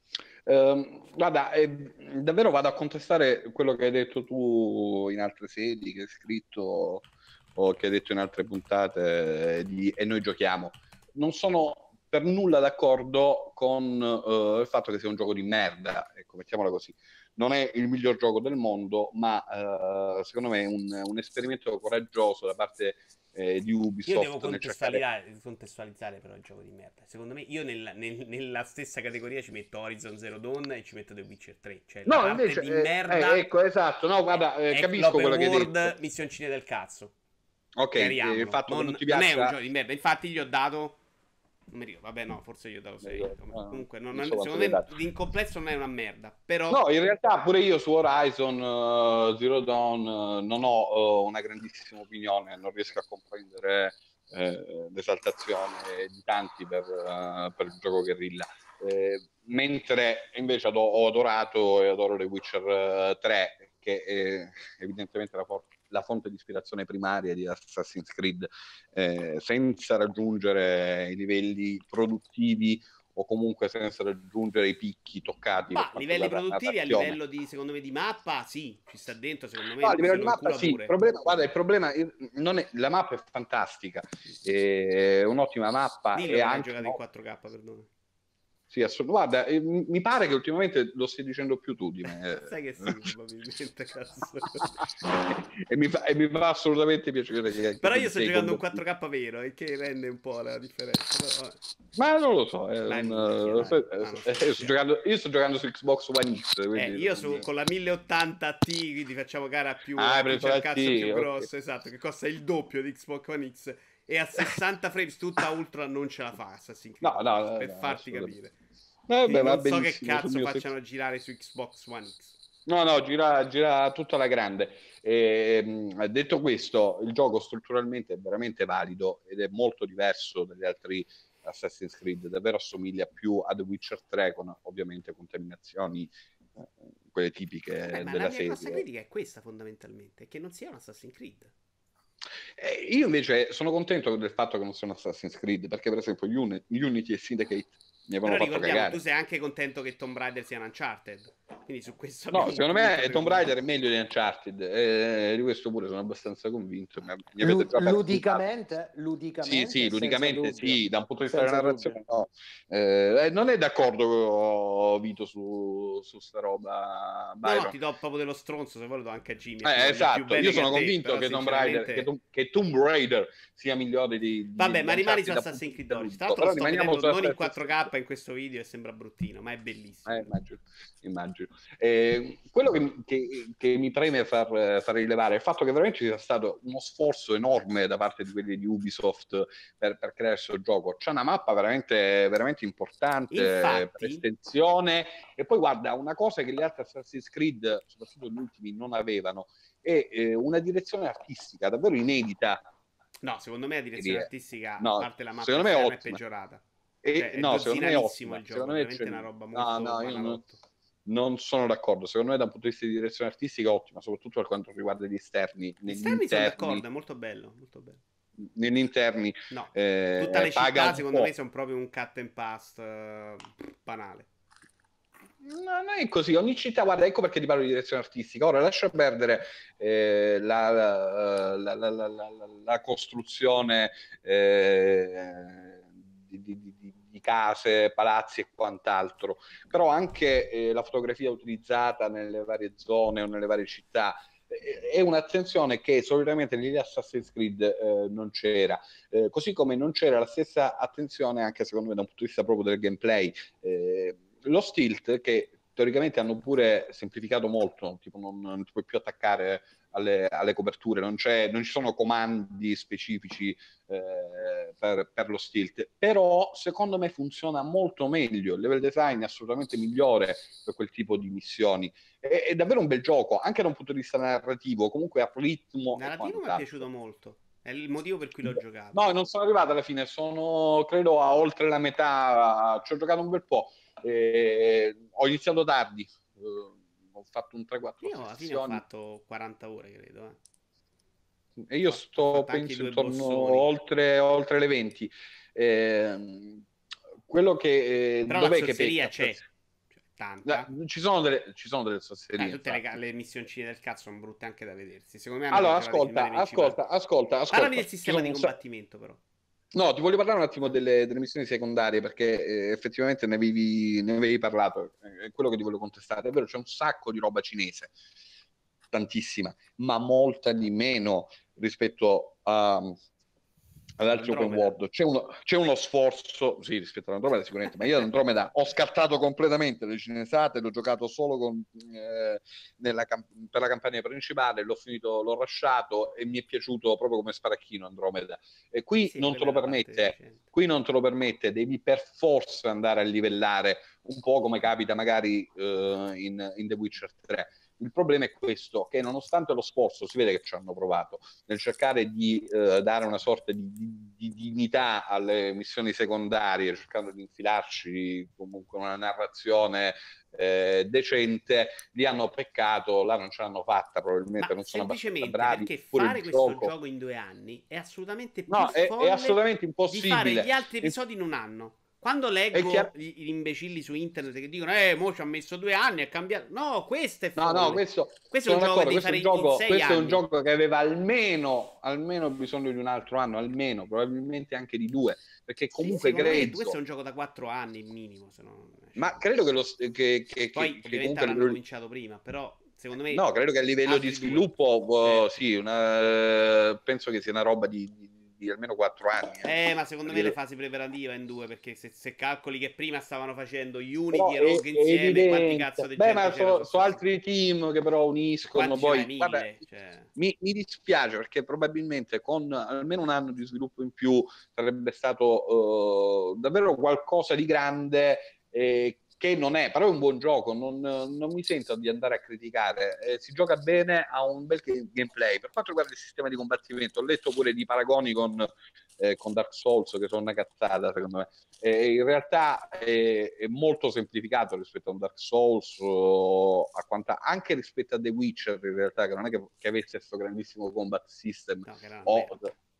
Ehm, guarda, eh, davvero vado a contestare quello che hai detto tu in altre sedi, che hai scritto o che hai detto in altre puntate eh, di E noi giochiamo. Non sono per nulla d'accordo con eh, il fatto che sia un gioco di merda, ecco, mettiamola così. Non è il miglior gioco del mondo, ma eh, secondo me è un, un esperimento coraggioso da parte eh, di Ubisoft. Io devo nel cercare- contestualizzare, contestualizzare però il gioco di merda. Secondo me, io nella, nel- nella stessa categoria ci metto Horizon Zero Dawn e ci metto The Witcher tre. Cioè, la No, parte invece, di eh, merda eh, ecco, esatto, no, guarda, eh, è capisco l'open quello che hai world, detto. missioncine del cazzo. Ok, eh, Chiariamolo. il fatto non, che non ti non è piaccia... un gioco di merda. Infatti, gli ho dato. Non mi ricordo, vabbè, no, forse io ho dato sei. Eh, Comunque, non- non non- so quanto secondo gli hai me dato. in complesso non è una merda. Però, No, in realtà pure io su Horizon uh, Zero Dawn uh, non ho uh, una grandissima opinione, non riesco a comprendere eh, l'esaltazione di tanti per, uh, per il gioco guerrilla. Eh, mentre invece ado- ho adorato e adoro The Witcher uh, tre, che è evidentemente la, for- la fonte di ispirazione primaria di Assassin's Creed, eh, senza raggiungere i livelli produttivi o comunque senza raggiungere i picchi toccati per ma quanto livelli riguarda la produttivi a narrazione. livello di, secondo me, di mappa, sì, ci sta dentro, secondo me. No, a livello se di lo mappa incula sì, il pure. problema, guarda, il problema eh, non è, la mappa è fantastica, è un'ottima mappa Dillo e che l'hai anche giocato no, in quattro K, perdono. sì, assolut- guarda, eh, mi mi pare che ultimamente lo stai dicendo più tu di me. eh. Sai che sì, probabilmente, cazzo. e, mi fa, e mi fa assolutamente piacere che, che Però tu io ti sto sei giocando un convertito. quattro K vero, e che rende un po' la differenza. Però, vabbè. Ma non lo so, è Dai, un, minchia, eh, dai. eh, Ma non eh, sto io, sto giocando, io sto giocando su Xbox One X, Eh, quindi io su, quindi- con la mille ottanta T, quindi facciamo gara più Ah, a hai chi preso c'ha il la cazzo T, più ok. grosso, esatto, che costa il doppio di Xbox One X e a sessanta frames tutta ultra non ce la fa Assassin's Creed, No, no, no, per no, farti assolutamente. capire. Vabbè, Quindi va non so che benissimo, sul cazzo mio facciano sex- girare su Xbox One X. No, no, gira, gira tutta la grande. E, mh, detto questo, il gioco strutturalmente è veramente valido ed è molto diverso dagli altri Assassin's Creed, davvero assomiglia più a The Witcher tre, con ovviamente contaminazioni, eh, quelle tipiche Vabbè, ma della la mia serie. grossa critica è questa fondamentalmente, è che non sia un Assassin's Creed. Eh, io invece sono contento del fatto che non sia un Assassin's Creed, perché per esempio Uni- Unity e Syndicate mi avevano Però fatto ricordiamo, cagare. tu sei anche contento che Tomb Raider sia un Uncharted. Quindi su questo No, abbiamo secondo un punto me di Tomb comune. Raider è meglio di Uncharted, e di questo pure sono abbastanza convinto. Mi, mi avete Lu- già ludicamente, Sì, ludicamente, sì, senza ludicamente dubbio. sì, da un punto di vista Senza della narrazione no. Eh, non è d'accordo Vito su, su sta roba, No, Byron. no, ti do proprio dello stronzo, se vuoi lo do anche a Jimmy. Eh, ti voglio più esatto, bene io che sono a te, convinto però che Tomb, Raider, sinceramente- che, Tom- che Tomb Raider sia migliore di, di Vabbè, ma di rimani su Uncharted dal Assassin's punto Creed di vista Origins. Tra ludico. l'altro lo Però sto rimaniamo vedendo su non in Assassin's quattro K in questo video e sembra bruttino, ma è bellissimo. Eh, immagino, immagino. Eh, quello che, che- che mi preme far, far rilevare è il fatto che veramente ci sia stato uno sforzo enorme da parte di quelli di Ubisoft per, per creare questo gioco. C'è una mappa veramente, veramente importante Infatti- per estensione, e poi guarda, una cosa che gli altri Assassin's Creed, soprattutto gli ultimi, non avevano, è eh, una direzione artistica davvero inedita. No, secondo me la direzione Quindi, artistica, no, a parte la mappa secondo me è esterna, è ottima. peggiorata. E, Cioè, è no, secondo me è dozzinalissimo ottima. il gioco, Secondo me veramente c'è- una roba no, molto no, io non, banalotto. non sono d'accordo. Secondo me, da un punto di vista di direzione artistica, è ottima, soprattutto per quanto riguarda gli esterni. Gli Negli esterni sono interni, d'accordo, è molto bello, molto bello. negli interni No, eh, tutte le paga città un secondo po'. me sono proprio un cut and paste eh, banale. No, non è così, ogni città, guarda, ecco perché ti parlo di direzione artistica. Ora lascia perdere eh, la, la, la, la, la, la, la costruzione eh, di, di, di, di case, palazzi e quant'altro, però anche eh, la fotografia utilizzata nelle varie zone o nelle varie città eh, è un'attenzione che solitamente negli Assassin's Creed eh, non c'era, eh, così come non c'era la stessa attenzione anche secondo me da un punto di vista proprio del gameplay. Eh, lo Stilt, che teoricamente hanno pure semplificato molto, tipo non, non ti puoi più attaccare alle, alle coperture, non, c'è, non ci sono comandi specifici eh, per, per lo stilt, però secondo me funziona molto meglio, il level design è assolutamente migliore per quel tipo di missioni, è, è davvero un bel gioco, anche da un punto di vista narrativo, comunque a ritmo. Il narrativo mi è piaciuto molto, è il motivo per cui l'ho giocato. No, non sono arrivato alla fine, sono credo a oltre la metà, ci ho giocato un bel po'. Eh, ho iniziato tardi, eh, ho fatto un tre quattro io alla fine ho fatto quaranta ore credo eh. E io sto penso intorno oltre, oltre le venti, eh, quello che eh, però dov'è la che pecca c'è, cioè, tanta. No, ci sono delle, ci sono delle sasserie, eh, tutte le, le missioncine del cazzo sono brutte anche da vedersi, secondo me. Allora ascolta ascolta ascolta ascolta parlami del sistema di combattimento però. No, ti voglio parlare un attimo delle, delle missioni secondarie, perché eh, effettivamente ne avevi, ne avevi parlato, è quello che ti voglio contestare. È vero, c'è un sacco di roba cinese, tantissima, ma molta di meno rispetto a, ad altri open world. C'è uno, c'è uno sforzo, sì, rispetto all'Andromeda sicuramente, ma io all'Andromeda ho scartato completamente le cinesate, l'ho giocato solo con, eh, nella camp- per la campagna principale, l'ho finito, l'ho rushato e mi è piaciuto proprio come sparacchino Andromeda. E qui sì, non te lo permette, qui non te lo permette, devi per forza andare a livellare un po' come capita magari uh, in, in The Witcher tre. Il problema è questo, che nonostante lo sforzo, si vede che ci hanno provato, nel cercare di eh, dare una sorta di, di, di dignità alle missioni secondarie, cercando di infilarci comunque una narrazione eh, decente, li hanno peccato, là non ce l'hanno fatta probabilmente, ma non sono abbastanza semplicemente bravi. Perché fare questo gioco... gioco in due anni è assolutamente più no, è, folle è assolutamente impossibile. di fare gli altri episodi in un anno. Quando leggo chiar- gli, gli imbecilli su internet che dicono eh, mo ci ha messo due anni a cambiare. No, questo è folle. No, no, questo, questo è un gioco che devi fare in sei questo anni. è un gioco che aveva almeno, almeno bisogno di un altro anno, almeno, probabilmente anche di due, perché comunque sì, credo... questo è un gioco da quattro anni minimo, se no... Ma credo che lo... Che, che, Poi che, ovviamente che comunque... l'hanno cominciato prima, però secondo me... No, credo che a livello di sviluppo, oh, sì, una, penso che sia una roba di... di di almeno quattro anni. Eh, ma secondo me le fasi preparative in due, perché se, se calcoli che prima stavano facendo Unity però e Rogue è, insieme, è quanti cazzo di Beh, gente ma sono so altri team che però uniscono. Quanti poi mille, guarda, cioè... mi, mi dispiace perché probabilmente con almeno un anno di sviluppo in più sarebbe stato uh, davvero qualcosa di grande, eh, che non è, però è un buon gioco, non, non mi sento di andare a criticare, eh, si gioca bene, ha un bel gameplay. Per quanto riguarda il sistema di combattimento, ho letto pure di paragoni con, eh, con Dark Souls, che sono una cazzata secondo me, eh, in realtà è, è molto semplificato rispetto a un Dark Souls, o a quanta, anche rispetto a The Witcher in realtà, che non è che, che avesse questo grandissimo combat system, no, che o,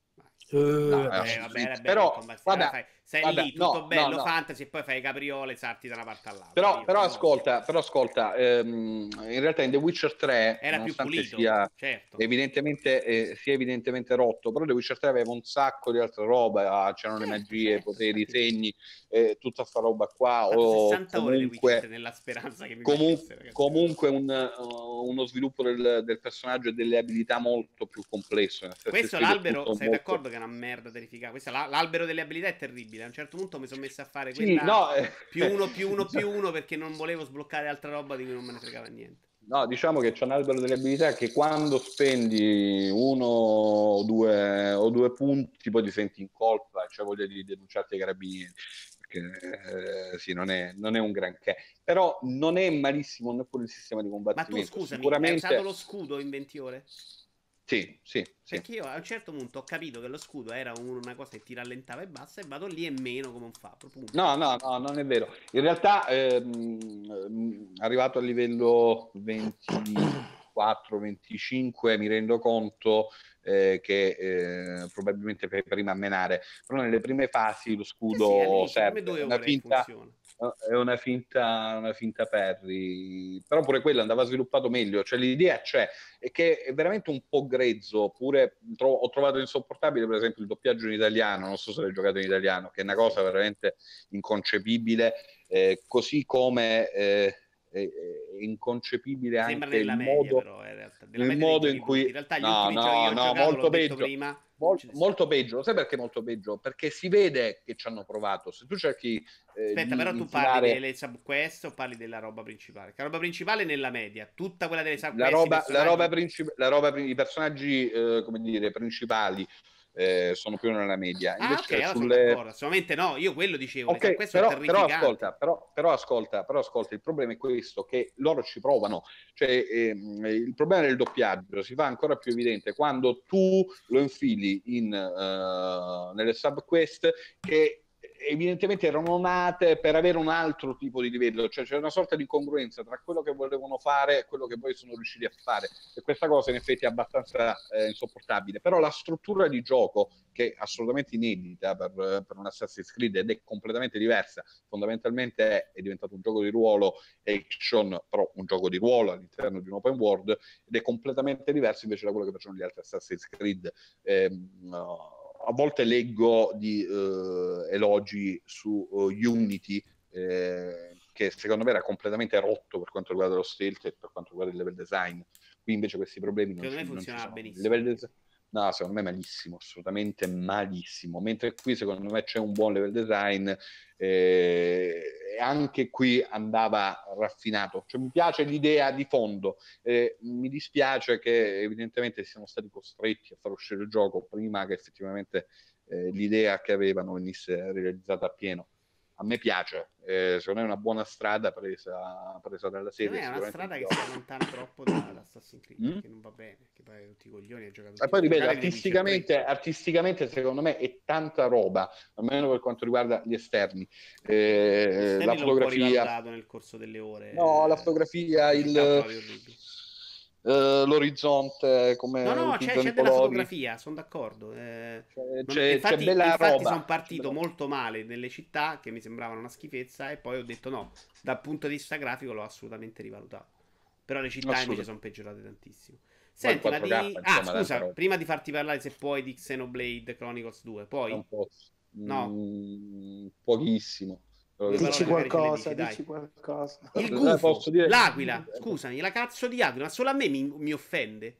no, eh, vabbè, però guarda, fai, sei guarda, lì tutto no, bello no, no. fantasy e poi fai capriole e salti da una parte all'altra. Però, Io, però no. ascolta, però ascolta ehm, in realtà in The Witcher tre era più pulito, sia certo. evidentemente eh, sia evidentemente rotto, però The Witcher tre aveva un sacco di altre robe, ah, c'erano certo, le magie, certo, poteri, certo. segni, eh, tutta sta roba qua, o sessanta comunque, ore The Witcher nella speranza che mi comunque, piacesse, comunque un, uh, uno sviluppo del, del personaggio e delle abilità molto più complesso. Questo l'albero, sei molto... d'accordo che è una merda terrificante? Questo, l'albero delle abilità è terribile. A un certo punto mi sono messo a fare quella sì, no, eh... più uno più uno più uno perché non volevo sbloccare altra roba di cui non me ne fregava niente. No, diciamo che c'è un albero delle abilità che quando spendi uno o due, o due punti poi ti senti in colpa e c'è voglia di denunciarti ai carabinieri, perché eh, sì, non è, non è un granché, però non è malissimo neppure il sistema di combattimento. Ma tu scusami, sicuramente... hai usato lo scudo in venti ore? Sì, sì, sì. Perché io a un certo punto ho capito che lo scudo era una cosa che ti rallentava e basta, e vado lì e meno come un fabbro. No, no, no, non è vero. In realtà, ehm, arrivato a livello ventiquattro venticinque, mi rendo conto eh, che eh, probabilmente fai prima a menare, però nelle prime fasi lo scudo sì, sì, serve. due ore una finta, funziona. È una finta, una finta Perry, però pure quello andava sviluppato meglio, cioè l'idea c'è, è che è veramente un po' grezzo, pure tro- ho trovato insopportabile per esempio il doppiaggio in italiano, non so se l'hai giocato in italiano, che è una cosa veramente inconcepibile, eh, così come eh, è, è inconcepibile sembra anche il media, modo, però, in realtà. Della il modo in cui... In realtà gli no, ultimi no, giochi che ho no, giocato, molto l'ho detto peggio. prima... Mol- Ci- molto peggio, lo sai perché molto peggio? Perché si vede che ci hanno provato. Se tu cerchi eh, Aspetta, di però tu infilare parli delle subquest o parli della roba principale? Che la roba principale è nella media, tutta quella delle la subquest, i roba, la personaggi- roba, princip- la roba pri- i personaggi eh, come dire, principali eh, sono più nella media. Ah, ok, Invece allora sono sulle, d'accordo. Assolutamente no, io quello dicevo, le ok, subquest sono però, però terrificanti. ascolta, però, però ascolta, però ascolta, il problema è questo, che loro ci provano, cioè ehm, il problema del doppiaggio si fa ancora più evidente quando tu lo infili in, uh, nelle subquest che evidentemente erano nate per avere un altro tipo di livello, cioè c'è una sorta di incongruenza tra quello che volevano fare e quello che poi sono riusciti a fare, e questa cosa in effetti è abbastanza eh, insopportabile. Però la struttura di gioco, che è assolutamente inedita per, per un Assassin's Creed ed è completamente diversa, fondamentalmente è, è diventato un gioco di ruolo action, però un gioco di ruolo all'interno di un open world, ed è completamente diverso invece da quello che facevano gli altri Assassin's Creed. Eh, no, a volte leggo di eh, elogi su uh, Unity, eh, che secondo me era completamente rotto per quanto riguarda lo stealth e per quanto riguarda il level design. Qui invece questi problemi non Secondo ci, me non ci funzionava sono. Il benissimo. level des- no, secondo me malissimo, assolutamente malissimo. Mentre qui secondo me c'è un buon level design, eh, e anche qui andava raffinato. Cioè, mi piace l'idea di fondo. Eh, mi dispiace che evidentemente siano stati costretti a far uscire il gioco prima che effettivamente eh, l'idea che avevano venisse realizzata appieno. A me piace, eh, secondo me è una buona strada presa, presa dalla Secondo serie. me è una Sicuramente strada che migliore. si allontana troppo da, da Assassin's Creed, Mm? che non va bene, che poi tutti i coglioni hai giocato E tutti poi i ripeto, giocare di The Witcher tre. artisticamente, artisticamente secondo me è tanta roba, almeno per quanto riguarda gli esterni. Eh, la Stanley l'ho un po' fotografia, rivalutato nel corso delle ore. no, la eh, fotografia, le città il, proprio orribili. eh, l'orizzonte, No, come no, c'è, utilizzano c'è i della colori. fotografia, sono d'accordo. eh. C'è, Non- c'è, c'è infatti, bella infatti roba. sono C'è partito bella- molto male nelle città che mi sembravano una schifezza e poi ho detto no, dal punto di vista grafico l'ho assolutamente rivalutato. Però le città invece Assolutamente. sono peggiorate tantissimo. Ma il Senti, ma quattro K, di... Ah, insomma, tanta scusa, roba. prima di farti parlare se puoi di Xenoblade Chronicles due, È poi? un po', No. mm, pochissimo. Due Quello che Dici parole faccio. magari ce le qualcosa, dici, dai. dici qualcosa. Il Eh, gufo, posso dire- l'aquila, scusami, la cazzo di aquila, ma solo a me mi, mi offende.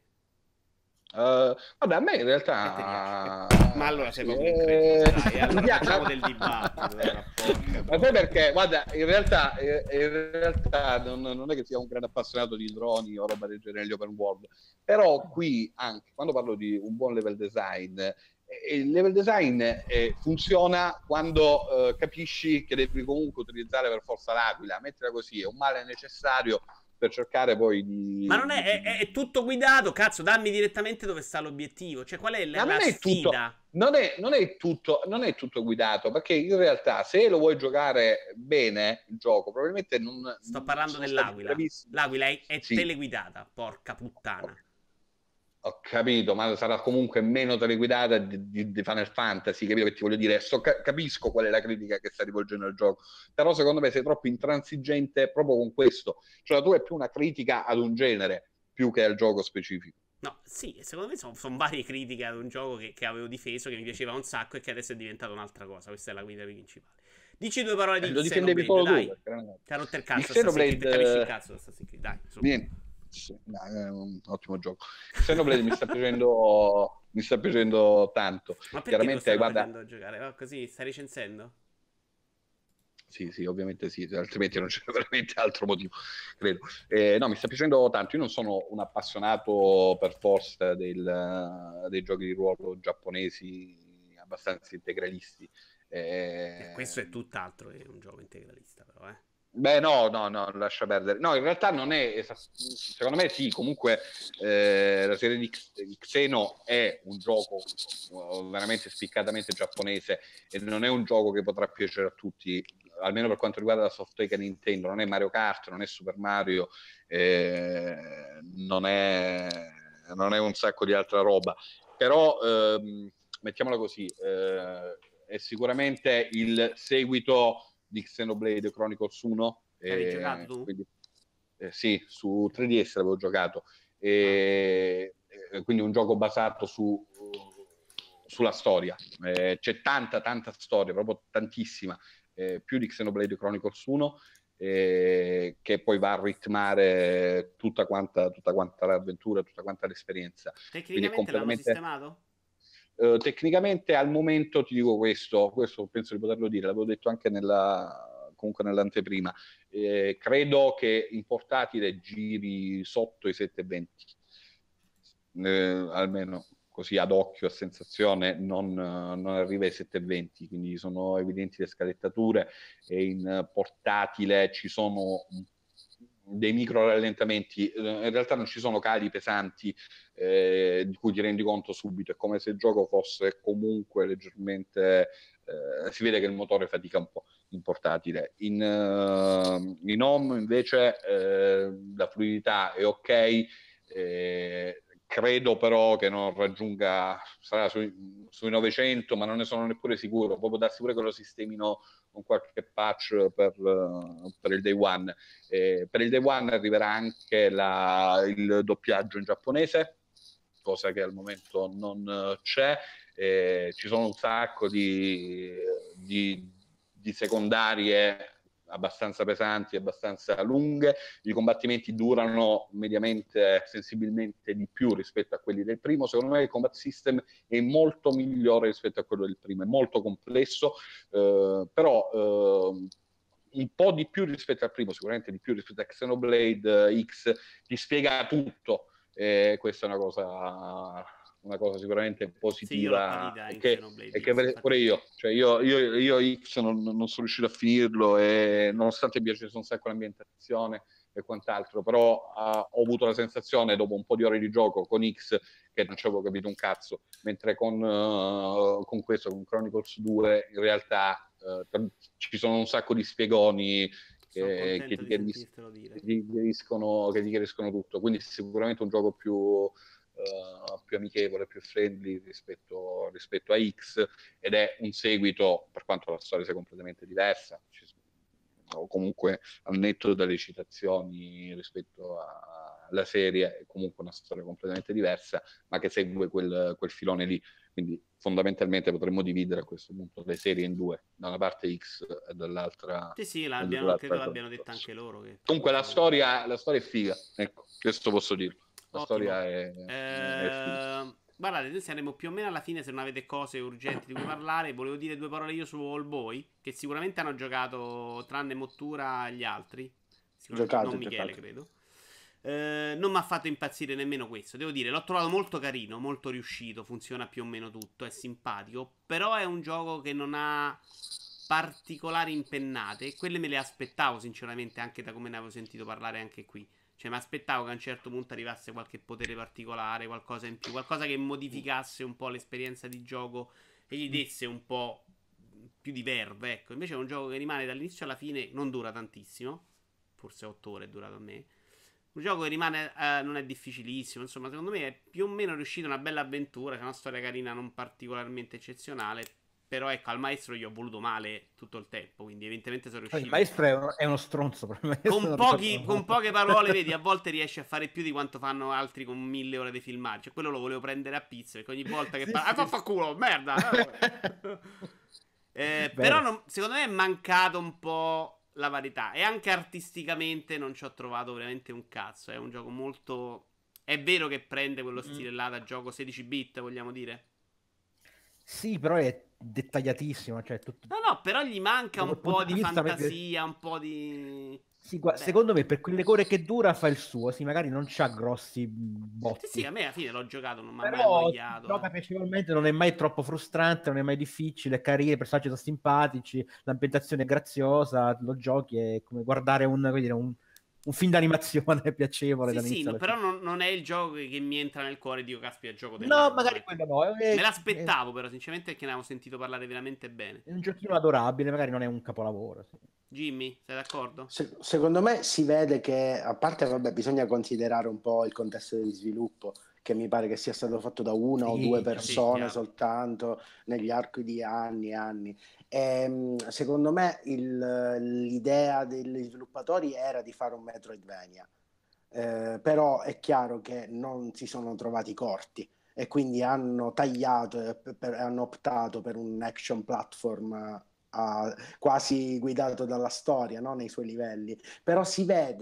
Eh, vabbè, a me in E te realtà... piace. Ma allora sei sì, proprio un eh, cretino, dai, mi allora piace- facciamo del dibattito, della porca Ma sai perché? Guarda, in realtà, eh, in realtà non, non è che sia un grande appassionato di droni o roba del genere negli open world, però qui anche, quando parlo di un buon level design, eh, il level design eh, funziona quando eh, capisci che devi comunque utilizzare per forza l'aquila, mettila così, è un male necessario per cercare poi di... Ma non è, è, è tutto guidato, cazzo, dammi direttamente dove sta l'obiettivo, cioè qual è la, Ma non la è tutto, sfida? non è, non è tutto, non è tutto guidato, perché in realtà se lo vuoi giocare bene il gioco, probabilmente non... Sto parlando sono stati dell'aquila. bravissimi. L'aquila è, è Sì. teleguidata, porca puttana. Ho capito, ma sarà comunque meno teleguidata di, di, di Final Fantasy, capito che ti voglio dire? So, capisco qual è la critica che sta rivolgendo al gioco, però secondo me sei troppo intransigente proprio con questo. Cioè la tua è più una critica ad un genere, più che al gioco specifico. No, sì, secondo me sono son varie critiche ad un gioco che, che avevo difeso, che mi piaceva un sacco e che adesso è diventato un'altra cosa. Questa è la guida principale. Dici due parole di Eh, lo difendevi Xenoblade, solo dai. tu. perché- Ti ha rotto il Il cazzo, Xenoblade, Assassin's Creed, capisci il cazzo da Assassin's Creed, dai. su. Vieni. Sì, no, è un ottimo gioco. Xenoblade mi sta piacendo, mi sta piacendo tanto. Ma perché te lo Chiaramente, stanno guarda, facendo giocare? Va così, stai recensendo? sì, sì, ovviamente sì, altrimenti non c'è veramente altro motivo, credo. Eh, no, mi sta piacendo tanto. Io non sono un appassionato per forza del, dei giochi di ruolo giapponesi abbastanza integralisti. Eh, Eh, questo è tutt'altro che un gioco integralista, però, eh. Beh, no, no, no, lascia perdere. No, in realtà non è esatt- secondo me sì, comunque eh, la serie di, X- di Xeno è un gioco uh, veramente spiccatamente giapponese e non è un gioco che potrà piacere a tutti, almeno per quanto riguarda la software Nintendo. Non è Mario Kart, non è Super Mario, eh, non è, non è un sacco di altra roba. Però, ehm, mettiamola così, eh, è sicuramente il seguito di Xenoblade Chronicles uno. L'avevi eh, giocato tu? quindi, eh, sì, su tre D S l'avevo giocato. E, eh, quindi un gioco basato su, sulla storia. Eh, c'è tanta, tanta storia, proprio tantissima, eh, più di Xenoblade Chronicles uno, eh, che poi va a ritmare tutta quanta, tutta quanta l'avventura, tutta quanta l'esperienza. Quindi è Tecnicamente l'hanno completamente... sistemato? Uh, tecnicamente al momento ti dico questo, questo penso di poterlo dire, l'avevo detto anche nella, comunque nell'anteprima, eh, credo che in portatile giri sotto i settecentoventi, eh, almeno così ad occhio, a sensazione, non, non arriva ai settecentoventi, quindi sono evidenti le scalettature e in portatile ci sono dei micro rallentamenti, in realtà non ci sono cali pesanti eh, di cui ti rendi conto subito, è come se il gioco fosse comunque leggermente, eh, si vede che il motore fatica un po' in portatile. In, uh, in home invece eh, la fluidità è ok, eh, credo però che non raggiunga, sarà sui, sui novecento, ma non ne sono neppure sicuro, può darsi pure che lo sistemino con qualche patch per, uh, per il day one. Eh, per il day one arriverà anche la, il doppiaggio in giapponese, cosa che al momento non uh, c'è. Eh, ci sono un sacco di, di, di secondarie abbastanza pesanti, abbastanza lunghe, i combattimenti durano mediamente, sensibilmente di più rispetto a quelli del primo. Secondo me il combat system è molto migliore rispetto a quello del primo, è molto complesso, eh, però eh, un po' di più rispetto al primo, sicuramente di più rispetto a Xenoblade X, ti spiega tutto, e questa è una cosa... una cosa sicuramente positiva, sì, e che, e che pure io, cioè io, io, io X non, non sono riuscito a finirlo, e nonostante mi piace un sacco l'ambientazione e quant'altro, però uh, ho avuto la sensazione dopo un po' di ore di gioco con X che non ci avevo capito un cazzo, mentre con, uh, con questo, con Chronicles due, in realtà uh, ci sono un sacco di spiegoni che, che, ti chiariscono, che, ti chiariscono, che ti chiariscono tutto, quindi sicuramente un gioco più Uh, più amichevole, più friendly rispetto, rispetto a X, ed è un seguito, per quanto la storia sia completamente diversa, ci, o comunque al netto dalle citazioni rispetto alla serie, è comunque una storia completamente diversa, ma che segue quel, quel filone lì. Quindi fondamentalmente potremmo dividere a questo punto le serie in due, da una parte X e dall'altra... Sì, sì, l'abbiano, credo l'abbiano detto anche loro. Che comunque la storia, la storia è figa, ecco, questo posso dirlo. La Ottimo. storia è, eh, è guardate, noi saremo più o meno alla fine. Se non avete cose urgenti di cui parlare, volevo dire due parole io su All Boy, che sicuramente hanno giocato, tranne Mottura, gli altri. Giocato, non Michele, giocato. credo. Eh, non mi ha fatto impazzire nemmeno questo. Devo dire, l'ho trovato molto carino, molto riuscito. Funziona più o meno tutto, è simpatico. Però è un gioco che non ha particolari impennate, e quelle me le aspettavo sinceramente, anche da come ne avevo sentito parlare anche qui. Cioè, mi aspettavo che a un certo punto arrivasse qualche potere particolare, qualcosa in più, qualcosa che modificasse un po' l'esperienza di gioco e gli desse un po' più di verve, ecco. Invece è un gioco che rimane dall'inizio alla fine, non dura tantissimo, forse otto ore è durato a me. Un gioco che rimane, eh, non è difficilissimo, insomma, secondo me è più o meno riuscito, una bella avventura, c'è una storia carina, non particolarmente eccezionale. Però ecco, al maestro gli ho voluto male tutto il tempo, quindi evidentemente sono riuscito. Il maestro è uno, è uno stronzo. Con, pochi, con poche parole, vedi, a volte riesce a fare più di quanto fanno altri con mille ore di filmare. Cioè, quello lo volevo prendere a pizza, perché ogni volta che sì, parla... sì. Ah, fa culo, merda! eh, però non, secondo me è mancato un po' la varietà. E anche artisticamente non ci ho trovato veramente un cazzo. È un gioco molto... È vero che prende quello stile là da gioco sedici bit, vogliamo dire? Sì, però è dettagliatissimo, cioè tutto... No, no, però gli manca un po' di vista, fantasia, un po' di... Sì, guarda, secondo me per quelle ore che dura fa il suo, sì, magari non c'ha grossi botti. Sì, sì, a me alla fine l'ho giocato, non mi ha mai Però annoiato. gioca eh. piacevolmente, non è mai troppo frustrante, non è mai difficile, è carino, i personaggi sono simpatici, l'ambientazione è graziosa, lo giochi, è come guardare un, come dire, un, un film d'animazione piacevole. Sì, sì, no, però non, non è il gioco che, che mi entra nel cuore e dico, caspita, il gioco del No, magari quello no. È, Me l'aspettavo, è, però, sinceramente, perché ne avevo sentito parlare veramente bene. È un giochino adorabile, magari non è un capolavoro. Sì. Jimmy, sei d'accordo? Se, secondo me si vede che, a parte, vabbè, bisogna considerare un po' il contesto di sviluppo, che mi pare che sia stato fatto da una sì, o due persone sì, soltanto negli archi di anni e anni. E, secondo me il, l'idea degli sviluppatori era di fare un Metroidvania, eh, però è chiaro che non si sono trovati corti e quindi hanno tagliato e per, hanno optato per un action platform Uh, quasi guidato dalla storia, no? Nei suoi livelli, però si vede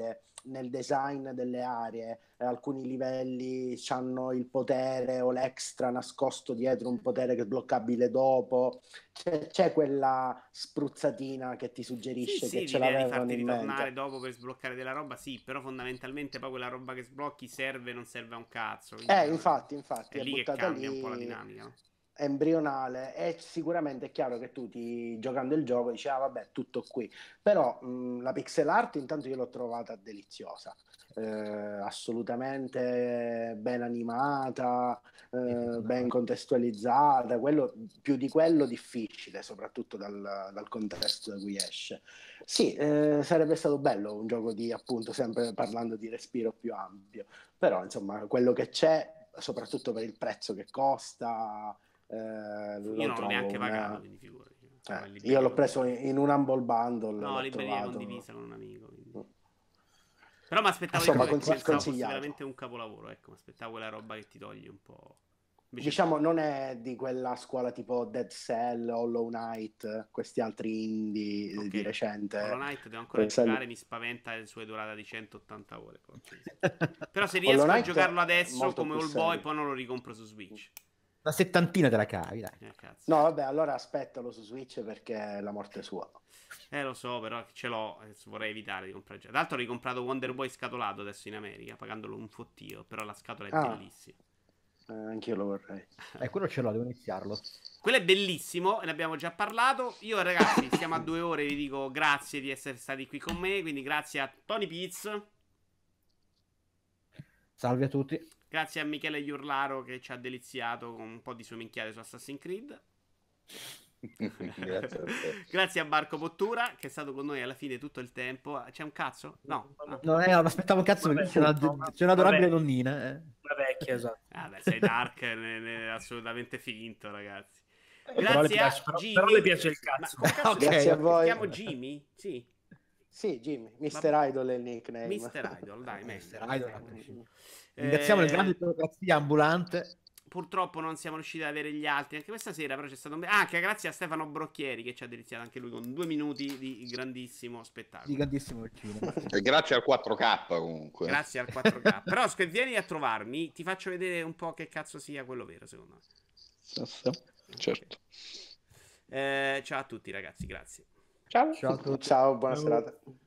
nel design delle aree, eh, alcuni livelli hanno il potere o l'extra nascosto dietro un potere che è sbloccabile dopo, c'è, c'è quella spruzzatina che ti suggerisce Sì, che sì, ce l'idea di l'avevano farti in ritornare mente. dopo per sbloccare della roba, sì, però fondamentalmente poi quella roba che sblocchi serve non serve a un cazzo. quindi Eh, no, infatti, infatti, è è lì che buttata cambia un po' la lì, dinamica, no? embrionale, e sicuramente è chiaro che tu ti, giocando il gioco dici, ah vabbè, tutto qui. Però mh, la pixel art intanto io l'ho trovata deliziosa, eh, assolutamente ben animata, eh, ben contestualizzata, quello, più di quello difficile, soprattutto dal, dal contesto da cui esce. Sì, eh, sarebbe stato bello un gioco di, appunto, sempre parlando di respiro più ampio, però insomma quello che c'è, soprattutto per il prezzo che costa, eh, Io lo non l'ho trovo neanche pagato, una... quindi figurati. eh, Come io libreria l'ho preso in, condivisa. in un Humble Bundle, No, l'ho libreria trovato... condivisa con un amico. Quindi. Però mi aspettavo di Insomma, più perché consi- pensavo fosse consigliato. veramente un capolavoro. Ecco, mi aspettavo quella roba che ti toglie un po'. Invece Diciamo, non è di quella scuola tipo Dead Cell, Hollow Knight, questi altri indie no. eh, di Ok, recente. Hollow Knight devo ancora Eh, sai- giocare, mi spaventa le sue durate di centottanta ore. porca miseria. Però se Hollow riesco a Knight giocarlo è adesso molto come più All Boy, serio. poi non lo ricompro su Switch. Una settantina te la cavi, dai. Eh, cazzo. No, vabbè, allora aspettalo su Switch perché è la morte sua. Eh, lo so, però ce l'ho. Adesso vorrei evitare di comprare. Tra l'altro ho ricomprato Wonder Boy scatolato adesso in America, pagandolo un fottio. Però la scatola è Ah. bellissima. Eh, anch'io lo vorrei. Eh, quello ce l'ho, devo iniziarlo. Quello è bellissimo, ne abbiamo già parlato. Io, ragazzi, siamo a due ore. Vi dico grazie di essere stati qui con me. Quindi, grazie a Tony Piz. Salve a tutti. Grazie a Michele Iurlaro che ci ha deliziato con un po' di sue minchiate su Assassin's Creed. Grazie a te. Grazie a Marco Pottura che è stato con noi alla fine tutto il tempo. C'è un cazzo? No. Ah. No, eh, mi aspettavo un cazzo, Vabbè, perché c'è una, no, c'è un'adorabile vabbè. nonnina. Eh. Una vecchia, esatto. Ah, beh, sei dark, ne- ne- assolutamente finto, ragazzi. Però le Grazie piace, a però, Jimmy. però le piace il Ma cazzo. come cazzo Ok, Grazie a ok. si voi. chiamo Jimmy? Sì. Sì, Jimmy, mister Idol è il nickname. mister Idol, dai, mister meglio. Idol. Ringraziamo il Eh, grande burocrazia ambulante. Purtroppo non siamo riusciti ad avere gli altri anche questa sera, però c'è stato un... Ah, anche grazie a Stefano Brocchieri che ci ha deliziato anche lui con due minuti di grandissimo spettacolo. Di grandissimo cinema. E grazie al quattro K comunque. Grazie al quattro K. Però se vieni a trovarmi, ti faccio vedere un po' che cazzo sia quello vero, secondo me. Sì, sì, certo. Eh, ciao a tutti ragazzi, grazie. Ciao. Ciao a tutti. Ciao, buona serata.